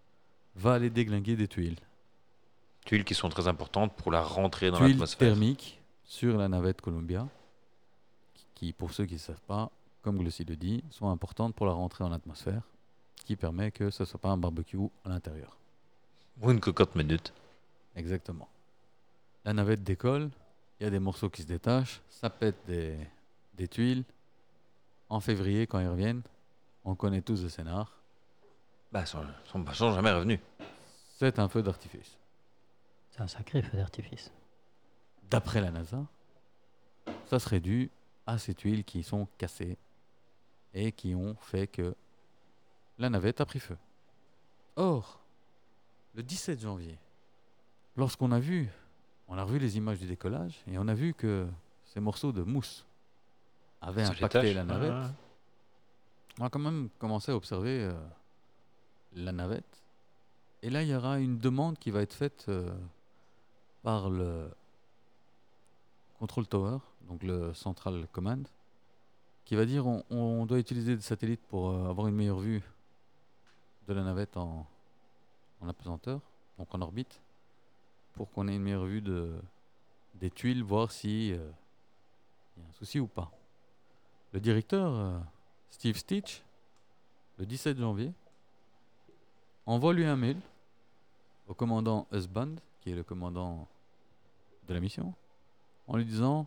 va aller déglinguer des tuiles. Tuiles qui sont très importantes pour la rentrée dans Tuiles l'atmosphère. thermiques sur la navette Columbia, qui- qui, pour ceux qui ne savent pas, comme Glossy le dit, sont importantes pour la rentrée en atmosphère, qui permet que ce ne soit pas un barbecue à l'intérieur. Ou une cocotte minute. Exactement. La navette décolle, il y a des morceaux qui se détachent, ça pète des, des tuiles. En février, quand ils reviennent, on connaît tous le scénar. Bah, ils sont, sont, sont jamais revenus. C'est un feu d'artifice. C'est un sacré feu d'artifice. D'après la NASA, ça serait dû à ces tuiles qui sont cassées et qui ont fait que la navette a pris feu. Or, le dix-sept janvier, lorsqu'on a vu, on a revu les images du décollage et on a vu que ces morceaux de mousse avaient Ça impacté détache. la navette, Ah, on a quand même commencé à observer euh, la navette. Et là, il y aura une demande qui va être faite euh, par le Control Tower, donc le Central Command, qui va dire on, on doit utiliser des satellites pour euh, avoir une meilleure vue de la navette en, en apesanteur, donc en orbite, pour qu'on ait une meilleure vue de, des tuiles, voir si il euh, y a un souci ou pas. Le directeur, euh, Steve Stitch, le dix-sept janvier, envoie lui un mail au commandant Husband, qui est le commandant de la mission, en lui disant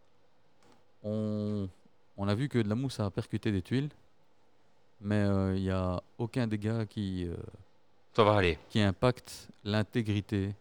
on, on a vu que de la mousse a percuté des tuiles, mais il euh, n'y a aucun dégât qui, euh, ça va aller. qui impacte l'intégrité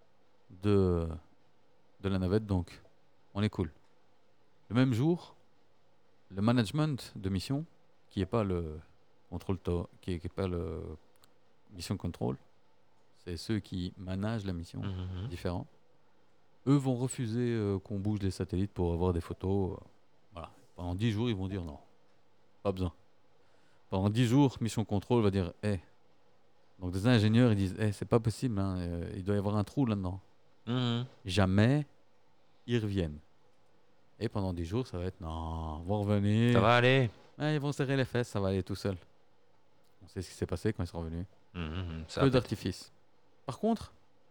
de, de la navette, donc on est cool. Le même jour, le management de mission, qui n'est pas le contrôle to- qui est, qui est pas le mission control, c'est ceux qui managent la mission, Mhm. différents. Eux vont refuser euh, qu'on bouge les satellites pour avoir des photos. euh, voilà. Pendant dix jours, ils vont dire non, pas besoin. Pendant dix jours, mission contrôle va dire hé. Donc des ingénieurs, ils disent hé, c'est pas possible, hein, euh, il doit y avoir un trou là-dedans. Mhm. Jamais ils reviennent. Et pendant dix jours, ça va être non, ils vont revenir. Ça va aller. Ah, ils vont serrer les fesses, ça va aller tout seul. On sait ce qui s'est passé quand ils sont revenus. Mhm. Ça Feu va. d'artifice. Par contre,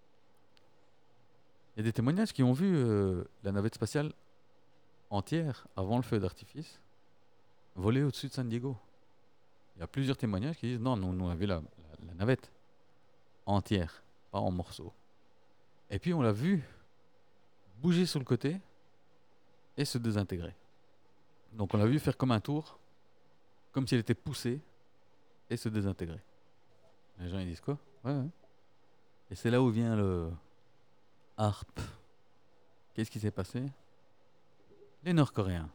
il y a des témoignages qui ont vu euh, la navette spatiale entière, avant le feu d'artifice, voler au-dessus de San Diego. Il y a plusieurs témoignages qui disent non, nous, nous on a vu la, la- la navette entière, pas en morceaux. Et puis on l'a vu bouger sur le côté et se désintégrer. Donc on l'a vu faire comme un tour, comme s'il était poussé et se désintégrer. Les gens ils disent quoi? Ouais, ouais. Et c'est là où vient le harp. Qu'est-ce qui s'est passé? Les Nord-Coréens.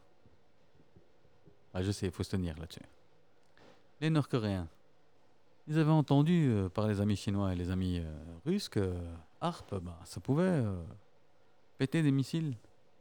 Ah, je sais, il faut se tenir là-dessus. Les Nord-Coréens, ils avaient entendu euh, par les amis chinois et les amis euh, russes que harp, bah, ça pouvait euh, péter des missiles.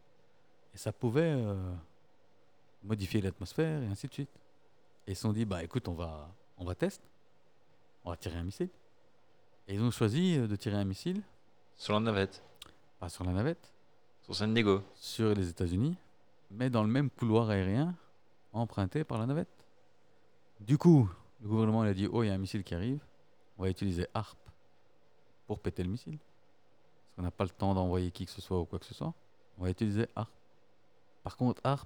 Et ça pouvait euh, modifier l'atmosphère et ainsi de suite. Et ils se sont dit, bah écoute, on va, on va tester, on va tirer un missile. Et ils ont choisi euh, de tirer un missile, Sur la navette. pas sur la navette, Sur San Diego. sur les États-Unis, mais dans le même couloir aérien emprunté par la navette. Du coup, le gouvernement il a dit, oh, il y a un missile qui arrive, on va utiliser harp pour péter le missile. Parce qu'on n'a pas le temps d'envoyer qui que ce soit ou quoi que ce soit. On va utiliser harp. Par contre, harp,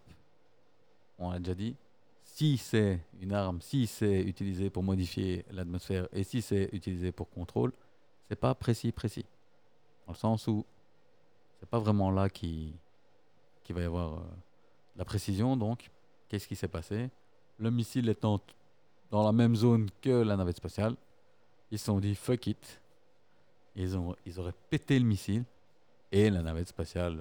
on l'a déjà dit, si c'est une arme, si c'est utilisé pour modifier l'atmosphère et si c'est utilisé pour contrôle, c'est pas précis, précis. Dans le sens où c'est pas vraiment là qu'il qui va y avoir euh, la précision. Donc, qu'est-ce qui s'est passé? Le missile étant t- dans la même zone que la navette spatiale, ils se sont dit fuck it. Ils, ont, ils auraient pété le missile et la navette spatiale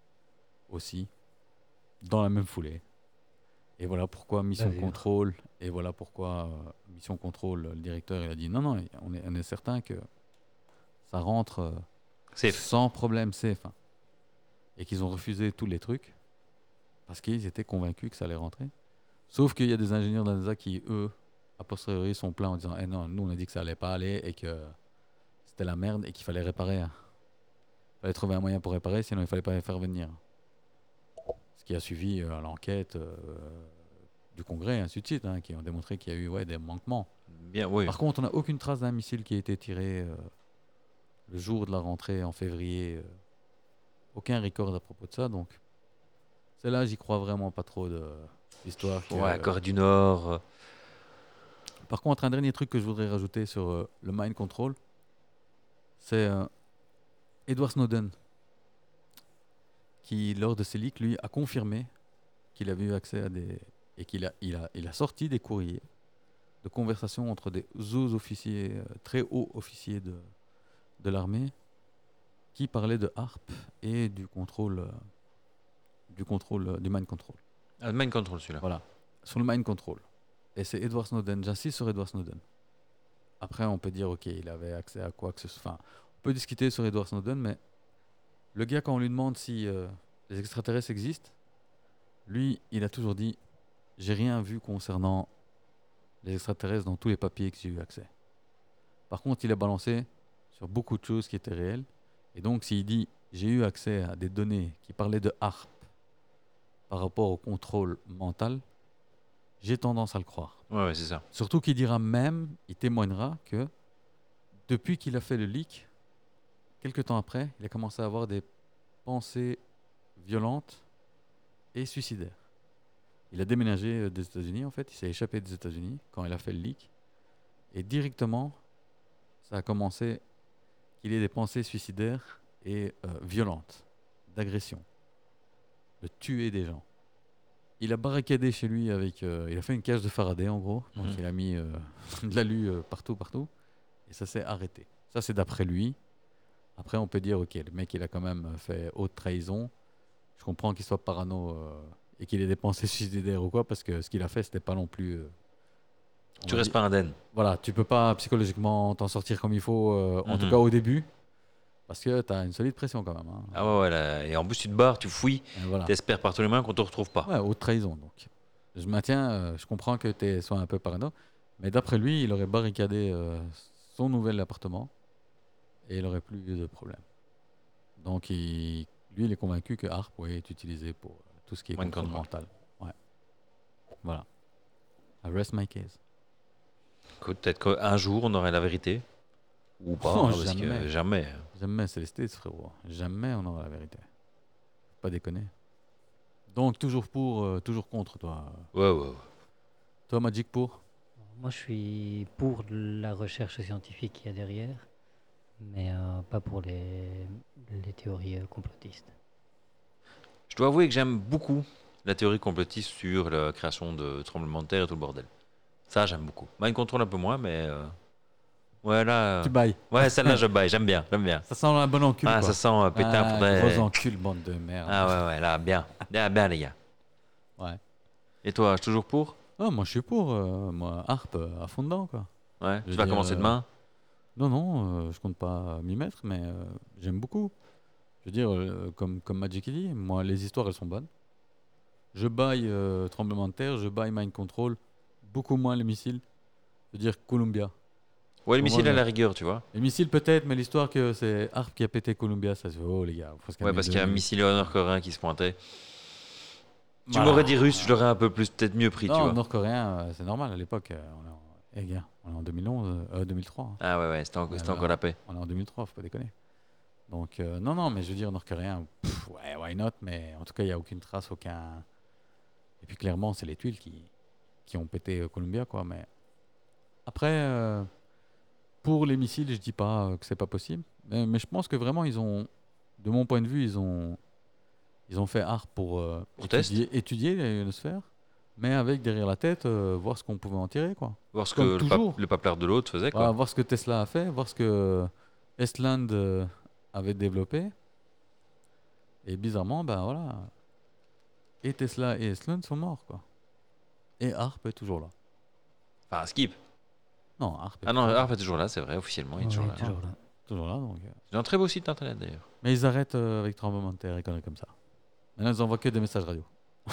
aussi dans la même foulée. Et voilà pourquoi mission Bavure. contrôle. Et voilà pourquoi euh, mission contrôle, le directeur il a dit non, non, on est, on est certain que ça rentre euh, Safe. sans problème safe. hein. Et qu'ils ont refusé tous les trucs parce qu'ils étaient convaincus que ça allait rentrer. Sauf qu'il y a des ingénieurs de la NASA qui, eux, a posteriori, sont pleins en disant eh non, nous on a dit que ça allait pas aller et que c'était la merde et qu'il fallait réparer. hein. Il fallait trouver un moyen pour réparer, sinon il fallait pas les faire venir. Ce qui a suivi euh, l'enquête euh, du Congrès et ainsi de suite, hein, qui ont démontré qu'il y a eu ouais, des manquements. Bien, oui. Par contre, on n'a aucune trace d'un missile qui a été tiré euh, le jour de la rentrée en février. euh, aucun record à propos de ça, donc c'est là j'y crois vraiment pas trop de l'histoire. que- Ouais, Corée du Nord. euh, Par contre, un dernier truc que je voudrais rajouter sur euh, le mind control, c'est euh, Edward Snowden, qui, lors de ses leaks, lui, a confirmé qu'il avait eu accès à des... et qu'il a, il a, il a sorti des courriers de conversations entre des hauts officiers, euh, très hauts officiers de, de l'armée, qui parlaient de Harp et du contrôle, euh, du contrôle, euh, du mind control. Ah, mind control celui-là. Voilà, sur le mind control. Et c'est Edward Snowden, j'insiste sur Edward Snowden. Après, on peut dire, ok, il avait accès à quoi que ce soit. Enfin, on peut discuter sur Edward Snowden, mais le gars, quand on lui demande si euh, les extraterrestres existent, lui, il a toujours dit, j'ai rien vu concernant les extraterrestres dans tous les papiers que j'ai eu accès. Par contre, il a balancé sur beaucoup de choses qui étaient réelles. Et donc, s'il dit, j'ai eu accès à des données qui parlaient de Harp par rapport au contrôle mental, j'ai tendance à le croire. Ouais, ouais, c'est ça. Surtout qu'il dira même, il témoignera que depuis qu'il a fait le leak, quelques temps après, il a commencé à avoir des pensées violentes et suicidaires. Il a déménagé des États-Unis, en fait. Il s'est échappé des États-Unis quand il a fait le leak. Et directement, ça a commencé qu'il ait des pensées suicidaires et euh, violentes, d'agression, de tuer des gens. Il a barricadé chez lui avec... Euh, il a fait une cage de Faraday, en gros. Donc, Mhm. il a mis euh, de l'alu euh, partout, partout. Et ça s'est arrêté. Ça, c'est d'après lui. Après, on peut dire, OK, le mec, il a quand même fait haute trahison. Je comprends qu'il soit parano euh, et qu'il ait des pensées suicidaires ou quoi, parce que ce qu'il a fait, c'était pas non plus... euh, on Tu va restes dire- pas indemne. Voilà, tu peux pas psychologiquement t'en sortir comme il faut, euh, en Mhm. tout cas au début, parce que tu as une solide pression quand même. Hein. Ah ouais, ouais, là, et en plus tu te barres, tu fouilles, Et voilà. t'espères par tous les moyens qu'on te retrouve pas. Ouais, haute trahison. Donc, je maintiens, euh, je comprends que tu sois un peu parano, mais d'après lui, il aurait barricadé euh, son nouvel appartement et il aurait plus de problème. Donc, il- lui, il est convaincu que Harp ouais, est utilisé pour euh, tout ce qui est Mind contrôle control. mental. Ouais. Voilà. I rest my case. Écoute, peut-être qu'un jour on aurait la vérité. Ou pas, Oh, hein, parce que jamais. jamais. Jamais, c'est les States, frérot. Jamais on aura la vérité. Faut pas déconner. Donc, toujours pour, euh, toujours contre, toi. Ouais, ouais, ouais. Toi, Magic, pour Moi, je suis pour la recherche scientifique qu'il y a derrière, mais euh, pas pour les, les théories euh, complotistes. Je dois avouer que j'aime beaucoup la théorie complotiste sur la création de tremblements de terre et tout le bordel. Ça, j'aime beaucoup. Mind control un peu moins, mais... euh, Ouais, là... Tu euh, bailles. Ouais, celle-là, je baille. J'aime bien, j'aime bien. Ça sent un bon encul, Ah, quoi. ça sent euh, pétard. Ah, faudrait- gros encul, bande de merde. Ah ouais, ouais, là, bien. Bien, bien, les gars. Ouais. Et toi, toujours pour? Oh, moi, je suis pour. euh, moi, Harp, euh, à fond dedans, quoi. Ouais, Je tu veux vas dire, commencer euh, demain? Non, non, euh, je compte pas m'y mettre, mais euh, j'aime beaucoup. Je veux dire, euh, comme, comme Magic il dit, moi, les histoires, elles sont bonnes. Je baille euh, Tremblement de Terre, je baille Mind Control, beaucoup moins les missiles. Je veux dire, Columbia. Ouais, le Pour missile moi, à la le- rigueur, tu vois. Les missiles, peut-être, mais l'histoire que c'est Harp qui a pété Columbia, ça se fait, oh les gars, faut se Ouais, calmer parce deux qu'il y a un minutes. missile nord-coréen qui se pointait. Tu Voilà. m'aurais dit russe, je l'aurais un peu plus, peut-être mieux pris, tu Non, vois. nord-coréen, euh, c'est normal à l'époque. euh, on est en... Eh, gars, on est en deux mille onze, euh, deux mille trois. hein. Ah ouais, ouais, c'était en- Ouais, c'était bah, encore la paix. On est en deux mille trois, faut pas déconner. Donc, euh, non, non, mais je veux dire, nord-coréen, pff, ouais, why not, mais en tout cas, il n'y a aucune trace, aucun. Et puis, clairement, c'est les tuiles qui, qui ont pété euh, Columbia, quoi. Mais après, euh, pour les missiles, je dis pas euh, que c'est pas possible, mais, mais je pense que vraiment, ils ont, de mon point de vue, ils ont, ils ont fait Harp pour, euh, Pour étudier, étudier les ionosphères, mais avec derrière la tête, euh, voir ce qu'on pouvait en tirer, quoi. Voir ce que Comme le, toujours. pap- le papelard de l'autre faisait, quoi. Voilà, voir ce que Tesla a fait, voir ce que Estland euh, avait développé. Et bizarrement, ben voilà. Et Tesla et Estland sont morts, quoi. Et Harp est toujours là. Enfin, skip. Non, Harp est, Ah non, toujours, Harp est toujours là, c'est vrai, officiellement, il est Oui, toujours là. toujours là. toujours là. Donc, euh. C'est un très beau site internet, d'ailleurs. Mais ils arrêtent euh, avec tremblement de terre et conneries comme ça. Maintenant, ils envoient que des messages radio.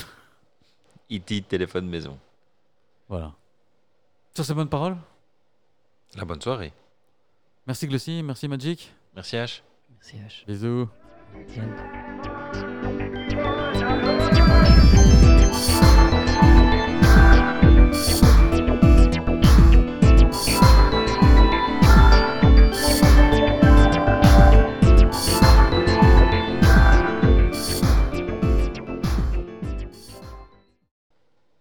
I T, téléphone, maison. Voilà. Sur ces bonnes paroles, La bonne soirée. merci Glossy, merci Magic. Merci H. Merci H. Bisous. Tiens.